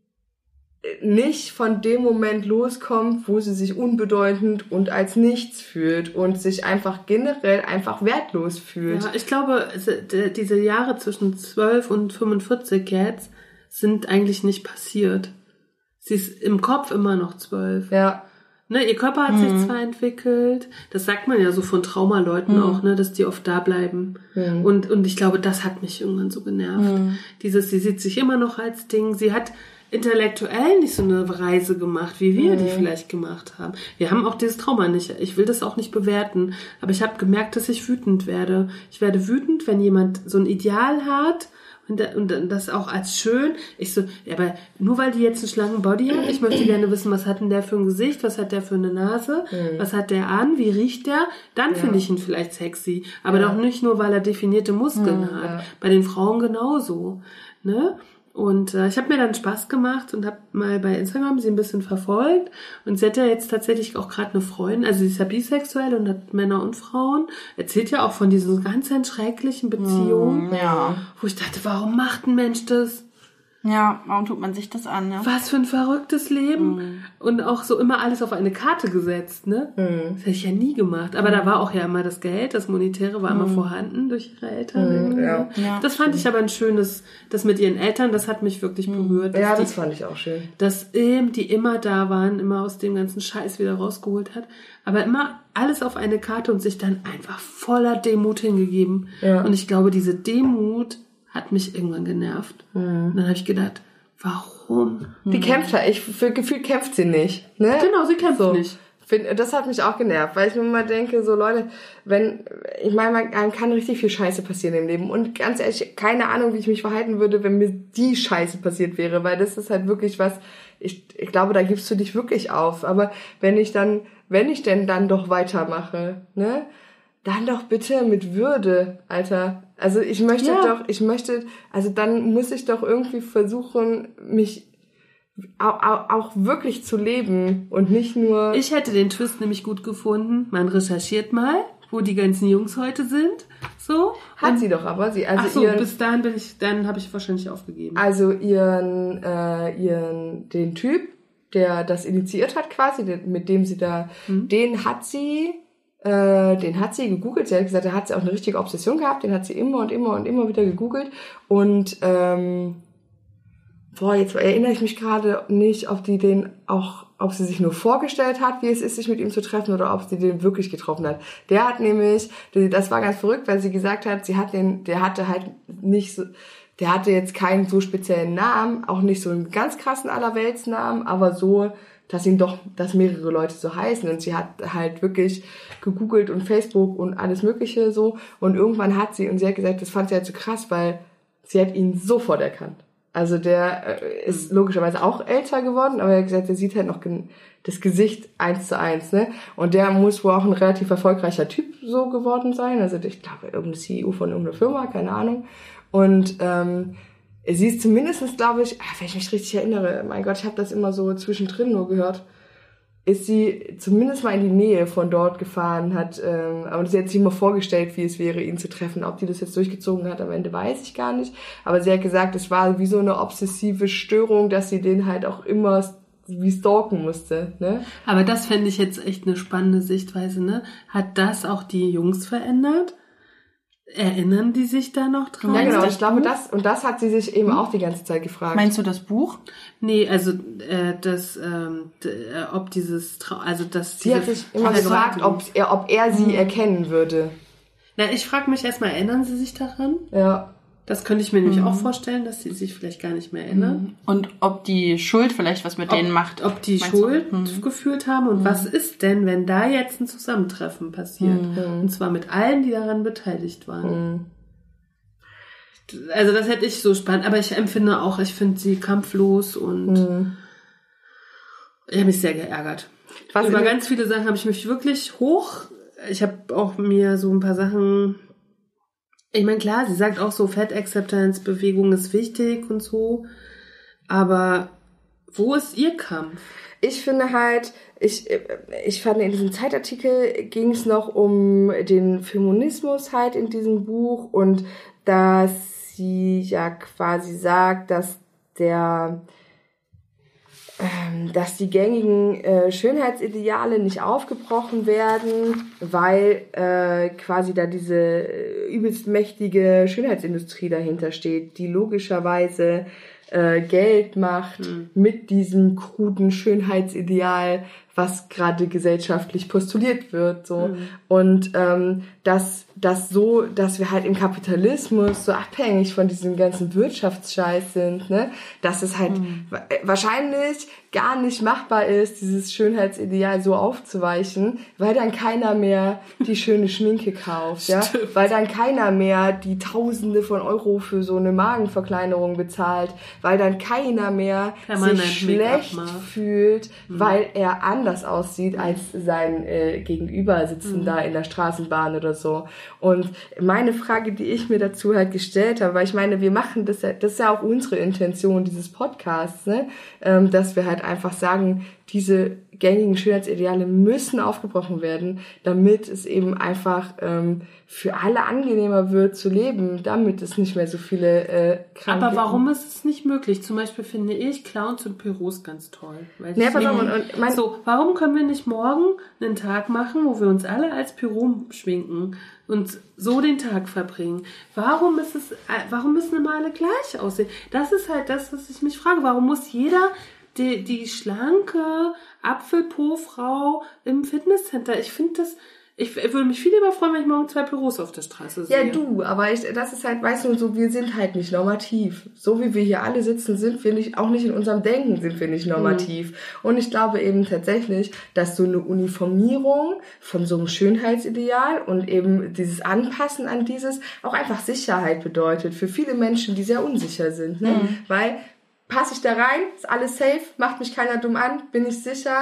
nicht von dem Moment loskommt, wo sie sich unbedeutend und als nichts fühlt und sich einfach generell einfach wertlos fühlt. Ja, ich glaube, diese Jahre zwischen zwölf und fünfundvierzig jetzt sind eigentlich nicht passiert. Sie ist im Kopf immer noch zwölf. Ja. Ne, ihr Körper hat mhm. sich zwar entwickelt, das sagt man ja so von Traumaleuten mhm. auch, ne, dass die oft da bleiben. Mhm. Und, und ich glaube, das hat mich irgendwann so genervt. Mhm. Dieses, sie sieht sich immer noch als Ding, sie hat intellektuell nicht so eine Reise gemacht, wie wir mhm. die vielleicht gemacht haben. Wir haben auch dieses Trauma nicht. Ich will das auch nicht bewerten, aber ich habe gemerkt, dass ich wütend werde. Ich werde wütend, wenn jemand so ein Ideal hat, Und, und das auch als schön. Ich so, ja, aber nur weil die jetzt einen schlanken Body hat, ich möchte gerne wissen, was hat denn der für ein Gesicht, was hat der für eine Nase, mhm. was hat der an, wie riecht der? Dann ja. finde ich ihn vielleicht sexy. Aber ja. doch nicht nur, weil er definierte Muskeln mhm, hat. Ja. Bei den Frauen genauso. Ne? Und äh, ich habe mir dann Spaß gemacht und habe mal bei Instagram sie ein bisschen verfolgt. Und sie hat ja jetzt tatsächlich auch gerade eine Freundin, also sie ist ja bisexuell und hat Männer und Frauen. Erzählt ja auch von diesen ganz, ganz schrecklichen Beziehungen. Ja. Wo ich dachte, warum macht ein Mensch das? Ja, warum tut man sich das an, ne? Was für ein verrücktes Leben. Mhm. Und auch so immer alles auf eine Karte gesetzt, ne? Mhm. Das hätte ich ja nie gemacht. Aber mhm. da war auch ja immer das Geld, das Monetäre war mhm. immer vorhanden durch ihre Eltern. Mhm, ja. Ja, das fand ich aber ein schönes, das mit ihren Eltern, das hat mich wirklich berührt. Ja, das die, fand ich auch schön. Dass eben die immer da waren, immer aus dem ganzen Scheiß wieder rausgeholt hat. Aber immer alles auf eine Karte und sich dann einfach voller Demut hingegeben. Ja. Und ich glaube, diese Demut hat mich irgendwann genervt. Mhm. Und dann habe ich gedacht, warum? Die kämpft halt. Ich für Gefühl kämpft sie nicht. Ne? Genau, sie kämpft so. nicht. Das hat mich auch genervt, weil ich mir immer denke, so Leute, wenn, ich meine, man kann richtig viel Scheiße passieren im Leben. Und ganz ehrlich, keine Ahnung, wie ich mich verhalten würde, wenn mir die Scheiße passiert wäre, weil das ist halt wirklich was, ich, ich glaube, da gibst du dich wirklich auf. Aber wenn ich dann, wenn ich denn dann doch weitermache, ne, dann doch bitte mit Würde, Alter. Also ich möchte Ja. doch, ich möchte, also dann muss ich doch irgendwie versuchen, mich auch, auch, auch wirklich zu leben und nicht nur... Ich hätte den Twist nämlich gut gefunden. Man recherchiert mal, wo die ganzen Jungs heute sind. So. Hat Und, sie doch aber. Sie, also ach so, ihren, bis dahin bin ich, dann habe ich wahrscheinlich aufgegeben. also ihren, äh, ihren, den Typ, der das initiiert hat quasi, den, mit dem sie da, Mhm. den hat sie, äh, den hat sie gegoogelt. Sie hat gesagt, da hat sie auch eine richtige Obsession gehabt. Den hat sie immer und immer und immer wieder gegoogelt. Und, ähm, boah, jetzt erinnere ich mich gerade nicht, ob die den auch, ob sie sich nur vorgestellt hat, wie es ist, sich mit ihm zu treffen, oder ob sie den wirklich getroffen hat. Der hat nämlich, das war ganz verrückt, weil sie gesagt hat, sie hat den, der hatte halt nicht so, der hatte jetzt keinen so speziellen Namen, auch nicht so einen ganz krassen Allerweltsnamen, aber so, dass ihn doch, dass mehrere Leute so heißen. Und sie hat halt wirklich gegoogelt und Facebook und alles Mögliche so. Und irgendwann hat sie, und sie hat gesagt, das fand sie halt so krass, weil sie hat ihn sofort erkannt. Also der äh, ist logischerweise auch älter geworden, aber er hat gesagt, der sieht halt noch gen- das Gesicht eins zu eins, ne? Und der muss wohl auch ein relativ erfolgreicher Typ so geworden sein. Also ich glaube, irgendein C E O von irgendeiner Firma, keine Ahnung. Und ähm, sie ist zumindest, glaube ich, ah, wenn ich mich richtig erinnere, mein Gott, ich habe das immer so zwischendrin nur gehört, ist sie zumindest mal in die Nähe von dort gefahren, hat, ähm, aber sie hat sich immer vorgestellt, wie es wäre, ihn zu treffen. Ob die das jetzt durchgezogen hat, am Ende weiß ich gar nicht. Aber sie hat gesagt, es war wie so eine obsessive Störung, dass sie den halt auch immer wie stalken musste, ne? Aber das fände ich jetzt echt eine spannende Sichtweise, ne? Hat das auch die Jungs verändert? Erinnern die sich da noch dran? Ja, genau, das ich glaube, Buch? das, und das hat sie sich eben auch die ganze Zeit gefragt. Meinst du das Buch? Nee, also äh, das, ähm, d- äh, ob dieses, Trau also das. Sie hat sich immer gefragt, ob er, ob er sie erkennen würde. Na, ich frage mich erstmal, erinnern Sie sich daran? Ja. Das könnte ich mir nämlich auch vorstellen, dass sie sich vielleicht gar nicht mehr erinnern. Und ob die Schuld vielleicht was mit denen macht. Ob die Meinst du? Schuld gefühlt haben und was ist denn, wenn da jetzt ein Zusammentreffen passiert? Und zwar mit allen, die daran beteiligt waren. Also das hätte ich so spannend, aber ich empfinde auch, ich finde sie kampflos und ich habe mich sehr geärgert. Was Über in- ganz viele Sachen habe ich mich wirklich hoch. Ich habe auch mir so ein paar Sachen. Ich meine, klar, sie sagt auch so, Fat Acceptance Bewegung ist wichtig und so. Aber wo ist ihr Kampf? Ich finde halt, ich, ich fand in diesem Zeitartikel ging es noch um den Feminismus halt in diesem Buch und dass sie ja quasi sagt, dass der ähm, dass die gängigen äh, Schönheitsideale nicht aufgebrochen werden, weil äh, quasi da diese äh, übelst mächtige Schönheitsindustrie dahinter steht, die logischerweise äh, Geld macht Hm. mit diesem kruden Schönheitsideal, was gerade gesellschaftlich postuliert wird, so. Mhm. Und ähm, dass das so, dass wir halt im Kapitalismus so abhängig von diesem ganzen Wirtschaftsscheiß sind, ne, dass es halt Mhm. wa- wahrscheinlich gar nicht machbar ist, dieses Schönheitsideal so aufzuweichen, weil dann keiner mehr die schöne Schminke kauft, ja, weil dann keiner mehr die Tausende von Euro für so eine Magenverkleinerung bezahlt, weil dann keiner mehr Permanent sich Make-up schlecht macht. fühlt, weil er anders aussieht als sein äh, Gegenüber sitzen da in der Straßenbahn oder so. Und meine Frage, die ich mir dazu halt gestellt habe, weil ich meine, wir machen das ja, das ist ja auch unsere Intention dieses Podcasts, ne, ähm, dass wir halt einfach sagen, diese gängigen Schönheitsideale müssen aufgebrochen werden, damit es eben einfach ähm, für alle angenehmer wird zu leben, damit es nicht mehr so viele äh, Kranke Aber warum ist es nicht möglich? Zum Beispiel finde ich Clowns und Pyros ganz toll. Weil Nee, ich pass auf, finde- und- und mein- so, warum können wir nicht morgen einen Tag machen, wo wir uns alle als Pyro schminken und so den Tag verbringen? Warum ist es, äh, warum müssen immer alle gleich aussehen? Das ist halt das, was ich mich frage. Warum muss jeder die, die schlanke Apfelpo-Frau im Fitnesscenter? Ich finde das, ich, ich würde mich viel lieber freuen, wenn ich morgen zwei Pyros auf der Straße sehe. Ja, du, aber ich, das ist halt, weißt du, so, wir sind halt nicht normativ. So wie wir hier alle sitzen, sind wir nicht, auch nicht in unserem Denken sind wir nicht normativ. Mhm. Und ich glaube eben tatsächlich, dass so eine Uniformierung von so einem Schönheitsideal und eben dieses Anpassen an dieses auch einfach Sicherheit bedeutet für viele Menschen, die sehr unsicher sind, ne? Mhm. Weil passe ich da rein, ist alles safe, macht mich keiner dumm an, bin ich sicher,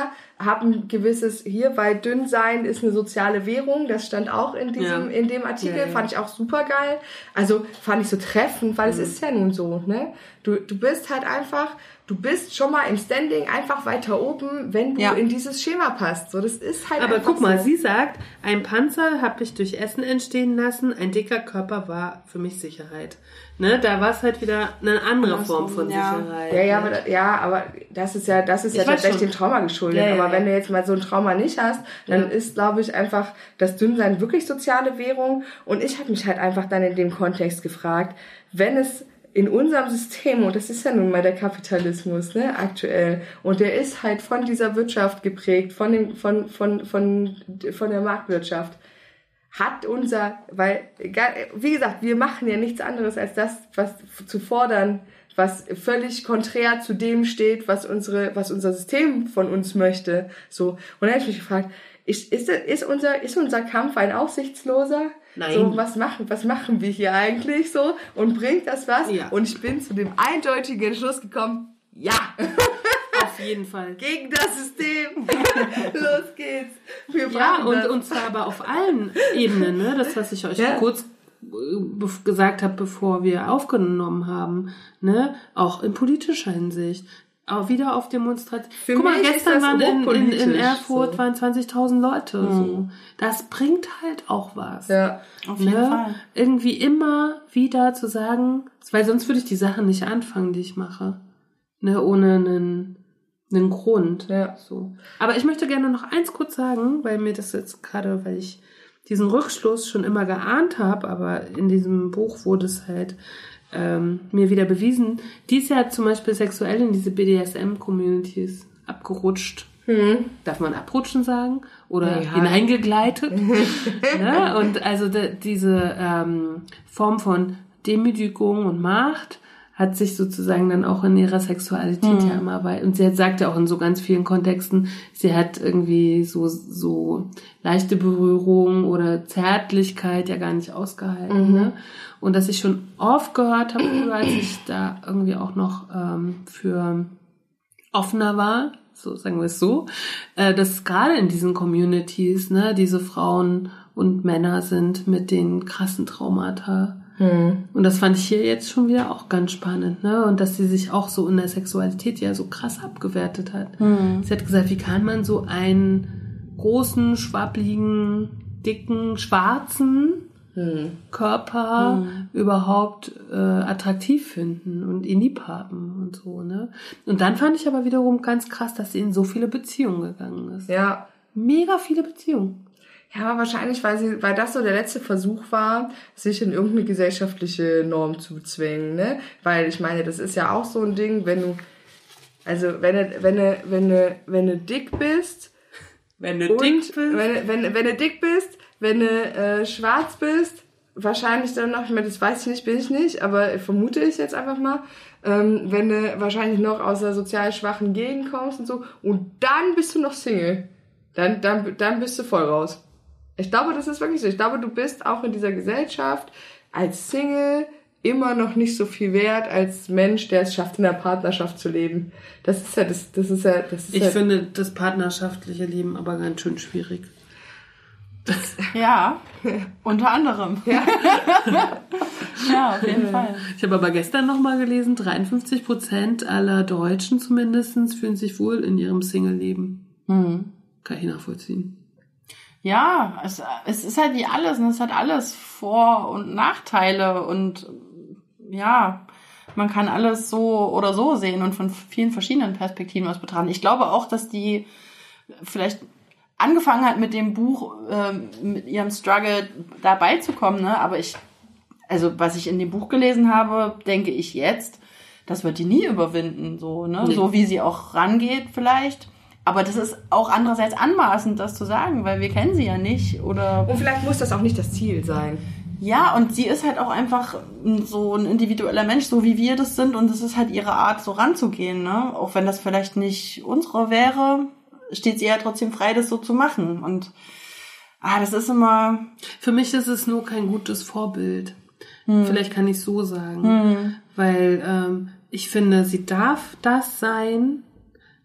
habe ein gewisses, hier, weil dünn sein ist eine soziale Währung, das stand auch in diesem, ja. in dem Artikel, ja, ja. fand ich auch super geil. Also fand ich so treffend, weil mhm. es ist ja nun so, ne? Du, du bist halt einfach, du bist schon mal im Standing einfach weiter oben, wenn du ja. in dieses Schema passt. So, das ist halt Aber einfach guck mal, so. sie sagt, ein Panzer habe ich durch Essen entstehen lassen, ein dicker Körper war für mich Sicherheit. Ne, da war es halt wieder eine andere Andersrum, Form von ja. Sicherheit. Ja, ja, ne? aber, da, ja, aber das ist ja, das ist Ich ja weiß tatsächlich schon. dem Trauma geschuldet. Ja, ja, aber ja. wenn du jetzt mal so ein Trauma nicht hast, dann Ja. ist, glaube ich, einfach das Dünnsein wirklich soziale Währung. Und ich habe mich halt einfach dann in dem Kontext gefragt, wenn es in unserem System, und das ist ja nun mal der Kapitalismus, ne, aktuell, und der ist halt von dieser Wirtschaft geprägt, von dem, von, von, von, von der Marktwirtschaft, hat unser, weil, wie gesagt, wir machen ja nichts anderes als das, was zu fordern, was völlig konträr zu dem steht, was unsere, was unser System von uns möchte, so. Und dann habe ich mich gefragt, ist, ist, ist unser, ist unser Kampf ein aussichtsloser? Nein. So, was machen, was machen wir hier eigentlich so? Und bringt das was? Ja. Und ich bin zu dem eindeutigen Entschluss gekommen, ja. Auf jeden Fall. Gegen das System. Los geht's. Wir Ja, brauchen und, das. und zwar aber auf allen Ebenen, ne? Das, was ich euch Ja. kurz äh, gesagt habe, bevor wir aufgenommen haben, ne? Auch in politischer Hinsicht. Auch wieder auf Demonstrationen. Für Guck mal, mich ist gestern das waren in, in, in hochpolitisch, Erfurt so. waren zwanzigtausend Leute. So. Das bringt halt auch was. Ja. Auf jeden Ne? Fall. Irgendwie immer wieder zu sagen, weil sonst würde ich die Sachen nicht anfangen, die ich mache. Ne? Ohne einen, einen Grund. Ja. So. Aber ich möchte gerne noch eins kurz sagen, weil mir das jetzt gerade, weil ich diesen Rückschluss schon immer geahnt habe, aber in diesem Buch wurde es halt ähm, mir wieder bewiesen. Die ist ja zum Beispiel sexuell in diese B D S M-Communities abgerutscht. Hm. Darf man abrutschen sagen? Oder Ja. hineingegleitet. Ne? Und also de, diese ähm, Form von Demütigung und Macht hat sich sozusagen dann auch in ihrer Sexualität Mhm. ja immer weiter. Und sie hat, sagt ja auch in so ganz vielen Kontexten, sie hat irgendwie so, so leichte Berührung oder Zärtlichkeit ja gar nicht ausgehalten. Mhm. Ne? Und dass ich schon oft gehört habe, früher, als ich da irgendwie auch noch ähm, für offener war, so sagen wir es so, äh, dass gerade in diesen Communities, ne, diese Frauen und Männer sind mit den krassen Traumata. Hm. Und das fand ich hier jetzt schon wieder auch ganz spannend, ne? Und dass sie sich auch so in der Sexualität ja so krass abgewertet hat. Mhm. Sie hat gesagt, wie kann man so einen großen, schwabbligen, dicken, schwarzen Hm. Körper Mhm. überhaupt äh, attraktiv finden und ihn lieb haben und so, ne? Und dann fand ich aber wiederum ganz krass, dass sie in so viele Beziehungen gegangen ist. Ja. Mega viele Beziehungen. Ja, aber wahrscheinlich, weil sie, weil das so der letzte Versuch war, sich in irgendeine gesellschaftliche Norm zu zwingen, ne? Weil ich meine, das ist ja auch so ein Ding, wenn du, also wenn du, wenn du, wenn du, wenn du dick bist, Wenn du und dick bist. wenn, wenn, wenn du dick bist, wenn du äh, schwarz bist, wahrscheinlich dann noch, ich meine, das weiß ich nicht, bin ich nicht, aber vermute ich jetzt einfach mal, ähm, wenn du wahrscheinlich noch aus einer sozial schwachen Gegend kommst und so, und dann bist du noch Single, dann, dann, dann bist du voll raus. Ich glaube, das ist wirklich so. Ich glaube, du bist auch in dieser Gesellschaft als Single immer noch nicht so viel wert als Mensch, der es schafft, in einer Partnerschaft zu leben. Das ist ja, das, das ist ja, das ist Ich ja, finde das partnerschaftliche Leben aber ganz schön schwierig. Ja, unter anderem. Ja, ja, auf jeden Fall. Ich habe aber gestern nochmal gelesen, dreiundfünfzig Prozent aller Deutschen zumindest fühlen sich wohl in ihrem Single-Leben. Mhm. Kann ich nachvollziehen. Ja, es, es ist halt wie alles, und es hat alles Vor- und Nachteile, und ja, man kann alles so oder so sehen und von vielen verschiedenen Perspektiven aus betrachten. Ich glaube auch, dass die vielleicht angefangen hat mit dem Buch, ähm, mit ihrem Struggle dabei zu kommen, ne? Aber ich, also was ich in dem Buch gelesen habe, denke ich jetzt, das wird die nie überwinden, so, ne? Nee. So wie sie auch rangeht vielleicht. Aber das ist auch andererseits anmaßend, das zu sagen, weil wir kennen sie ja nicht, oder... und vielleicht muss das auch nicht das Ziel sein. Ja, und sie ist halt auch einfach so ein individueller Mensch, so wie wir das sind, und es ist halt ihre Art, so ranzugehen, ne? Auch wenn das vielleicht nicht unsere wäre, steht sie ja trotzdem frei, das so zu machen. Und ah, das ist immer... Für mich ist es nur kein gutes Vorbild. Hm. Vielleicht kann ich so sagen. Hm. Weil ähm, ich finde, sie darf das sein.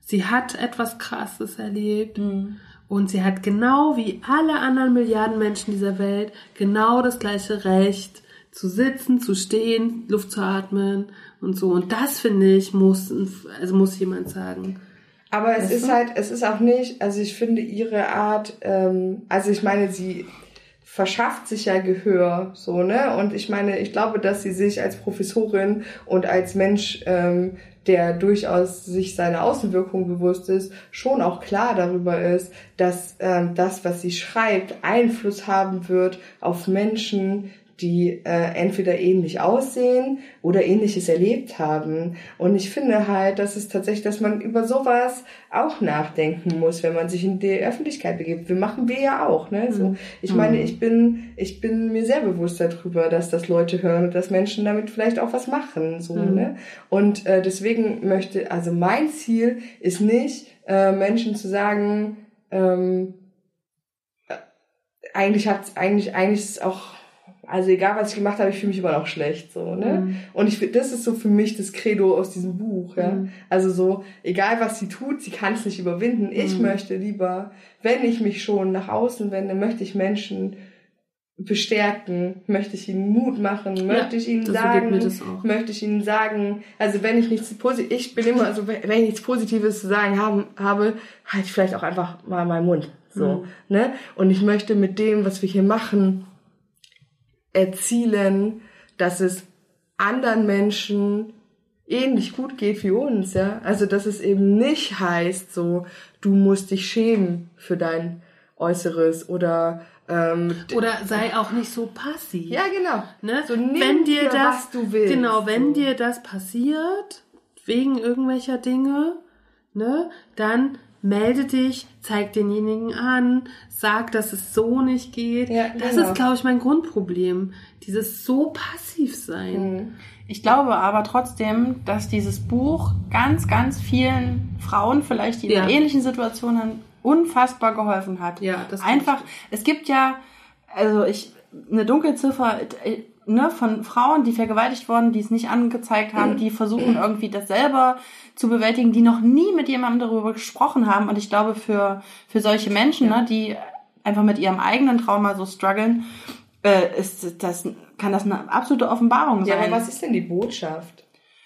sie hat etwas Krasses erlebt mhm. und sie hat genau wie alle anderen Milliarden Menschen dieser Welt genau das gleiche Recht, zu sitzen, zu stehen, Luft zu atmen und so. Und das, finde ich, muss, also muss jemand sagen. Aber es weißt ist du? halt, es ist auch nicht, also ich finde ihre Art, ähm, also ich meine, sie verschafft sich ja Gehör, so, ne? Und ich meine, ich glaube, dass sie sich als Professorin und als Mensch, ähm, der durchaus sich seiner Außenwirkung bewusst ist, schon auch klar darüber ist, dass ähm, das, was sie schreibt, Einfluss haben wird auf Menschen, die äh, entweder ähnlich aussehen oder Ähnliches erlebt haben. Und ich finde halt, dass es tatsächlich, dass man über sowas auch nachdenken muss, wenn man sich in die Öffentlichkeit begibt. Wir machen wir ja auch, ne? So, ich meine, ich bin, ich bin mir sehr bewusst darüber, dass das Leute hören und dass Menschen damit vielleicht auch was machen, so, mhm. ne? Und äh, deswegen möchte, also mein Ziel ist nicht, äh, Menschen zu sagen, ähm, äh, eigentlich hat's, eigentlich, eigentlich ist es auch Also egal, was ich gemacht habe, ich fühle mich immer noch schlecht, so, ne? Mhm. Und ich das ist so für mich das Credo aus diesem Buch, ja. Mhm. Also so, egal was sie tut, sie kann es nicht überwinden. Ich mhm. möchte lieber, wenn ich mich schon nach außen wende, möchte ich Menschen bestärken, möchte ich ihnen Mut machen, möchte ja, ich ihnen sagen, mir das auch. möchte ich ihnen sagen, also wenn ich nichts Positives, ich bin immer so, wenn ich nichts Positives zu sagen haben, habe, halte ich vielleicht auch einfach mal meinen Mund, so, mhm. ne? Und ich möchte mit dem, was wir hier machen, erzielen, dass es anderen Menschen ähnlich gut geht wie uns, ja. Also, dass es eben nicht heißt, so, du musst dich schämen für dein Äußeres oder ähm, oder sei auch nicht so passiv. Ja, genau. Ne? So, nimm wenn dir dir, das, was du willst. Genau, wenn so. dir das passiert, wegen irgendwelcher Dinge, ne, dann melde dich, zeig denjenigen an, sag, dass es so nicht geht. Ja, das genau. ist, glaube ich, mein Grundproblem. Dieses so passiv sein. Ich glaube aber trotzdem, dass dieses Buch ganz, ganz vielen Frauen, vielleicht die in ja. einer ähnlichen Situation haben, unfassbar geholfen hat. Ja, das einfach, es gibt ja, also ich, eine Dunkelziffer, ne, von Frauen, die vergewaltigt wurden, die es nicht angezeigt haben, die versuchen irgendwie das selber zu bewältigen, die noch nie mit jemandem darüber gesprochen haben. Und ich glaube, für für solche Menschen, ja. ne, die einfach mit ihrem eigenen Trauma so strugglen, äh, ist das kann das eine absolute Offenbarung sein. Ja, aber was ist denn die Botschaft?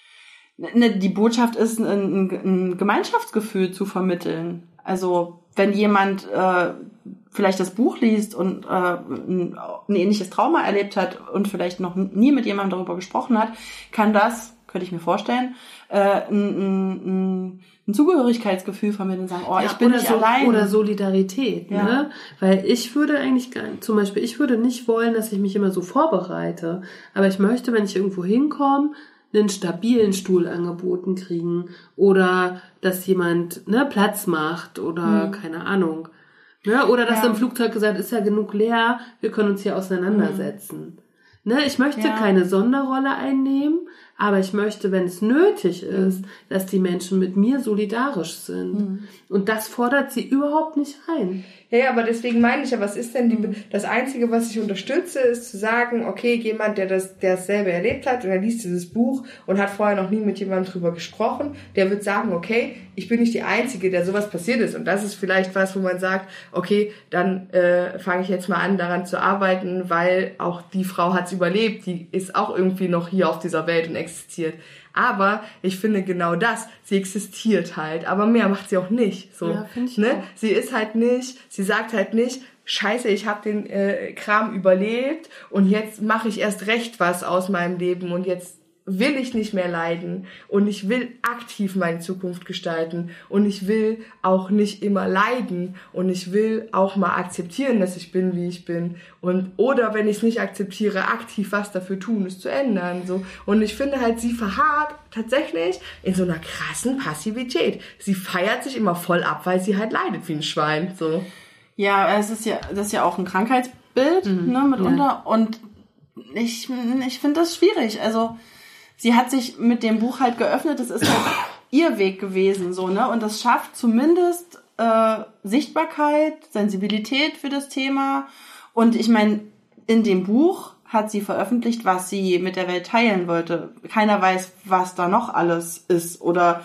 Ne, die Botschaft ist, ein, ein Gemeinschaftsgefühl zu vermitteln. Also wenn jemand äh, vielleicht das Buch liest und äh, ein, ein ähnliches Trauma erlebt hat und vielleicht noch nie mit jemandem darüber gesprochen hat, kann das, könnte ich mir vorstellen, äh, ein, ein, ein Zugehörigkeitsgefühl vermitteln und sagen, oh, ja, ich bin nicht so, allein. Oder Solidarität, ja. ne? Weil ich würde eigentlich gar nicht, zum Beispiel, ich würde nicht wollen, dass ich mich immer so vorbereite, aber ich möchte, wenn ich irgendwo hinkomme, einen stabilen Stuhl angeboten kriegen oder dass jemand ne, Platz macht oder mhm. keine Ahnung. Ne? Oder dass ja. im Flugzeug gesagt ist ja genug leer, wir können uns hier auseinandersetzen. Mhm. Ne? Ich möchte ja. keine Sonderrolle einnehmen, aber ich möchte, wenn es nötig ist, mhm. dass die Menschen mit mir solidarisch sind. Mhm. Und das fordert sie überhaupt nicht ein. Ja, ja, aber deswegen meine ich ja, was ist denn die, das Einzige, was ich unterstütze, ist zu sagen, okay, jemand, der das, der es selber erlebt hat und er liest dieses Buch und hat vorher noch nie mit jemandem drüber gesprochen, der wird sagen, okay, ich bin nicht die Einzige, der sowas passiert ist. Und das ist vielleicht was, wo man sagt, okay, dann äh, fange ich jetzt mal an, daran zu arbeiten, weil auch die Frau hat's überlebt, die ist auch irgendwie noch hier auf dieser Welt und existiert. Aber ich finde genau das, sie existiert halt, aber mehr macht sie auch nicht. So, ja, finde ich ne? auch. Sie ist halt nicht, sie sagt halt nicht, scheiße, ich habe den äh, Kram überlebt und jetzt mache ich erst recht was aus meinem Leben und jetzt will ich nicht mehr leiden und ich will aktiv meine Zukunft gestalten und ich will auch nicht immer leiden und ich will auch mal akzeptieren, dass ich bin, wie ich bin und oder wenn ich es nicht akzeptiere, aktiv was dafür tun, es zu ändern, so. Und ich finde halt, sie verharrt tatsächlich in so einer krassen Passivität. Sie feiert sich immer voll ab, weil sie halt leidet wie ein Schwein, so. Ja, es ist ja, das ist ja auch ein Krankheitsbild, mhm. ne, mitunter ja. und ich, ich finde das schwierig, also sie hat sich mit dem Buch halt geöffnet, das ist halt ihr Weg gewesen, so, ne? Und das schafft zumindest äh, Sichtbarkeit, Sensibilität für das Thema. Und ich meine, in dem Buch hat sie veröffentlicht, was sie mit der Welt teilen wollte. Keiner weiß, was da noch alles ist. Oder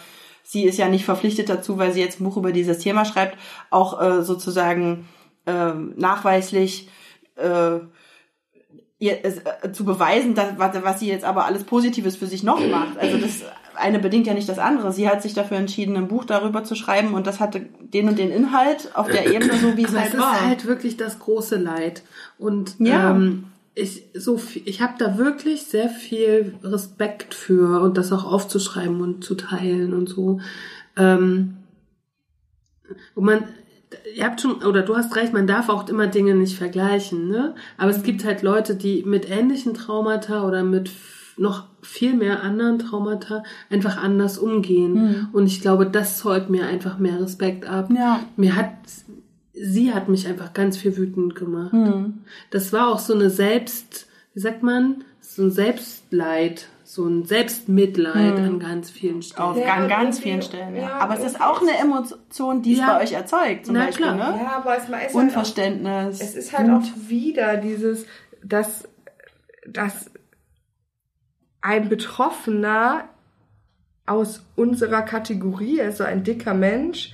sie ist ja nicht verpflichtet dazu, weil sie jetzt ein Buch über dieses Thema schreibt, auch äh, sozusagen äh, nachweislich äh, ihr, äh, zu beweisen, dass, was sie jetzt aber alles Positives für sich noch macht. Also das eine bedingt ja nicht das andere. Sie hat sich dafür entschieden, ein Buch darüber zu schreiben und das hatte den und den Inhalt auf der Ebene, so wie es aber halt es war. ist halt wirklich das große Leid. Und Ja. ähm, ich so viel, ich habe da wirklich sehr viel Respekt für und das auch aufzuschreiben und zu teilen und so. Ähm, und man, ihr habt schon, oder du hast recht, man darf auch immer Dinge nicht vergleichen, ne? Aber es gibt halt Leute, die mit ähnlichen Traumata oder mit noch viel mehr anderen Traumata einfach anders umgehen. Mhm. Und ich glaube, das zollt mir einfach mehr Respekt ab. Ja. Mir hat, sie hat mich einfach ganz viel wütend gemacht. Mhm. Das war auch so eine Selbst, wie sagt man, so ein Selbstleid, so ein Selbstmitleid mhm. an ganz vielen Stellen. Auf ganz, ganz vielen Stellen, ja. ja. Aber es ist auch eine Emotion, die es ja. bei euch erzeugt, zum Na, Beispiel, klar. ne? Ja, aber es ist Unverständnis. Halt auch, es ist halt Wut. Auch wieder dieses, dass, dass ein Betroffener aus unserer Kategorie, also ein dicker Mensch,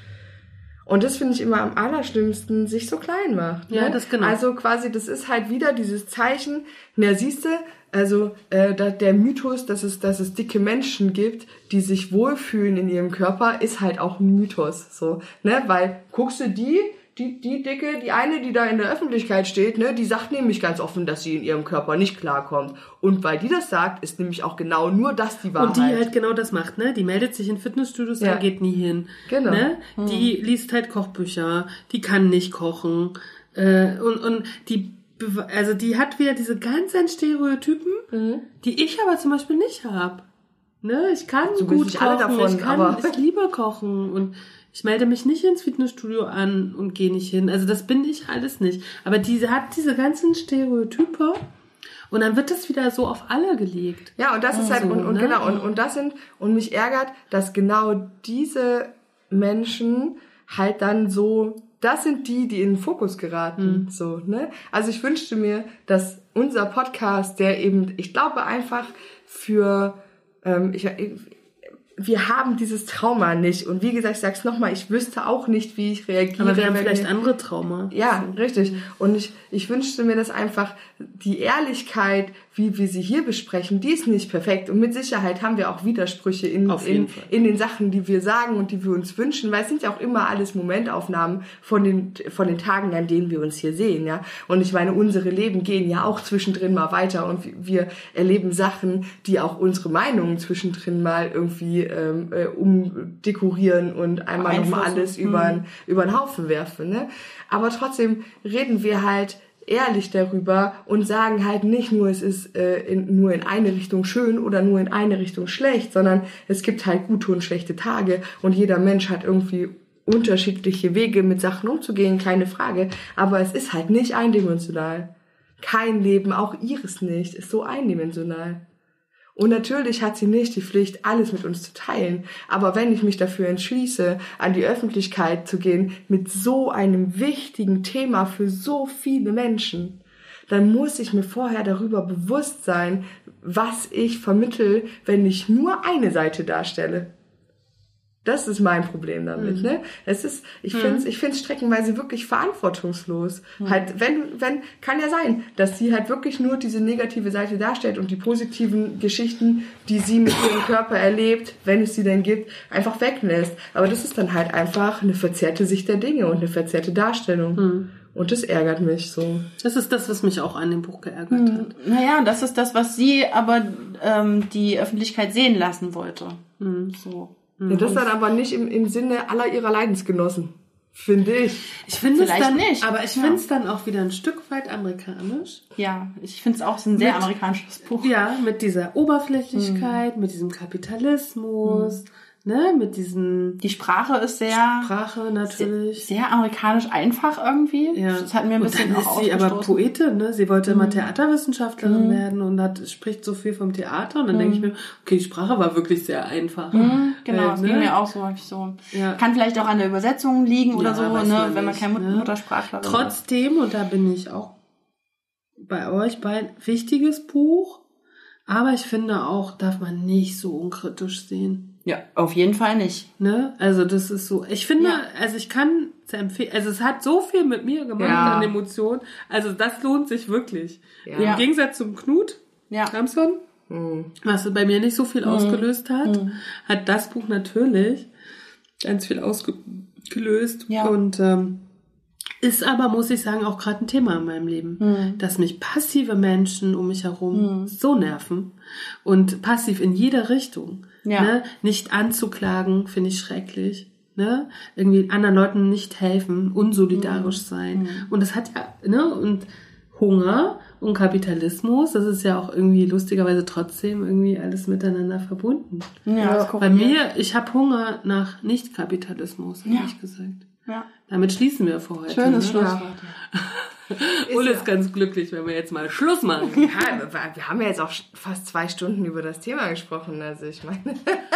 und das finde ich immer am allerschlimmsten, sich so klein macht. Ne? Ja, das genau. Also quasi, das ist halt wieder dieses Zeichen, na siehste, also äh, da, der Mythos, dass es, dass es dicke Menschen gibt, die sich wohlfühlen in ihrem Körper, ist halt auch ein Mythos. So, ne? Weil guckst du die, die, die Dicke, die eine, die da in der Öffentlichkeit steht, ne, die sagt nämlich ganz offen, dass sie in ihrem Körper nicht klarkommt. Und weil die das sagt, ist nämlich auch genau nur das die Wahrheit. Und die halt genau das macht, ne? Die meldet sich in Fitnessstudios, ja. geht nie hin. Genau. Ne? Hm. Die liest halt Kochbücher, die kann nicht kochen. Äh, und, und die, also die hat wieder diese ganzen Stereotypen, mhm. die ich aber zum Beispiel nicht habe. Ne? Ich kann so gut kochen, davon, ich kann, aber ich liebe kochen und ich melde mich nicht ins Fitnessstudio an und gehe nicht hin. Also das bin ich alles nicht. Aber diese hat diese ganzen Stereotype und dann wird das wieder so auf alle gelegt. Ja, und das ist halt, so, und, und ne? genau, und, und das sind, und mich ärgert, dass genau diese Menschen halt dann so, das sind die, die in den Fokus geraten, mhm. so, ne? Also ich wünschte mir, dass unser Podcast, der eben, ich glaube einfach für, ähm, ich, ich wir haben dieses Trauma nicht. Und wie gesagt, ich sag's nochmal, ich wüsste auch nicht, wie ich reagiere. Aber wir haben vielleicht wir, andere Trauma. Ja, so. Richtig. Und ich, ich wünschte mir, dass einfach die Ehrlichkeit, wie wir sie hier besprechen, die ist nicht perfekt. Und mit Sicherheit haben wir auch Widersprüche in, in, in den Sachen, die wir sagen und die wir uns wünschen. Weil es sind ja auch immer alles Momentaufnahmen von den, von den Tagen, an denen wir uns hier sehen, ja. Und ich meine, unsere Leben gehen ja auch zwischendrin mal weiter und wir erleben Sachen, die auch unsere Meinungen zwischendrin mal irgendwie Ähm, äh, umdekorieren und einmal nochmal alles mhm. über über den Haufen werfen. Ne? Aber trotzdem reden wir halt ehrlich darüber und sagen halt nicht nur, es ist äh, in, nur in eine Richtung schön oder nur in eine Richtung schlecht, sondern es gibt halt gute und schlechte Tage und jeder Mensch hat irgendwie unterschiedliche Wege, mit Sachen umzugehen, keine Frage. Aber es ist halt nicht eindimensional. Kein Leben, auch ihres nicht, ist so eindimensional. Und natürlich hat sie nicht die Pflicht, alles mit uns zu teilen. Aber wenn ich mich dafür entschließe, an die Öffentlichkeit zu gehen mit so einem wichtigen Thema für so viele Menschen, dann muss ich mir vorher darüber bewusst sein, was ich vermittle, wenn ich nur eine Seite darstelle. Das ist mein Problem damit, mhm. ne? Es ist, ich mhm. finde, ich finde es streckenweise wirklich verantwortungslos. Mhm. Halt, wenn, wenn, kann ja sein, dass sie halt wirklich nur diese negative Seite darstellt und die positiven Geschichten, die sie mit ihrem Körper erlebt, wenn es sie denn gibt, einfach weglässt. Aber das ist dann halt einfach eine verzerrte Sicht der Dinge und eine verzerrte Darstellung. Mhm. Und das ärgert mich so. Das ist das, was mich auch an dem Buch geärgert hm. hat. Naja, das ist das, was sie aber ähm, die Öffentlichkeit sehen lassen wollte. Hm. So. Ja, das dann aber nicht im, im Sinne aller ihrer Leidensgenossen, finde ich. Ich finde es dann nicht. Aber ich ja. finde es dann auch wieder ein Stück weit amerikanisch. Ja, ich finde es auch ein sehr mit, amerikanisches Buch. Ja, mit dieser Oberflächlichkeit, hm. mit diesem Kapitalismus, hm. ne, mit diesen... Die Sprache ist sehr... Sprache natürlich. Sehr, sehr amerikanisch einfach irgendwie. Ja. Das hat mir ein bisschen auch sie aber Poetin, ne? Sie wollte immer Theaterwissenschaftlerin mhm. werden und hat spricht so viel vom Theater. Und dann mhm. denke ich mir, okay, die Sprache war wirklich sehr einfach. Mhm, genau, das äh, ging ne? mir auch so. so. Ja. Kann vielleicht auch an der Übersetzung liegen oder ja, so, ne? man wenn man nicht, kein ne? Muttersprachler ist. Trotzdem, und da bin ich auch bei euch, bei wichtiges Buch, Aber ich finde auch, darf man nicht so unkritisch sehen. Ja, auf jeden Fall nicht. Ne? Also das ist so, ich finde, Ja. also ich kann es empfehlen, also es hat so viel mit mir gemacht Ja. an Emotionen, also das lohnt sich wirklich. Ja. Im Gegensatz zum Knut Ja. Ramson, Mhm. was bei mir nicht so viel ausgelöst hat, hat das Buch natürlich ganz viel ausgelöst Ja. und ähm, ist aber, muss ich sagen, auch gerade ein Thema in meinem Leben, Mhm. dass mich passive Menschen um mich herum so nerven und passiv in jeder Richtung. Ja. Ne? Nicht anzuklagen, finde ich schrecklich. Ne? Irgendwie anderen Leuten nicht helfen, unsolidarisch sein. Und das hat ja, ne, und Hunger und Kapitalismus, das ist ja auch irgendwie lustigerweise trotzdem irgendwie alles miteinander verbunden. Ja, das Bei mir, ich habe Hunger nach Nicht-Kapitalismus, ehrlich gesagt. Ja. Damit schließen wir für heute. Schönes ne? Schlusswort. Ulle ist ganz glücklich, wenn wir jetzt mal Schluss machen. Ja, wir, wir haben ja jetzt auch fast zwei Stunden über das Thema gesprochen. Also ich meine,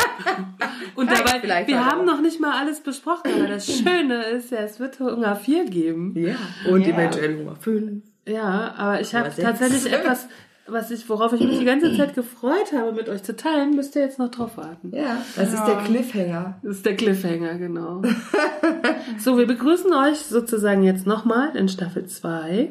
Und Vielleicht, dabei, vielleicht wir weiter. haben noch nicht mal alles besprochen, aber das Schöne ist ja, es wird Hunger vier geben. ja. Und Ja. eventuell Nummer fünf. Ja, aber ich habe Nummer sechs. tatsächlich etwas, was ich, worauf ich mich die ganze Zeit gefreut habe, mit euch zu teilen, müsst ihr jetzt noch drauf warten. Ja, das ist der Cliffhanger. Das ist der Cliffhanger, genau. So, wir begrüßen euch sozusagen jetzt nochmal in Staffel zwei.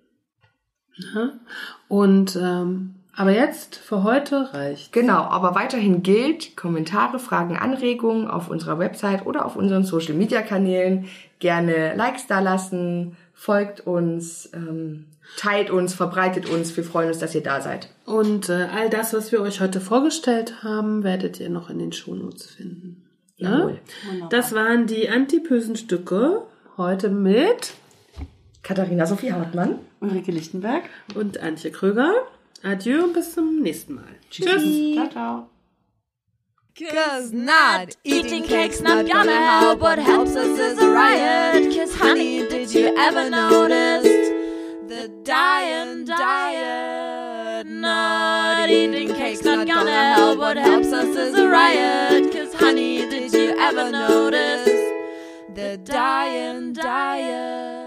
Ja. Und, ähm, aber jetzt, für heute reicht. Genau, aber weiterhin gilt, Kommentare, Fragen, Anregungen auf unserer Website oder auf unseren Social-Media-Kanälen gerne Likes da lassen, folgt uns, ähm, teilt uns, verbreitet uns. Wir freuen uns, dass ihr da seid. Und äh, all das, was wir euch heute vorgestellt haben, werdet ihr noch in den Shownotes finden. Ja? Jawohl. Das waren die antipösen Stücke, heute mit Katharina Sophie Hartmann. Ulrike Lichtenberg. und Antje Kröger. Adieu und bis zum nächsten Mal. Tschüss. Ciao, ciao. Cause not eating cake's not gonna help. What helps us is a riot. Cause honey, did you ever notice the dying diet? Not eating cake's not gonna help. What helps us is a riot. Cause honey, did you ever notice the dying diet?